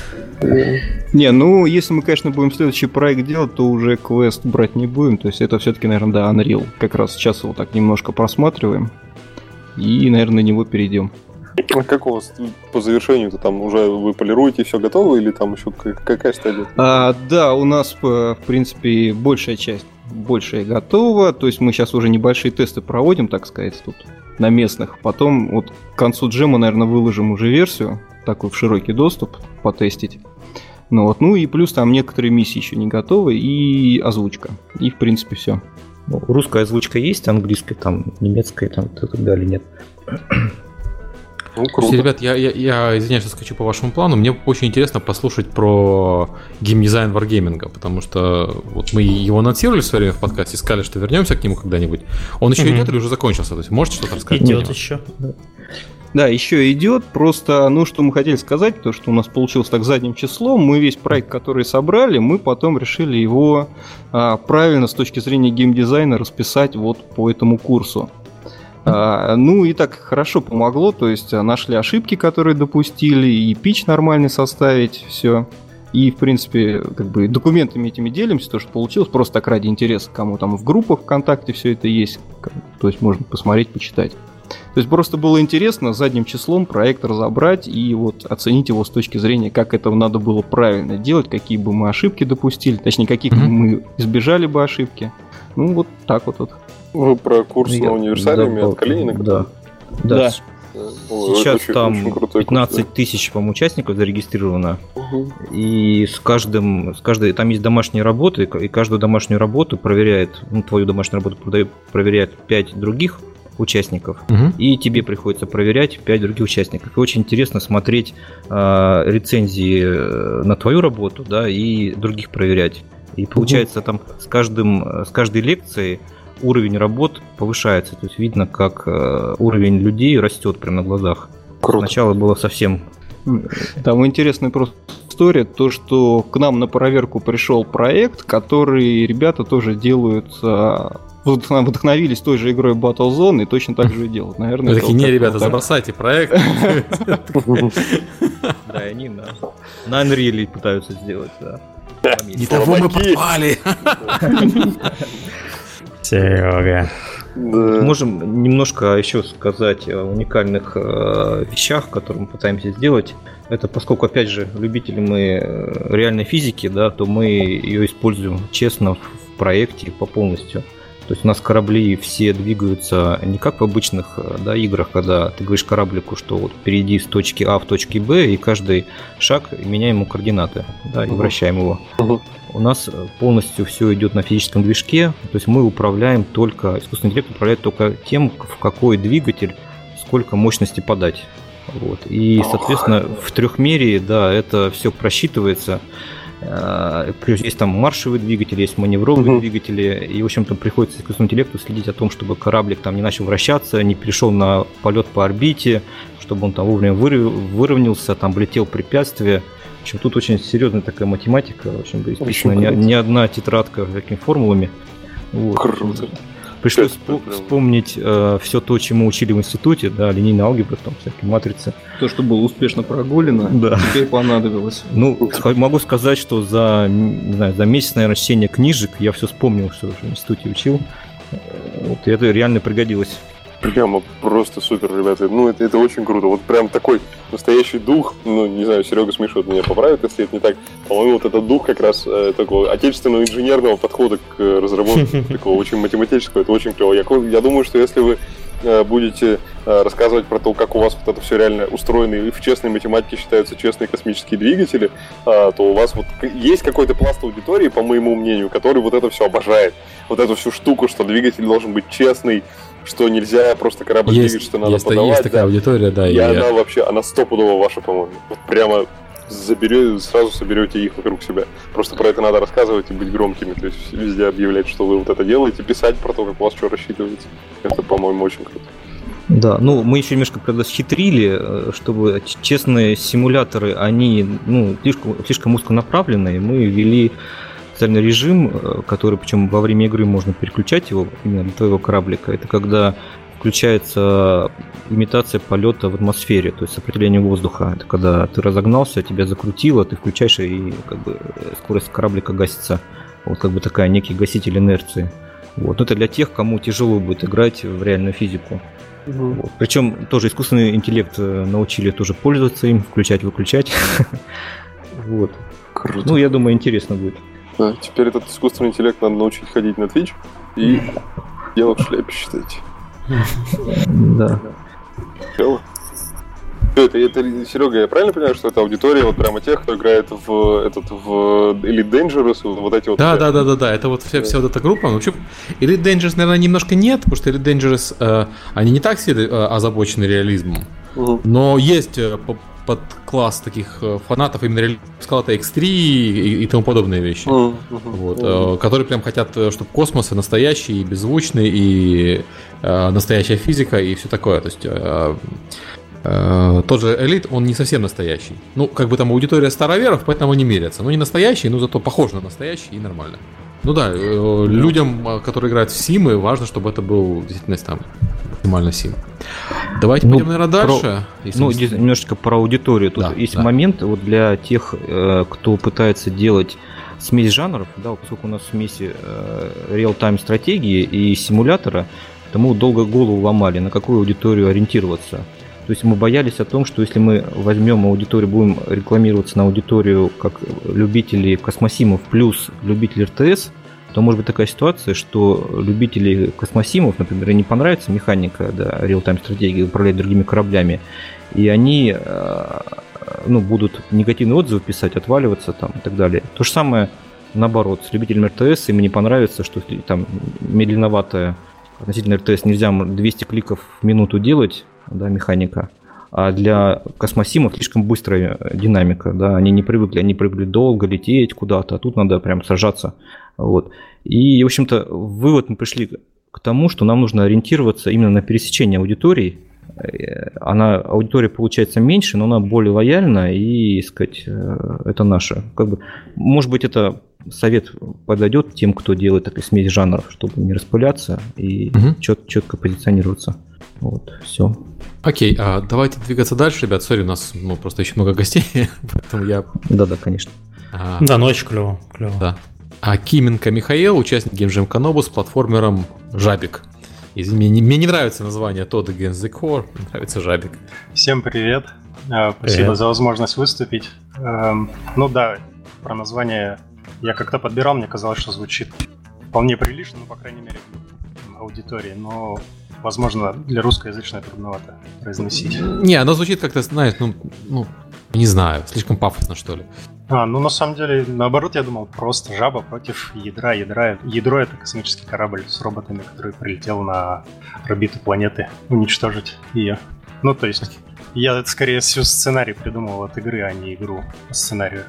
Не, ну, если мы, конечно, будем следующий проект делать, то уже квест брать не будем. То есть это все-таки, наверное, да, Unreal. Как раз сейчас его так немножко просматриваем. И, наверное, на него перейдем. А как у вас по завершению-то там уже вы полируете, все готово, или там еще какая стадия? А, да, у нас, в принципе, большая часть, большая готова. То есть мы сейчас уже небольшие тесты проводим, так сказать, тут на местных. Потом вот к концу джема, наверное, выложим уже версию, такую в широкий доступ, потестить. Ну, вот, ну и плюс там некоторые миссии еще не готовы, и озвучка. И, в принципе, все. Ну, русская озвучка есть, английская, там, немецкая, там, и так далее, нет. Ну, круто. Ребят, я, я, я извиняюсь, что скачу по вашему плану. Мне очень интересно послушать про геймдизайн Wargaming, потому что вот мы его анонсировали в свое время в подкасте, сказали, что вернемся к нему когда-нибудь. Он еще mm-hmm. идет или уже закончился? То есть можете что-то рассказать? Идет еще. Да, еще идет. Просто, ну, что мы хотели сказать, то, что у нас получилось так задним числом, мы весь проект, который собрали, мы потом решили его а, правильно с точки зрения геймдизайна расписать вот по этому курсу. А, ну и так хорошо помогло, то есть нашли ошибки, которые допустили, и пич нормальный составить, все. И, в принципе, как бы документами этими делимся, то, что получилось, просто так ради интереса, кому там в группах ВКонтакте все это есть, то есть можно посмотреть, почитать. То есть просто было интересно задним числом проект разобрать и вот оценить его с точки зрения, как это надо было правильно делать, какие бы мы ошибки допустили, точнее, каких mm-hmm. мы избежали бы ошибки. Ну, вот так вот. вот. Вы про курс Я, на универсалиуме да, от Калинина? Да. Да. да. О, сейчас очень, там очень пятнадцать курс, тысяч, да. по-моему, участников зарегистрировано. Угу. И с каждым, с каждой, там есть домашние работы, и каждую домашнюю работу проверяет, ну, твою домашнюю работу проверяет пять других участников, угу. и тебе приходится проверять пять других участников. И очень интересно смотреть э, рецензии на твою работу, да, и других проверять. И получается, угу. там с, каждым, с каждой лекцией уровень работ повышается. То есть видно, как э, уровень людей растет прямо на глазах. Круто. Сначала было совсем... Там интересная просто история, то, что к нам на проверку пришел проект, который ребята тоже делают... Э, вдохновились той же игрой Battlezone и точно так же и делают. Наверное, такие, не, ребята, забросайте проект. Да, они на Unreal пытаются сделать, да. Не того мы попали. Серега. Да. Можем немножко еще сказать о уникальных э, вещах, которые мы пытаемся сделать. Это поскольку, опять же, любители мы реальной физики, да, то мы ее используем честно в проекте по полностью. То есть у нас корабли все двигаются не как в обычных, да, играх, когда ты говоришь кораблику, что вот перейди с точки А в точке Б, и каждый шаг меняем ему координаты, да, и uh-huh. вращаем его. Uh-huh. У нас полностью все идет на физическом движке, то есть мы управляем только, искусственный интеллект управляет только тем, в какой двигатель, сколько мощности подать. Вот. И, соответственно, в трехмерии, да, это все просчитывается. Есть там маршевые двигатели, есть маневровые uh-huh. двигатели, и, в общем-то, приходится искусственному интеллекту следить о том, чтобы кораблик там не начал вращаться, не перешел на полет по орбите, чтобы он там вовремя выровнялся, там влетел препятствие. В общем, тут очень серьезная такая математика, в общем, исписана не, не одна тетрадка такими формулами. Вот. Круто. Пришлось спо- вспомнить э, все то, чему учили в институте, да, линейная алгебра, там всякие матрицы. То, что было успешно прогулено, да. теперь понадобилось. Ну, могу сказать, что за, не знаю, за месяц, наверное, чтения книжек я все вспомнил, что в институте учил. Вот, и это реально пригодилось. Прямо просто супер, ребята. Ну, это, это очень круто. Вот прям такой настоящий дух. Ну, не знаю, Серега с Мишей вот меня поправит, если это не так. По-моему, вот этот дух как раз э, такого отечественного инженерного подхода к э, разработке, такого очень математического. Это очень клево. Я, я думаю, что если вы э, будете э, рассказывать про то, как у вас вот это все реально устроено, и в честной математике считаются честные космические двигатели, э, то у вас вот есть какой-то пласт аудитории, по моему мнению, который вот это все обожает. Вот эту всю штуку, что двигатель должен быть честный, что нельзя просто корабль есть, двигать, что надо есть, подавать. Есть такая да. аудитория, да. И, и она я... вообще, она стопудово ваша, по-моему. Вот прямо заберете, сразу соберете их вокруг себя. Просто про это надо рассказывать и быть громкими. То есть везде объявлять, что вы вот это делаете, писать про то, как у вас что рассчитывается. Это, по-моему, очень круто. Да, ну мы еще немножко, правда, схитрили, чтобы честные симуляторы, они, ну, слишком, слишком узконаправленные. Мы ввели специальный режим, который, причем во время игры можно переключать его именно для твоего кораблика. Это когда включается имитация полета в атмосфере, то есть сопротивление воздуха. Это когда ты разогнался, тебя закрутило, ты включаешь, и как бы скорость кораблика гасится. Вот как бы такая некий гаситель инерции. Вот. Но это для тех, кому тяжело будет играть в реальную физику. Mm-hmm. Вот. Причем тоже искусственный интеллект научили тоже пользоваться им, включать-выключать. Вот. Круто. Ну, я думаю, интересно будет. Да, теперь этот искусственный интеллект надо научить ходить на Twitch и дело в шляпе, считайте. Да. Клево. Это, это, Серега, я правильно понимаю, что это аудитория вот прямо тех, кто играет в этот в Elite Dangerous, вот эти вот... Да, да, да, да, да, это вот вся, да. вся вот эта группа. Ну, вообще, Elite Dangerous, наверное, немножко нет, потому что Elite Dangerous, э, они не так сильно э, озабочены реализмом, угу. но есть э, под класс таких э, фанатов именно реализма, сказал, это икс три и, и тому подобные вещи, угу. вот, э, которые прям хотят, чтобы космос и настоящий, и беззвучный, и э, настоящая физика, и все такое, то есть... Э, Uh, тот же Элит, он не совсем настоящий. Ну, как бы там аудитория староверов, поэтому они мерятся. Ну, не настоящий, но зато похож на настоящий и нормально. Ну да, uh, людям, которые играют в симы, важно, чтобы это был действительно там максимально сим. Давайте ну, пойдем, наверное, дальше. Про, ну, мы... немножечко про аудиторию. Тут да, есть да. момент вот для тех, кто пытается делать смесь жанров, да, поскольку у нас смеси реал-тайм стратегии и симулятора, то мы долго голову ломали, на какую аудиторию ориентироваться. То есть мы боялись о том, что если мы возьмем аудиторию, будем рекламироваться на аудиторию как любители космосимов плюс любители эр тэ эс, то может быть такая ситуация, что любители космосимов, например, не понравится механика, да, реал-тайм стратегии, управлять другими кораблями, и они ну, будут негативные отзывы писать, отваливаться там, и так далее. То же самое наоборот, с любителями эр тэ эс им не понравится, что там медленноватая относительно эр тэ эс нельзя двести кликов в минуту делать, да, механика, а для космосимов слишком быстрая динамика, да, они не привыкли, они привыкли долго лететь куда-то, а тут надо прям сажаться, вот. И, в общем-то, вывод мы пришли к тому, что нам нужно ориентироваться именно на пересечение аудиторий. Она, аудитория получается меньше, но она более лояльна, и, сказать, это наше. Как бы, может быть, это совет подойдет тем, кто делает такую смесь жанров, чтобы не распыляться и угу. чет, четко позиционироваться. Вот, все. Окей, а давайте двигаться дальше, ребят. Сори, у нас ну, просто еще много гостей, поэтому я... Да-да, конечно. А... Да, ну очень клево, клево. Да. А Кименко Михаил, участник Game Jam Канобу с платформером Жабик. Извини, мне, мне не нравится название Todd Against the Core, мне нравится Жабик. Всем привет. Спасибо привет. За возможность выступить. Эм, ну да, про название я как-то подбирал, мне казалось, что звучит вполне прилично, ну, по крайней мере, для аудитории, но, возможно, для русскоязычной трудновато произносить. Не, оно звучит как-то, знаешь, ну, ну, не знаю, слишком пафосно, что ли. А, ну, на самом деле, наоборот, я думал, просто жаба против ядра. Ядра. Ядро — это космический корабль с роботами, который прилетел на орбиту планеты уничтожить ее. Ну, то есть, я скорее всего сценарий придумал от игры, а не игру по сценарию.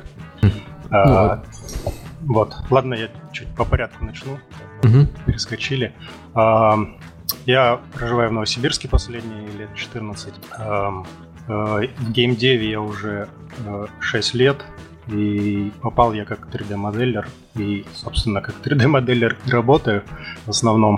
А, вот. Ладно, я чуть по порядку начну. Mm-hmm. Перескочили. А, я проживаю в Новосибирске последние лет четырнадцать. А, а, в геймдеве я уже а, шесть лет. И попал я как три дэ-моделлер. И, собственно, как три дэ-моделлер работаю в основном.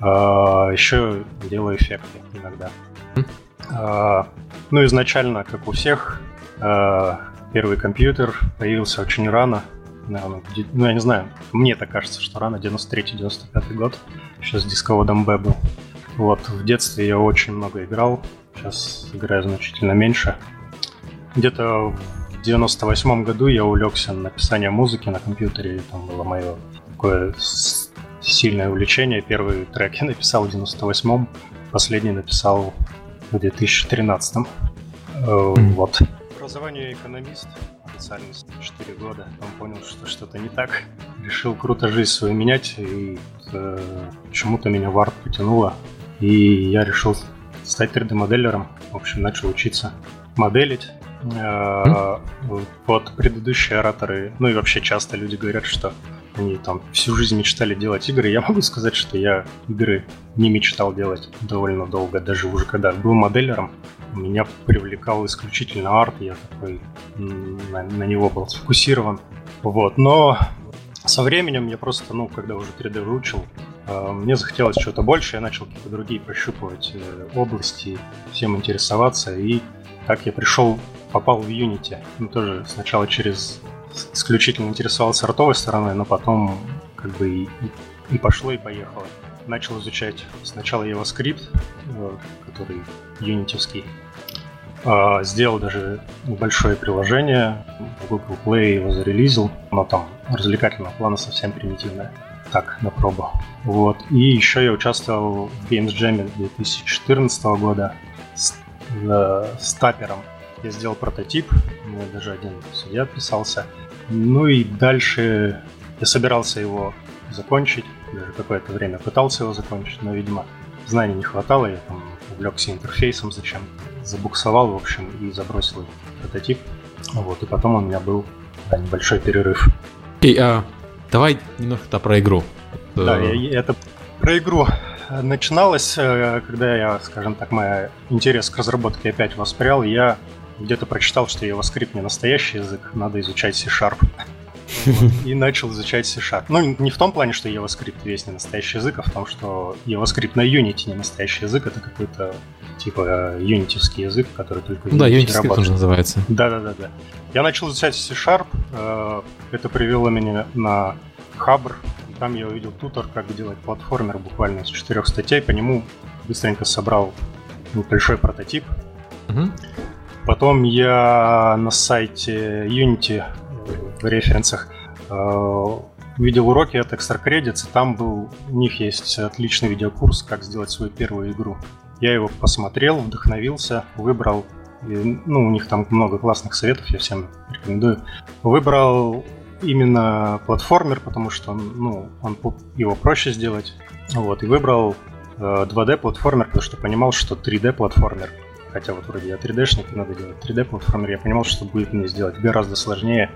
А, еще делаю эффекты иногда. Mm-hmm. А, ну, изначально, как у всех, а, первый компьютер появился очень рано. Наверное, ну, я не знаю, мне так кажется, что рано, девяносто третий — девяносто пятый год. Еще с дисководом бэ был. Вот, в детстве я очень много играл. Сейчас играю значительно меньше. Где-то в девяносто восьмом году я увлекся написанием музыки на компьютере. Там было мое такое сильное увлечение. Первый трек я написал в девяносто восьмом, последний написал в две тысячи тринадцатом. Mm. Вот. Образование экономист, специальность четыре года. Потом понял, что что-то не так. Решил круто жизнь свою менять, и э, почему-то меня в арт потянуло. И я решил стать три дэ-моделлером. В общем, начал учиться моделить. Mm. Вот предыдущие ораторы, ну и вообще часто люди говорят, что они там всю жизнь мечтали делать игры. Я могу сказать, что я игры не мечтал делать довольно долго. Даже уже когда был моделлером, меня привлекал исключительно арт. Я такой на, на него был сфокусирован. Вот. Но со временем я просто, ну, когда уже три дэ выучил, мне захотелось чего-то больше. Я начал какие-то другие прощупывать области, всем интересоваться. И так я пришел, попал в Unity. Ну, тоже сначала через... исключительно интересовался артовой стороной, но потом как бы и, и пошло, и поехало. Начал изучать сначала JavaScript, который юнитевский. Сделал даже небольшое приложение. В Google Play его зарелизил, но там развлекательного плана совсем примитивное. Так, на пробу. Вот. И еще я участвовал в Games Jam две тысячи четырнадцатого года с, с Тапером. Я сделал прототип, у меня даже один судья отписался. Ну и дальше я собирался его закончить, даже какое-то время пытался его закончить, но, видимо, знаний не хватало, я там увлекся интерфейсом зачем, забуксовал, в общем, и забросил прототип. Вот, и потом у меня был да, небольшой перерыв. Окей, okay, а, давай немножко про игру. Да, я, это про игру. Начиналось, когда я, скажем так, мой интерес к разработке опять воспрял, я где-то прочитал, что JavaScript не настоящий язык, надо изучать C-Sharp. Вот. И начал изучать C-Sharp. Ну, не в том плане, что JavaScript весь не настоящий язык, а в том, что JavaScript на Unity не настоящий язык, это какой-то типа юнитевский язык, который только в Unity да, Unity работает. Тоже называется. Да-да-да. Я начал изучать C-Sharp, это привело меня на Хабр. Там я увидел тутор, как делать платформер буквально из четырех статей, по нему быстренько собрал небольшой прототип. Uh-huh. Потом я на сайте Unity в референсах э, видел уроки от Extra Credits, и там был, у них есть отличный видеокурс, как сделать свою первую игру. Я его посмотрел, вдохновился, выбрал, и, ну, у них там много классных советов, я всем рекомендую. Выбрал именно платформер, потому что ну, он, его проще сделать. Вот, и выбрал э, два дэ-платформер, потому что понимал, что три дэ-платформер, хотя вот вроде я три дэ-шник, надо делать три дэ-платформер, я понимал, что будет мне сделать гораздо сложнее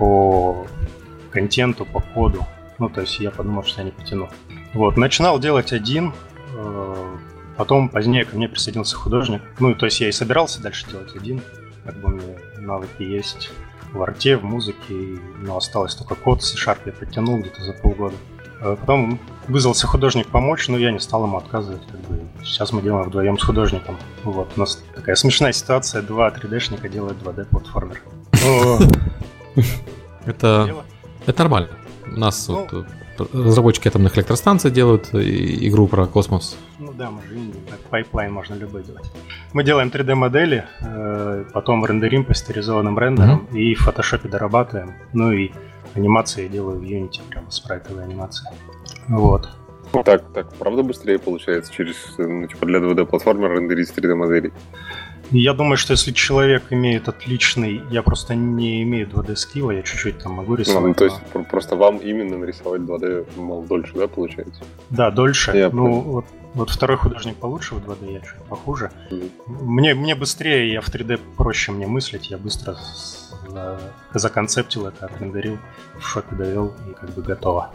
по контенту, по коду. Ну, то есть я подумал, что я не потяну. Вот, начинал делать один, э, потом позднее ко мне присоединился художник. Ну, то есть я и собирался дальше делать один, как бы у меня навыки есть в арте, в музыке, но осталось только код, C-Sharp я подтянул где-то за полгода. Потом вызвался художник помочь, но я не стал ему отказывать. Как бы. Сейчас мы делаем вдвоем с художником. Вот, у нас такая смешная ситуация, два три дэ-шника делают два дэ-платформер. Это это нормально. У нас вот разработчики атомных электростанций делают игру про космос. Ну да, мы же инди, так пайплайн можно любой делать. Мы делаем три дэ-модели, потом рендерим пастеризованным рендером mm-hmm. и в фотошопе дорабатываем. Ну и анимации делаю в Unity, прямо спрайтовые анимации. Вот. Так, так, правда быстрее получается через, ну, типа для два дэ-платформы рендерить три дэ-моделей? Я думаю, что если человек имеет отличный... Я просто не имею два дэ-скилла, я чуть-чуть там могу рисовать. Ну, то есть но... просто вам именно нарисовать два дэ, мол, дольше, да, получается? Да, дольше. Я ну, вот, вот второй художник получше в два дэ, я чуть похуже. Mm-hmm. Мне, мне быстрее, я в три дэ проще мне мыслить, я быстро за, законцептил это, отрендерил, в шопе довел и как бы готово.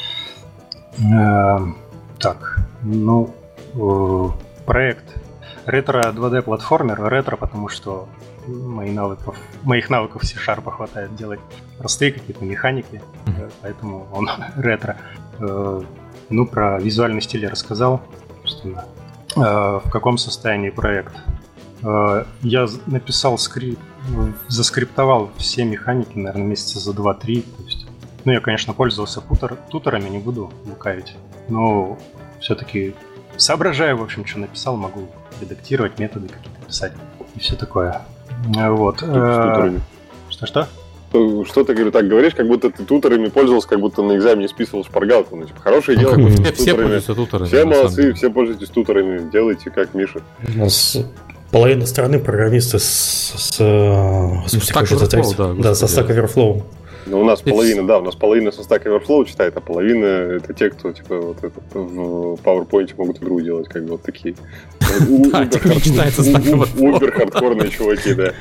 Э, так, ну, э, проект... Ретро два дэ-платформер, ретро, потому что мои навыков, моих навыков C-Sharp хватает делать простые какие-то механики, mm-hmm. поэтому он ретро. Ну, про визуальный стиль я рассказал, собственно. В каком состоянии проект? Я написал скрипт, заскриптовал все механики, наверное, месяца за два-три. То есть, ну, я, конечно, пользовался тутор, туторами, не буду лукавить, но все-таки соображаю, в общем, что написал, могу редактировать, методы какие-то писать и все такое. Вот. Что-что? Что ты, говорю, так говоришь, как будто ты туторами пользовался, как будто на экзамене списывал шпаргалку. Ну, типа, хорошее дело. Ну, все, все пользуются туторами. Все молодцы, все пользуйтесь туторами. Делайте, как Миша. У нас половина страны программисты с... с, с Stack Overflow, да, да, со Stack Overflow. Ну, у нас и половина, да, у нас половина со Stack Overflow читает, а половина это те, кто типа вот это, в PowerPoint могут игру делать, как бы вот такие. Да, те, кто читает со Stack Overflow. Убер-хардкорные чуваки, да.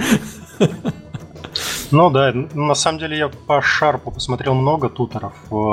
Ну да, на самом деле я по Шарпу посмотрел много туторов,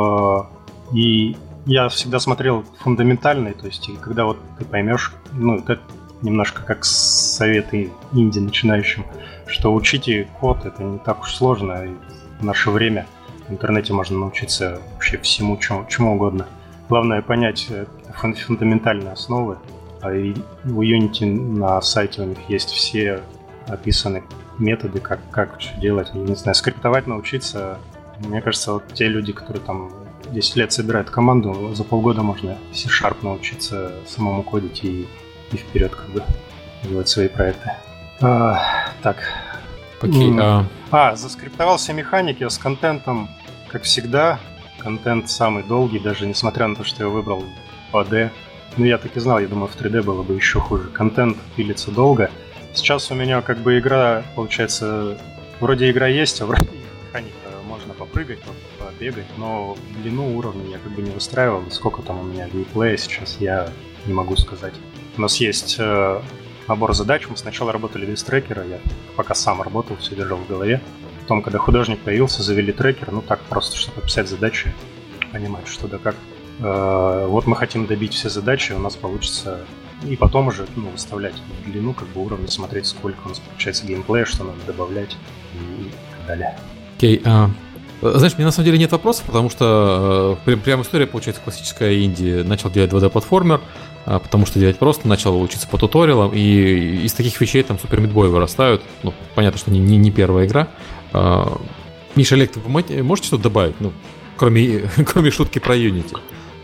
и я всегда смотрел фундаментальный, то есть когда вот ты поймешь, ну, это немножко как советы инди начинающим, что учите код, это не так уж сложно, и в наше время в интернете можно научиться вообще всему, чему, чему угодно. Главное понять фундаментальные основы. И у Unity на сайте у них есть все описаны методы, как, как что делать. Я не знаю, скриптовать научиться. Мне кажется, вот те люди, которые там десять лет собирают команду, за полгода можно C-Sharp научиться самому кодить и, и вперед как бы делать свои проекты. А, так. Окей. Okay, uh... А, заскриптовал все механики с контентом, как всегда. Контент самый долгий, даже несмотря на то, что я выбрал два дэ. Ну, я так и знал, я думаю, в три дэ было бы еще хуже. Контент пилится долго. Сейчас у меня как бы игра, получается, вроде игра есть, а вроде механика можно попрыгать, побегать, но длину уровня я как бы не выстраивал. Сколько там у меня геймплея сейчас, я не могу сказать. У нас есть э, набор задач. Мы сначала работали без трекера, я пока сам работал, все держал в голове. Потом, когда художник появился, завели трекер, ну так просто, чтобы описать задачи, понимать, что да как. Э, вот мы хотим добить все задачи, у нас получится... И потом уже ну, выставлять длину как бы уровня, смотреть, сколько у нас получается геймплея, что надо добавлять и так далее. Окей, okay, uh, знаешь, мне на самом деле нет вопросов, потому что uh, прям история получается классическая инди. Начал делать два дэ-платформер, uh, потому что делать просто, начал учиться по туториалам, и из таких вещей там Super Meat Boy вырастают. Ну, понятно, что не, не, не первая игра. Uh, Миша, Олег, вы можете что-то добавить? Ну, кроме, кроме шутки про Unity.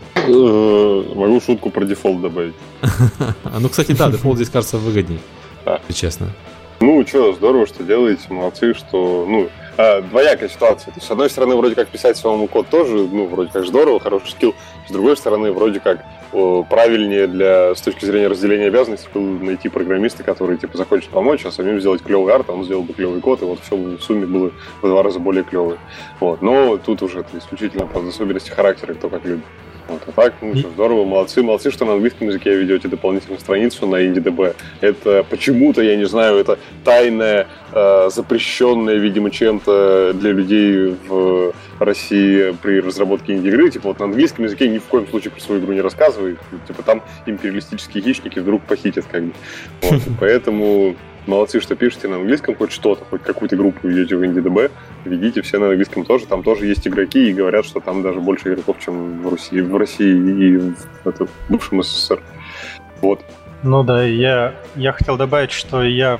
Могу шутку про дефолт добавить. Ну, кстати, да, дефолт здесь кажется выгоднее, если честно. Ну, что, здорово, что делаете, молодцы, что... Ну, двоякая ситуация. То есть, с одной стороны, вроде как писать самому код тоже, ну, вроде как здорово, хороший скилл. С другой стороны, вроде как о, правильнее для, с точки зрения разделения обязанностей было найти программиста, который, типа, захочет помочь, а самим сделать клевый арт, а он сделал бы клевый код, и вот все в сумме было в два раза более клевое. Вот. Но тут уже это исключительно по особенности характера, кто как любит. Вот, а так, ну, все здорово, молодцы, молодцы, что на английском языке ведете дополнительную страницу на IndieDB. Это почему-то, я не знаю, это тайная, э, запрещенная, видимо, чем-то для людей в России при разработке инди-игры. Типа вот на английском языке ни в коем случае про свою игру не рассказывай. Типа там империалистические хищники вдруг похитят, как бы. Вот, поэтому... Молодцы, что пишете на английском хоть что-то, хоть какую-то группу ведете в IndieDB, ведите все на английском тоже. Там тоже есть игроки, и говорят, что там даже больше игроков, чем в России, в России и в, это, в бывшем СССР. Вот. Ну да, я, я хотел добавить, что я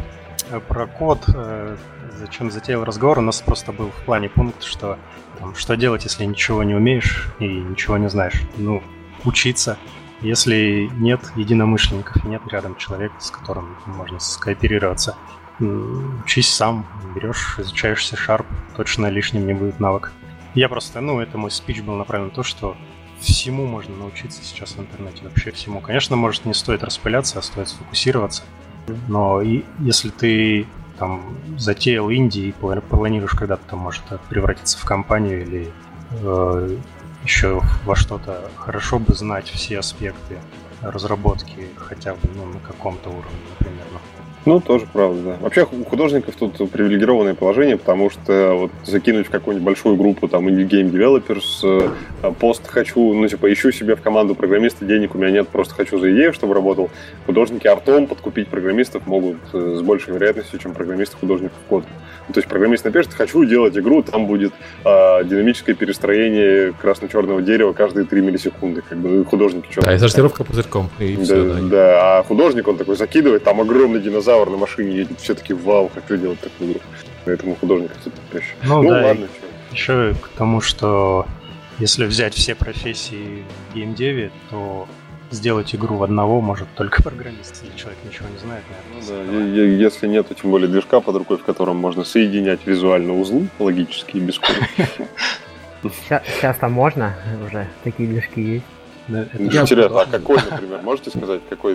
Про код, э, зачем затеял разговор, у нас просто был в плане пункт, что там, что делать, если ничего не умеешь и ничего не знаешь. Ну, учиться. Если нет единомышленников, нет рядом человека, с которым можно скооперироваться, учись сам, берешь, изучаешь C-Sharp, точно лишним не будет навык. Я просто, ну, это мой спич был направлен на то, что всему можно научиться сейчас в интернете, вообще всему. Конечно, может, не стоит распыляться, а стоит сфокусироваться. Но и если ты там затеял инди и планируешь когда-то там, может, превратиться в компанию или э, еще во что-то, хорошо бы знать все аспекты разработки хотя бы, ну, на каком-то уровне, например. Ну, тоже правда, да. Вообще у художников тут привилегированное положение, потому что вот закинуть в какую-нибудь большую группу там Indie Game Developers, пост хочу, ну, типа, ищу себе в команду программиста, денег у меня нет, просто хочу за идею, чтобы работал. Художники артом подкупить программистов могут с большей вероятностью, чем программисты художников кода. Ну, то есть программист напишет, хочу делать игру, там будет э, динамическое перестроение красно-черного дерева каждые три миллисекунды. Как бы художники что-то. Да, и сортировка пузырьком. И да, все, да. да, а художник, он такой закидывает, там огромный динозавр на машине едет, все таки вау, хочу делать такую игру. Поэтому художник все-таки проще. Ну, ну да, ладно, что. Еще к тому, что если взять все профессии в геймдеве, то сделать игру в одного может только программист, если человек ничего не знает. Наверное, ну, да, если нет, тем более движка под рукой, в котором можно соединять визуально узлы логические без кода. Сейчас-то можно уже, такие движки есть. Интересно, а какой, например, можете сказать, какой?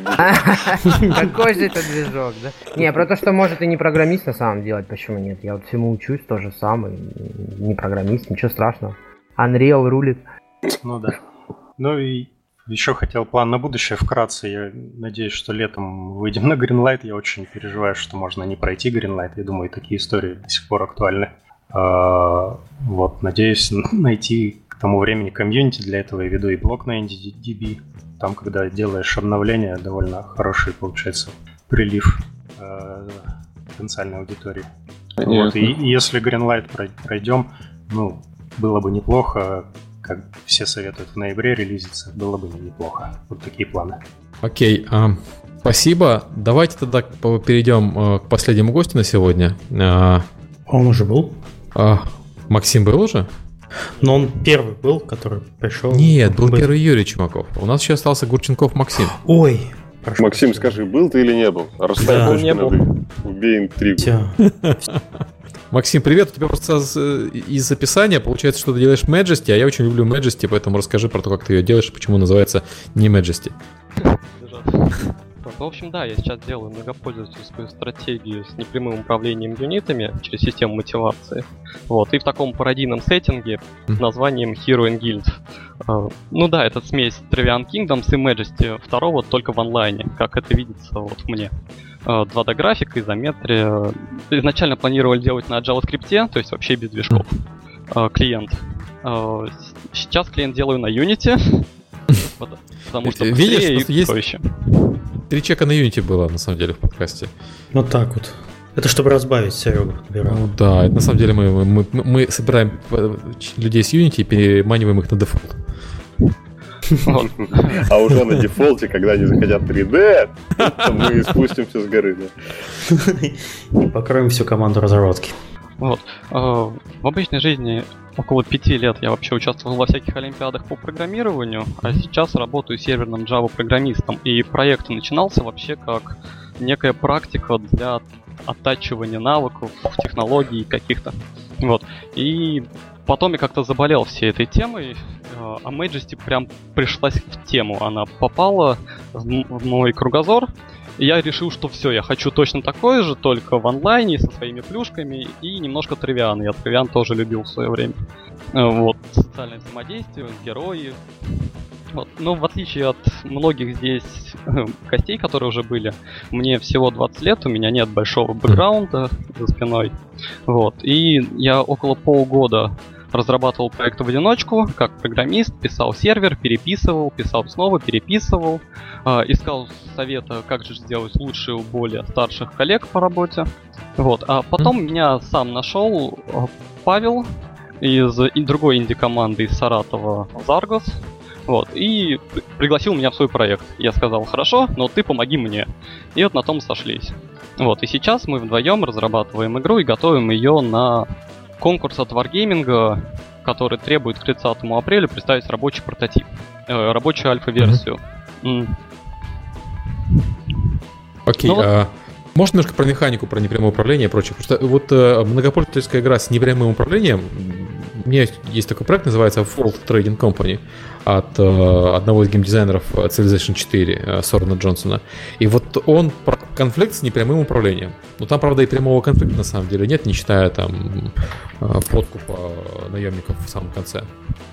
Какой же это движок, да? Не, про то, что может и не программист на самом делать, почему нет? Я вот всему учусь, тоже сам, и не программист, ничего страшного. Unreal рулит. Ну да. Ну и еще хотел план на будущее вкратце. Я надеюсь, что летом выйдем на Greenlight. Я очень переживаю, что можно не пройти Greenlight. Я думаю, такие истории до сих пор актуальны. А, вот, надеюсь найти к тому времени комьюнити для этого. Я веду и блог на IndieDB. Там, когда делаешь обновления, довольно хороший получается прилив э, потенциальной аудитории. Вот, и, и если Greenlight пройдем, ну, было бы неплохо. Как все советуют, в ноябре релизиться, было бы неплохо. Вот такие планы. Окей, а, спасибо. Давайте тогда перейдем а, к последнему гостю на сегодня. А, он уже был? А, Максим был уже? Но он первый был, который пришел. Нет, был, был первый Юрий Чумаков. У нас еще остался Гурченков Максим. Ой. Прошу Максим, прощения. Скажи, был ты или не был? Расставь точки над «и». Убей интригу. Максим, привет. У тебя просто из описания получается, что ты делаешь Majesty, а я очень люблю Majesty, поэтому расскажи про то, как ты ее делаешь, почему называется не Majesty. В общем, да, я сейчас делаю многопользовательскую стратегию с непрямым управлением юнитами через систему мотивации. Вот, и в таком пародийном сеттинге с названием Hero and Guild. Uh, ну да, это смесь Trivian Kingdoms и Majesty второго, только в онлайне, как это видится вот мне. Uh, два дэ графика, изометрия. Изначально планировали делать на JavaScript, то есть вообще без движков. Uh, клиент. Uh, сейчас клиент делаю на Unity, потому что быстрее и проще. Три чека на Unity было, на самом деле, в подкасте. Вот так вот. Это чтобы разбавить Серегу. Ну да, это, на самом деле мы, мы, мы собираем людей с Unity и переманиваем их на дефолт. А уже на дефолте, когда они захотят три дэ, мы спустимся с горы. И покроем всю команду разработки. Вот. В обычной жизни около пяти лет я вообще участвовал во всяких олимпиадах по программированию, а сейчас работаю серверным Java-программистом. И проект начинался вообще как некая практика для оттачивания навыков, технологий каких-то. Вот. И потом я как-то заболел всей этой темой, а Majesty прям пришлась в тему. Она попала в мой кругозор. И я решил, что все, я хочу точно такое же, только в онлайне, со своими плюшками и немножко Тривиан. Я Тривиан тоже любил в свое время. Вот, социальное взаимодействие, герои. Вот. Но в отличие от многих здесь гостей, которые уже были, мне всего двадцать лет, у меня нет большого бэкграунда за спиной. Вот. И я около полгода разрабатывал проект в одиночку, как программист, писал сервер, переписывал, писал снова, переписывал, э, искал совета, как же сделать лучше у более старших коллег по работе. Вот. А потом mm-hmm. меня сам нашел Павел из другой инди-команды из Саратова, Заргос. Вот, и пригласил меня в свой проект. Я сказал, хорошо, но ты помоги мне. И вот на том сошлись. Вот, и сейчас мы вдвоем разрабатываем игру и готовим ее на конкурс от Wargaming, который требует к тридцатому апреля представить рабочий прототип, э, рабочую альфа-версию. Mm-hmm. Окей, okay, ну, а, может немножко про механику, про непрямое управление и прочее? Потому что вот а, многопользовательская игра с непрямым управлением, у меня есть, есть такой проект, называется World Trading Company, от а, одного из геймдизайнеров Civilization четыре, а, Сорена Джонсона. И вот он про конфликт с непрямым управлением. Ну там, правда, и прямого конфликта на самом деле нет, не считая там подкупа наемников в самом конце.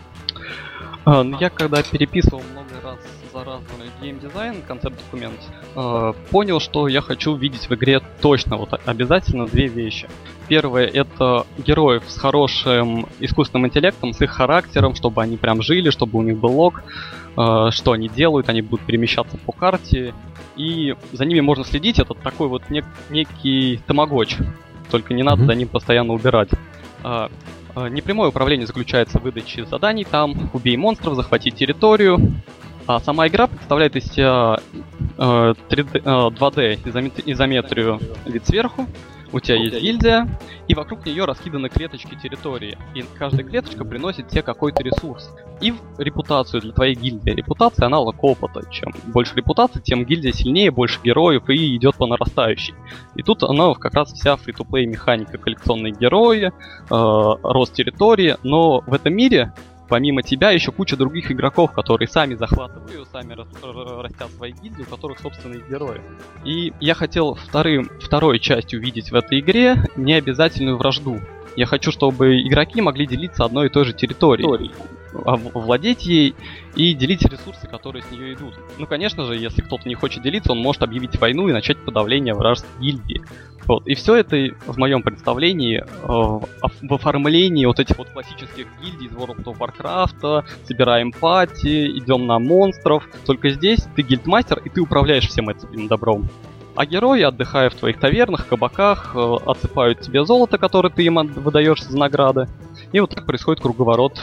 А, ну, я когда переписывал много раз за разный геймдизайн, концепт-документ, э, понял, что я хочу видеть в игре точно вот обязательно две вещи. Первое — это героев с хорошим искусственным интеллектом, с их характером, чтобы они прям жили, чтобы у них был лог, э, что они делают, они будут перемещаться по карте, и за ними можно следить. Это такой вот нек- некий тамагочи, только не надо mm-hmm. за ним постоянно убирать. Э, э, непрямое управление заключается в выдаче заданий, там убей монстров, захвати территорию. А сама игра представляет из себя э, три дэ, э, два дэ изометрию вид сверху. У тебя есть гильдия, и вокруг нее раскиданы клеточки территории. И каждая клеточка приносит тебе какой-то ресурс. И репутацию для твоей гильдии. Репутация — аналог опыта. Чем больше репутации, тем гильдия сильнее, больше героев и идет по нарастающей. И тут она как раз вся фри-то-плей механика. Коллекционные герои, э, рост территории. Но в этом мире помимо тебя еще куча других игроков, которые сами захватывают ее, сами растят свои гильдии, у которых собственные герои. И я хотел вторым, второй частью увидеть в этой игре необязательную вражду. Я хочу, чтобы игроки могли делиться одной и той же территорией, владеть ей и делить ресурсы, которые с нее идут. Ну, конечно же, если кто-то не хочет делиться, он может объявить войну и начать подавление вражеской гильдии. Вот. И все это в моем представлении э, в оформлении вот этих вот классических гильдий из World of Warcraft, собираем пати, идем на монстров. Только здесь ты гильдмастер, и ты управляешь всем этим добром. А герои, отдыхая в твоих тавернах, кабаках, э, отсыпают тебе золото, которое ты им выдаешь за награды. И вот так происходит круговорот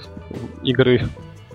игры.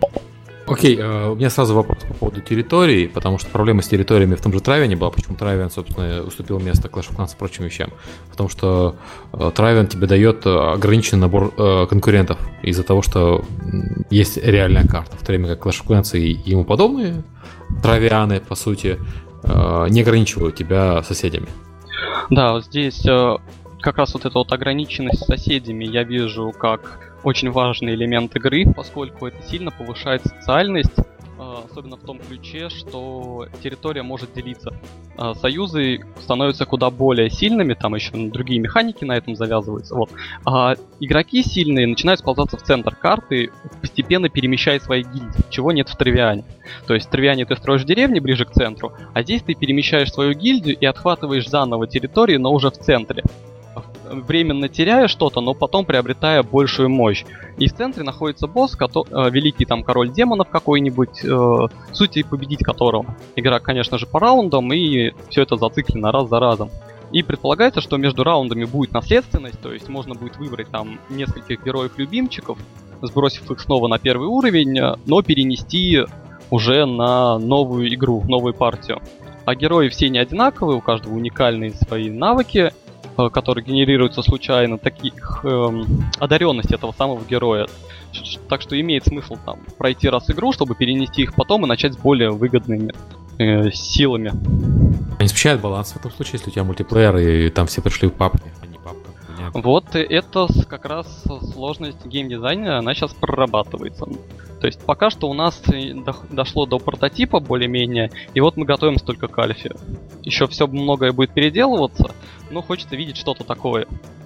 Окей, okay, uh, у меня сразу вопрос по поводу территории, потому что проблема с территориями в том же Травиане была, почему Травиан, собственно, уступил место Clash of Clans и прочим вещам. Потому что uh, Травиан тебе дает ограниченный набор uh, конкурентов из-за того, что есть реальная карта, в то время как Clash of Clans и ему подобные Травианы, по сути, uh, не ограничивают тебя соседями. Да, вот здесь uh, как раз вот эта вот ограниченность соседями я вижу как очень важный элемент игры, поскольку это сильно повышает социальность, особенно в том ключе, что территория может делиться. Союзы становятся куда более сильными, там еще другие механики на этом завязываются. Вот. А игроки сильные начинают сползаться в центр карты, постепенно перемещая свои гильдии, чего нет в Травиане. То есть в Травиане ты строишь деревни ближе к центру, а здесь ты перемещаешь свою гильдию и отхватываешь заново территории, но уже в центре. Временно теряя что-то, но потом приобретая большую мощь. И в центре находится босс, кото- э, великий там король демонов какой-нибудь, э, суть и победить которого. Игра, конечно же, по раундам, и все это зациклено раз за разом. И предполагается, что между раундами будет наследственность, то есть можно будет выбрать там нескольких героев-любимчиков, сбросив их снова на первый уровень, но перенести уже на новую игру, новую партию. А герои все не одинаковые, у каждого уникальные свои навыки, которые генерируются случайно, таких эм, одаренностей этого самого героя. Так что имеет смысл там пройти раз игру, чтобы перенести их потом и начать с более выгодными э, силами. А не смещает баланс в этом случае, если у тебя мультиплеер и там все пришли в папки, а не папка? Вот это как раз сложность геймдизайна, она сейчас прорабатывается. То есть пока что у нас дошло до прототипа более-менее, и вот мы готовимся только к альфе. Еще все многое будет переделываться, но хочется видеть что-то такое.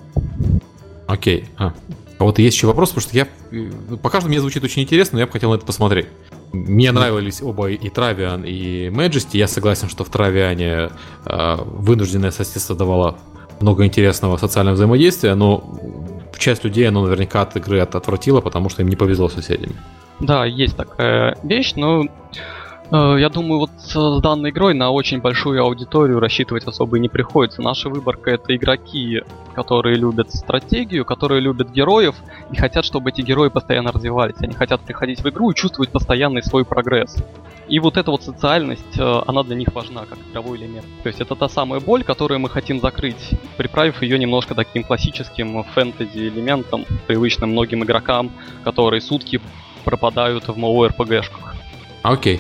Окей. А. А вот есть еще вопрос, потому что я... Пока что мне звучит очень интересно, но я бы хотел на это посмотреть. Мне нравились оба, и Травиан, и Majesty. Я согласен, что в Травиане э, вынужденное соседство давало много интересного социального взаимодействия, но часть людей оно наверняка от игры отвратило, потому что им не повезло с соседями. Да, есть такая вещь, но Я думаю, вот с данной игрой на очень большую аудиторию рассчитывать особо и не приходится. Наша выборка — это игроки, которые любят стратегию, которые любят героев и хотят, чтобы эти герои постоянно развивались. Они хотят приходить в игру и чувствовать постоянный свой прогресс. И вот эта вот социальность, она для них важна, как игровой элемент. То есть это та самая боль, которую мы хотим закрыть, приправив ее немножко таким классическим фэнтези-элементом, привычным многим игрокам, которые сутки пропадают в ММО-РПГшках. Окей.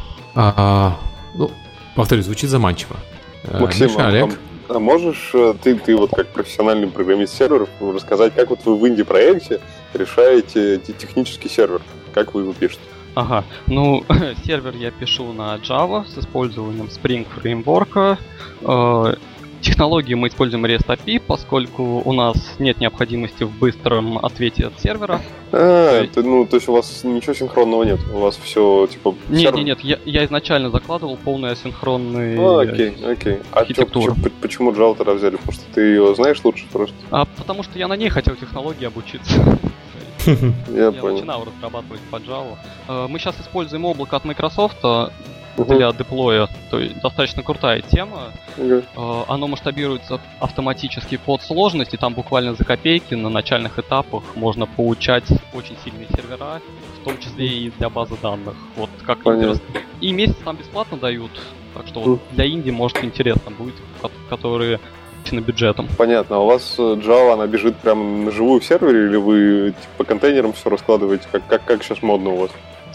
А, ну, повторюсь, звучит заманчиво. Максим, Миша, Олег? А, а можешь ты, ты вот как профессиональный программист серверов рассказать, как вот вы в инди-проекте решаете технический сервер? Как вы его пишете? Ага, ну, сервер я пишу на Java с использованием Spring Framework. Э, технологии мы используем REST эй пи ай, поскольку у нас нет необходимости в быстром ответе от сервера. А, это, ну, то есть у вас ничего синхронного нет? У вас все, типа... Нет, сервер... нет, нет, я, я изначально закладывал полный асинхронный а, окей, окей. А архитектуру. Чё, почему Java тогда взяли? Потому что ты ее знаешь лучше просто? А потому что я на ней хотел технологии обучиться. Я, я понял. начинал разрабатывать по Java. Мы сейчас используем облако от Microsoft для деплоя, то есть достаточно крутая тема. Uh-huh. Оно масштабируется автоматически под сложность, и там буквально за копейки на начальных этапах можно получать очень сильные сервера, в том числе и для базы данных. Вот как интересно. И месяц там бесплатно дают, так что вот для инди может интересно будет, которые бюджетом. Понятно. А у вас Java, она бежит прямо на живую в сервере, или вы типа, по контейнерам все раскладываете? Как, как, как сейчас модно у вас?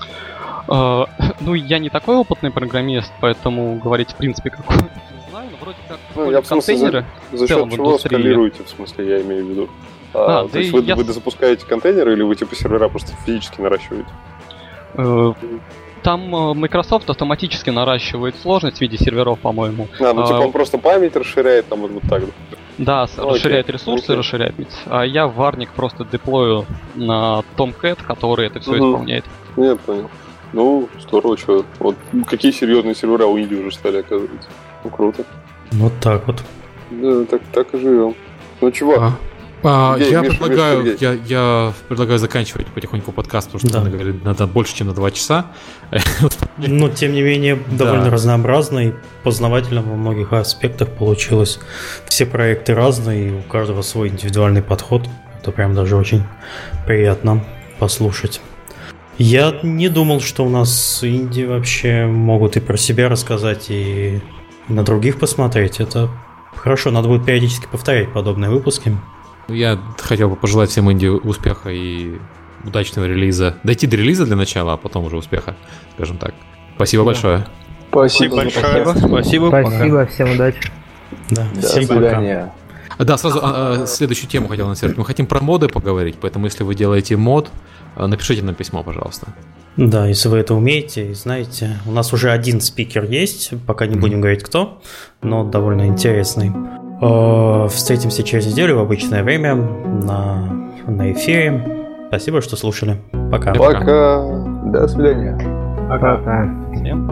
Uh, ну, я не такой опытный программист, поэтому говорить в принципе какой не знаю, но вроде как ну, я в смысле, контейнеры за, за счет чего скалируете, в смысле, я имею в виду? А, а, то да есть вы, я... вы запускаете контейнеры, или вы типа сервера просто физически наращиваете? Uh, Там Microsoft автоматически наращивает сложность в виде серверов, по-моему. А, ну типа он просто память расширяет, там вот, вот так. Да, ну, расширяет окей. ресурсы, окей. расширяет. А я в Warnik просто деплою на Tomcat, который это все угу. исполняет. Я понял. Ну, здорово, что. Вот какие серьезные сервера у Инди уже стали, оказывается. Ну, круто. Вот так вот. Да, так, так и живем. Ну, чувак. А. А, Гей, я, Миша, предлагаю, Миша, я, я предлагаю заканчивать потихоньку подкаст, потому что да. мы говорили, надо больше, чем на два часа. Но, тем не менее, довольно да. разнообразно и познавательно во многих аспектах получилось. Все проекты разные, и у каждого свой индивидуальный подход. Это прям даже очень приятно послушать. Я не думал, что у нас инди вообще могут и про себя рассказать, и на других посмотреть. Это хорошо, надо будет периодически повторять подобные выпуски. Я хотел бы пожелать всем инди успеха и удачного релиза. Дойти до релиза для начала, а потом уже успеха, скажем так. Спасибо да. большое. Спасибо большое. Спасибо. Спасибо, пока. всем удачи. Да, До всем свидания. пока. Да, сразу а, а, следующую тему хотел анонсировать. Мы хотим про моды поговорить, поэтому если вы делаете мод, напишите нам письмо, пожалуйста. Да, если вы это умеете и знаете. У нас уже один спикер есть, пока не будем говорить кто, но довольно интересный. Встретимся через неделю в обычное время на, на эфире. Спасибо, что слушали. Пока. Пока. До свидания. Пока. Всем пока.